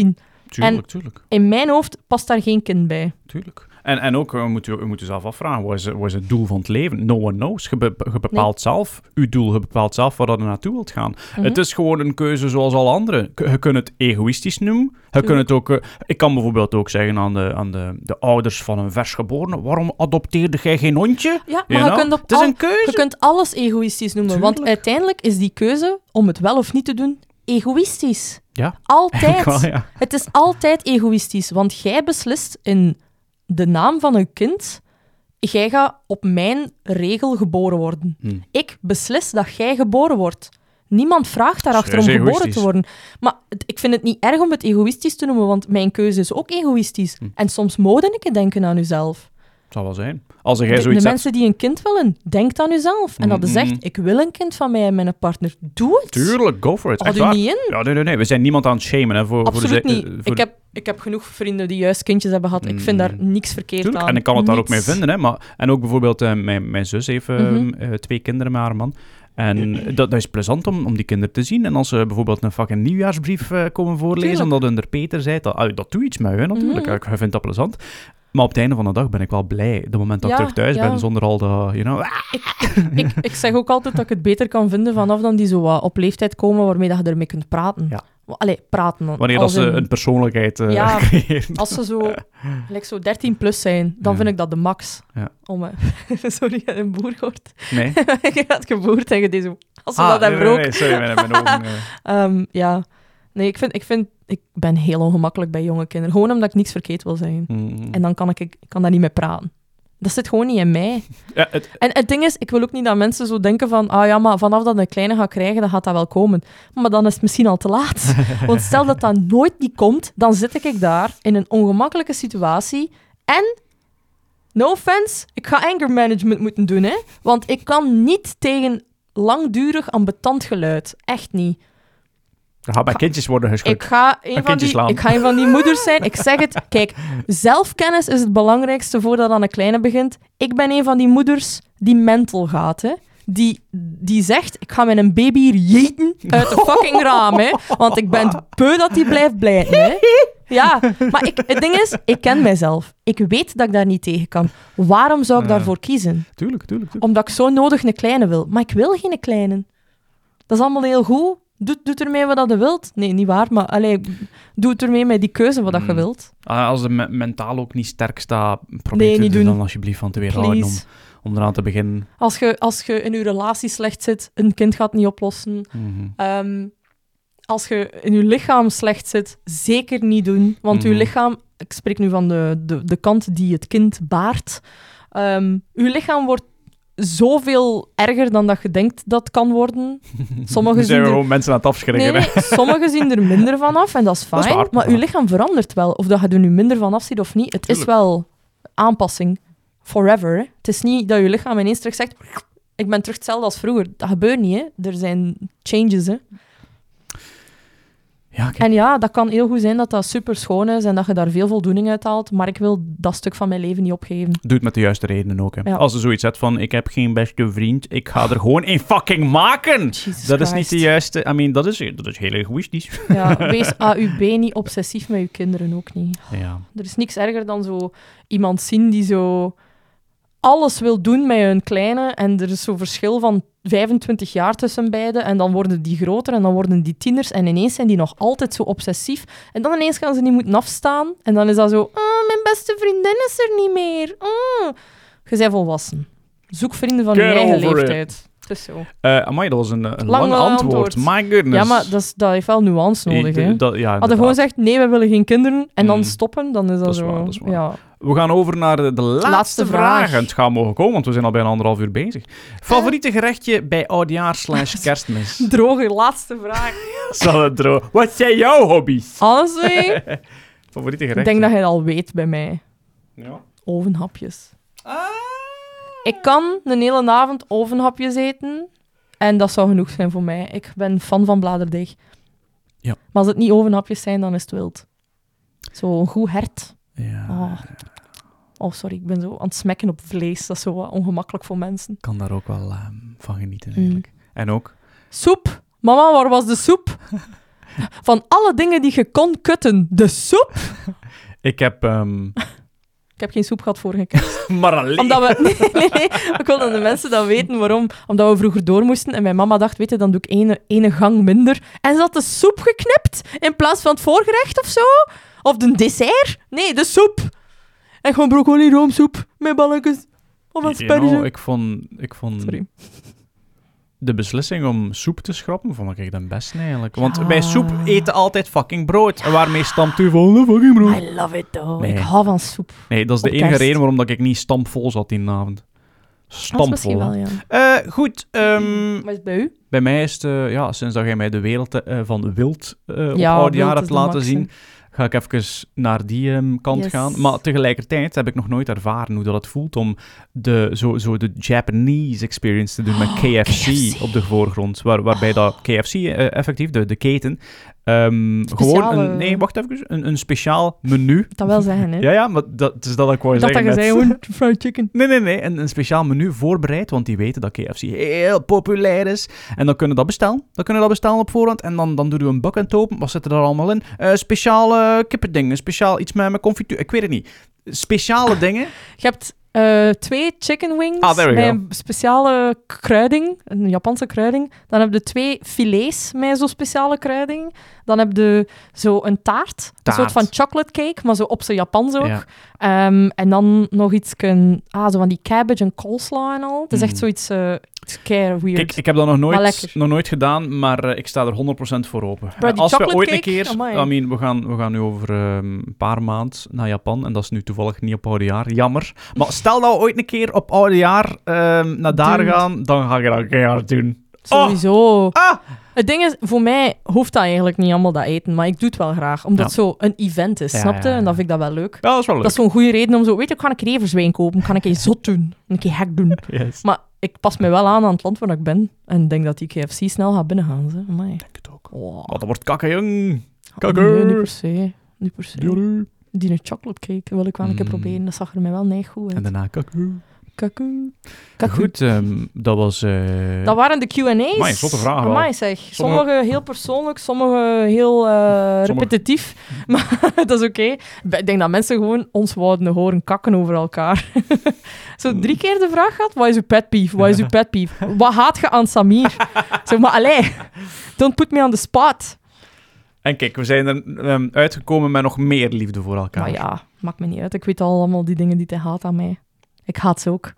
Tuurlijk, tuurlijk. In mijn hoofd past daar geen kind bij. Tuurlijk. En, en ook, je moet, je moet jezelf afvragen, wat is, wat is het doel van het leven? No one knows. Je, be, je bepaalt nee. zelf je doel, je bepaalt zelf waar je naartoe wilt gaan. Mm-hmm. Het is gewoon een keuze zoals al andere. Je kunt het egoïstisch noemen. Je kunt het ook, uh, ik kan bijvoorbeeld ook zeggen aan, de, aan de, de ouders van een versgeborene, waarom adopteerde jij geen hondje? Ja, maar you je, kunt op het is al, een keuze. Je kunt alles egoïstisch noemen, Tuurlijk. want uiteindelijk is die keuze om het wel of niet te doen egoïstisch. Ja. Altijd. Wel, ja. Het is altijd egoïstisch, want jij beslist in de naam van een kind, jij gaat op mijn regel geboren worden. Hmm. Ik beslis dat jij geboren wordt. Niemand vraagt daarachter om geboren te worden. Maar het, ik vind het niet erg om het egoïstisch te noemen, want mijn keuze is ook egoïstisch. Hmm. En soms moet ik denken aan uzelf. Het zal wel zijn. Als jij de, zoiets de hebt... mensen die een kind willen, denkt aan uzelf. En dat is Mm-hmm. echt, ik wil een kind van mij en mijn partner. Doe het. Tuurlijk, go for it. Houd u niet in. Ja, nee, nee, nee. We zijn niemand aan het shamen. Hè, voor, Absoluut voor de, niet. uh, voor ik, de... heb, ik heb genoeg vrienden die juist kindjes hebben gehad. Ik vind daar niks verkeerd Tuurlijk. aan. En ik kan het daar niets. ook mee vinden. Hè. Maar, en ook bijvoorbeeld, uh, mijn, mijn zus heeft uh, Mm-hmm. uh, twee kinderen met haar man. En dat, dat is plezant om, om die kinderen te zien. En als ze bijvoorbeeld een fucking nieuwjaarsbrief uh, komen voorlezen, Tuurlijk. omdat hun Peter zei, dat, uh, dat doet iets met hun natuurlijk. Mm-hmm. Ik vind dat plezant. Maar op het einde van de dag ben ik wel blij. De moment dat Ja, ik terug thuis ja. ben, zonder al de, you know... ik, ik zeg ook altijd dat ik het beter kan vinden vanaf dan die zo wat op leeftijd komen waarmee dat je ermee kunt praten. Ja. Allee, praten. Dan. Wanneer dat Als ze in- een persoonlijkheid uh, Ja, creëren. Als ze zo, like zo dertien plus zijn, dan Ja. vind ik dat de max. Ja. Om, uh, sorry, een boer gehoord. Nee? Je gaat geboerd tegen deze... Als we Ah, dat nee, hebben nee, ook. nee, sorry, mijn, mijn ogen... uh. Um, ja. Nee, ik vind, ik vind... Ik ben heel ongemakkelijk bij jonge kinderen. Gewoon omdat ik niks verkeerd wil zeggen. Mm. En dan kan ik, ik kan daar niet mee praten. Dat zit gewoon niet in mij. Ja, het, En het ding is, ik wil ook niet dat mensen zo denken van ah ja, maar vanaf dat een kleine gaat krijgen, dan gaat dat wel komen. Maar dan is het misschien al te laat. Want stel dat dat nooit niet komt, dan zit ik daar in een ongemakkelijke situatie. En, no offense, ik ga anger management moeten doen, hè. Want ik kan niet tegen langdurig ambetant geluid. Echt niet. er gaat bij kindjes worden geschud. Ik ga, een van kindjes die, slaan. ik ga een van die moeders zijn. Ik zeg het. Kijk, zelfkennis is het belangrijkste voordat aan een kleine begint. Ik ben een van die moeders die mental gaat, hè. Die, die zegt, ik ga mijn baby hier jeten uit de fucking raam, hè. Want ik ben beu dat die blijft blijven, hè. Ja, maar ik, het ding is, ik ken mijzelf. Ik weet dat ik daar niet tegen kan. Waarom zou ik Ja. daarvoor kiezen? Tuurlijk, tuurlijk, tuurlijk. Omdat ik zo nodig een kleine wil. Maar ik wil geen kleine. Dat is allemaal heel goed. Doe, doe ermee wat je wilt. Nee, niet waar, maar allee, doe het ermee met die keuze wat dat je Mm. wilt. Ah, als de me- mentaal ook niet sterk staat, probeer Nee, het niet er doen. dan alsjeblieft van te weerhouden om, Please. om eraan te beginnen. Als je, als je in je relatie slecht zit, een kind gaat niet oplossen. Mhm. Ehm, als je in je lichaam slecht zit, zeker niet doen. Want je Mhm. lichaam, ik spreek nu van de, de, de kant die het kind baart. Ehm je lichaam wordt zoveel erger dan dat je denkt dat kan worden. Sommigen Nu zijn zien we er... gewoon mensen aan het afschrikken. Nee, hè. nee, sommigen zien er minder van af en dat is fijn. Dat is waar, maar ja. je lichaam verandert wel. Of dat je er nu minder van af ziet of niet. Het is Tuurlijk. wel aanpassing. Forever. Hè. Het is niet dat je lichaam ineens terug zegt... Ik ben terug hetzelfde als vroeger. Dat gebeurt niet. Hè. Er zijn changes. Hè. Ja, kijk. En ja, dat kan heel goed zijn dat dat super schoon is en dat je daar veel voldoening uit haalt. Maar ik wil dat stuk van mijn leven niet opgeven. Doe het met de juiste redenen ook. Hè. Ja. Als je zoiets hebt van, ik heb geen beste vriend, ik ga er gewoon een fucking maken. Jesus Dat is Christ. niet de juiste... I mean, dat is, dat is heel egoïstisch. Ja, wees A U B niet obsessief met je kinderen ook niet. Ja. Er is niks erger dan zo iemand zien die zo alles wil doen met hun kleine en er is zo'n verschil van vijfentwintig jaar tussen beiden en dan worden die groter en dan worden die tieners en ineens zijn die nog altijd zo obsessief en dan ineens gaan ze niet moeten afstaan en dan is dat zo, oh, mijn beste vriendin is er niet meer. Oh. Je bent volwassen. Zoek vrienden van je Get eigen over it. leeftijd. Het is zo. Uh, amai, dat was een, een Lang lang antwoord. antwoord. My goodness. Ja, maar dat, is, dat heeft wel nuance nodig. Ik- Hè. dat- ja, Als je gewoon inderdaad. zegt, nee, we willen geen kinderen, en dan Mm. stoppen, dan is dat, Dat is zo... waar, dat is waar. Ja. We gaan over naar de, de laatste, Laatste vraag. vraag. En het gaat mogen komen, want we zijn al bijna anderhalf uur bezig. Favoriete gerechtje bij oudjaar slash kerstmis? Droge laatste vraag. Zal het droog. Wat zijn jouw hobby's? Honestly, Favoriete ik gerechtje? denk dat je het al weet bij mij. Ja. Ovenhapjes. Ik kan een hele avond ovenhapjes eten en dat zou genoeg zijn voor mij. Ik ben fan van bladerdeeg. Ja. Maar als het niet ovenhapjes zijn, dan is het wild. Zo'n goed hert. Ja. Oh. oh, sorry, ik ben zo aan het smekken op vlees. Dat is zo wat ongemakkelijk voor mensen. Ik kan daar ook wel ehm, van genieten, eigenlijk. En ook... Soep. Mama, waar was de soep? Van alle dingen die je kon kutten, de soep. Ik heb... ehm, Ik heb geen soep gehad vorige keer. maar alleen... Omdat we... Nee, nee, nee. Ik wil dat de mensen dat weten waarom. Omdat we vroeger door moesten en mijn mama dacht, weet je, dan doe ik ene, ene gang minder. En ze had de soep geknipt in plaats van het voorgerecht of zo. Of de dessert. Nee, de soep. En gewoon broccoli roomsoep met balletjes. Of een You know, sperge. ik vond... Ik vond Sorry. de beslissing om soep te schrappen, vond ik dan best eigenlijk. Want Ja. bij soep eten altijd fucking brood. En waarmee stamt u van de fucking brood? I love it, though. Nee. Ik hou van soep. Nee, dat is de Op enige kerst. reden waarom dat ik niet stampvol zat die avond. Dat is Stampvol. misschien wel, ja. Eh, goed, ehm, Wat is het bij u? bij mij is het, eh, ja, sinds dat jij mij de wereld eh, van wild eh op Ja, oudjaar wild hebt is de laten max, zien, ga ik even naar die ehm, kant Yes. gaan. Maar tegelijkertijd heb ik nog nooit ervaren hoe dat het voelt om de, zo, zo de Japanese experience te doen met Oh, K F C, K F C. op de voorgrond. Waar, waarbij dat K F C, eh, effectief, de, de keten, ehm, Speciale- gewoon een... Nee, wacht even. Een, een speciaal menu. Dat wil zeggen, hè. Ja, ja, maar dat het is dat ik wou Ik dacht dat zeggen je net. zei gewoon fried chicken. Nee, nee, nee. Een, een speciaal menu voorbereid, want die weten dat K F C heel populair is. En dan kunnen we dat bestellen. Dan kunnen we dat bestellen op voorhand. En dan, dan doen we een bucket open. Wat zit er daar allemaal in? Eh speciale kippendingen. Speciaal iets met, met confituur. Ik weet het niet. Speciale dingen. Je hebt eh, twee chicken wings Ah, there we met go. een speciale kruiding, een Japanse kruiding. Dan heb je twee filets met zo'n speciale kruiding. Dan heb je zo een taart, Taart. een soort van chocolate cake, maar zo op zijn Japans ook. Ja. Ehm, en dan nog iets, ah, zo van die cabbage en coleslaw en al. Het is echt Mm. zoiets uh, scare weird. Kijk, ik heb dat nog Maar nooit, lekker. nog nooit gedaan, maar eh, ik sta er honderd procent voor open. Bro, Eh, die Als we chocolate ooit een cake, keer... amai. I mean, we gaan, we gaan nu over ehm, een paar maanden naar Japan. En dat is nu toevallig niet op oudejaar. Jammer. Maar stel dat we ooit een keer op oudejaar ehm naar daar Dude. gaan, dan ga ik dat keihard doen. Sowieso. Ah! Het ding is, voor mij hoeft dat eigenlijk niet allemaal dat eten, maar ik doe het wel graag, omdat Ja. het zo een event is, Ja, snap je? ja, ja. En dan vind ik dat wel leuk. Ja, dat is wel leuk. Dat is zo'n goede reden om zo, weet je, ik ga een keer everzwijn kopen, kan ik een zot doen, een keer hek doen. Yes. Maar ik pas me wel aan aan het land waar ik ben en denk dat die K F C snel gaat binnengaan. Ze. Amai. Ik denk het ook. Oh. Maar dat wordt kakken, jong. Oh, kakker. nee, niet per se. Niet per se. Jolly. Die een chocolate cake wil ik wel een keer Mm. proberen. Dat zag er mij wel neig goed En uit. daarna kakken. Kaku. Kaku. Goed, ehm, dat was... eh, Dat waren de Q and A's. Amai, zotte vragen wel. Amai, zeg. Sommige- Sommige heel persoonlijk, sommige heel eh, repetitief. Maar dat is oké. Ik denk dat mensen gewoon ons wouden horen kakken over elkaar. Zo drie keer de vraag gehad, wat is uw pet peeve? Wat is uw pet peeve? Wat haat je aan Samir? Zeg maar, allee, don't put me on the spot. En kijk, we zijn er ehm, uitgekomen met nog meer liefde voor elkaar. Maar ja, maakt me niet uit. Ik weet al allemaal die dingen die hij haat aan mij. Ik haat ze ook.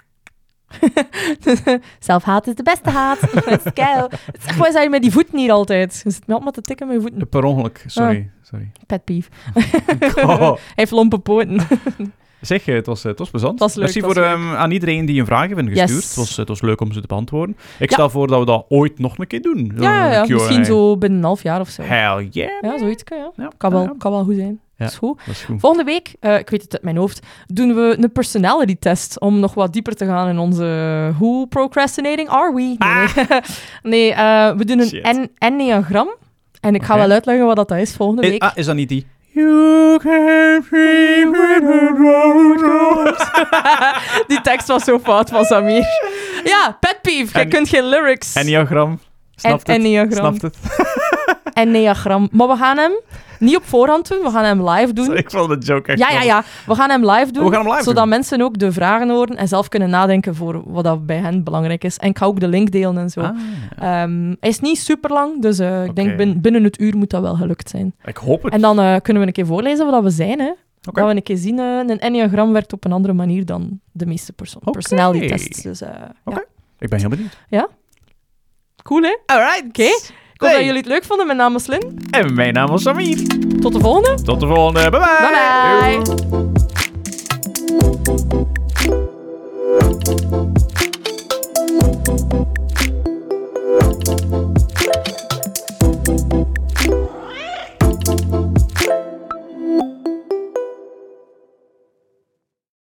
Zelfhaat is de beste haat. Het is geil. Zeg, waar zijn je met die voeten hier altijd? Je zit me altijd te tikken met je voeten. Per ongeluk, sorry. sorry. Pet peeve. Oh. Hij heeft lompe poten. Zeg, eh, het was, eh, het was plezant. Het was leuk, Merci het was voor, leuk. ehm, aan iedereen die een vraag heeft ingestuurd. Yes. Het, was, het was leuk om ze te beantwoorden. Ik Ja. stel voor dat we dat ooit nog een keer doen. Ja, ja, ja. Een Q and A. Misschien zo binnen een half jaar of zo. Hell yeah. Ja, zoiets kan, ja. Ja, Kan wel, ja, kan wel goed zijn. Ja. Is goed. dat is goed. Volgende week, eh, ik weet het uit mijn hoofd, doen we een personality test om nog wat dieper te gaan in onze Who procrastinating are we? Nee, nee. nee eh, we doen een Shit. en- enneagram. En ik ga Oké. wel uitleggen wat dat is volgende Is, week. ah, is dat niet die? You can see where the road goes. Die tekst was zo fout van Samir. Ja, pet peeve. Je En- kunt geen lyrics. Enneagram. Snapt En- het? enneagram. Snapt het? Enneagram. Maar we gaan hem niet op voorhand doen, we gaan hem live doen. Ik vond de joke echt Ja, ja, ja. We gaan hem live doen, We gaan hem live zodat doen. mensen ook de vragen horen en zelf kunnen nadenken voor wat dat bij hen belangrijk is. En ik ga ook de link delen en zo. Ah, ja. Ehm, hij is niet super lang, dus eh, ik Oké. denk bin- binnen het uur moet dat wel gelukt zijn. Ik hoop het. En dan eh, kunnen we een keer voorlezen wat dat we zijn. Hè? Oké. Dat we een keer zien, eh, een enneagram werkt op een andere manier dan de meeste perso- Oké. personality tests. Dus, eh, Oké. ja. Ik ben heel benieuwd. Cool, hè? Alright. Oké. Ik hoop dat jullie het leuk vonden. Mijn naam is Lynn. En mijn naam was Samir. Tot de volgende. Tot de volgende. Bye bye. Bye bye.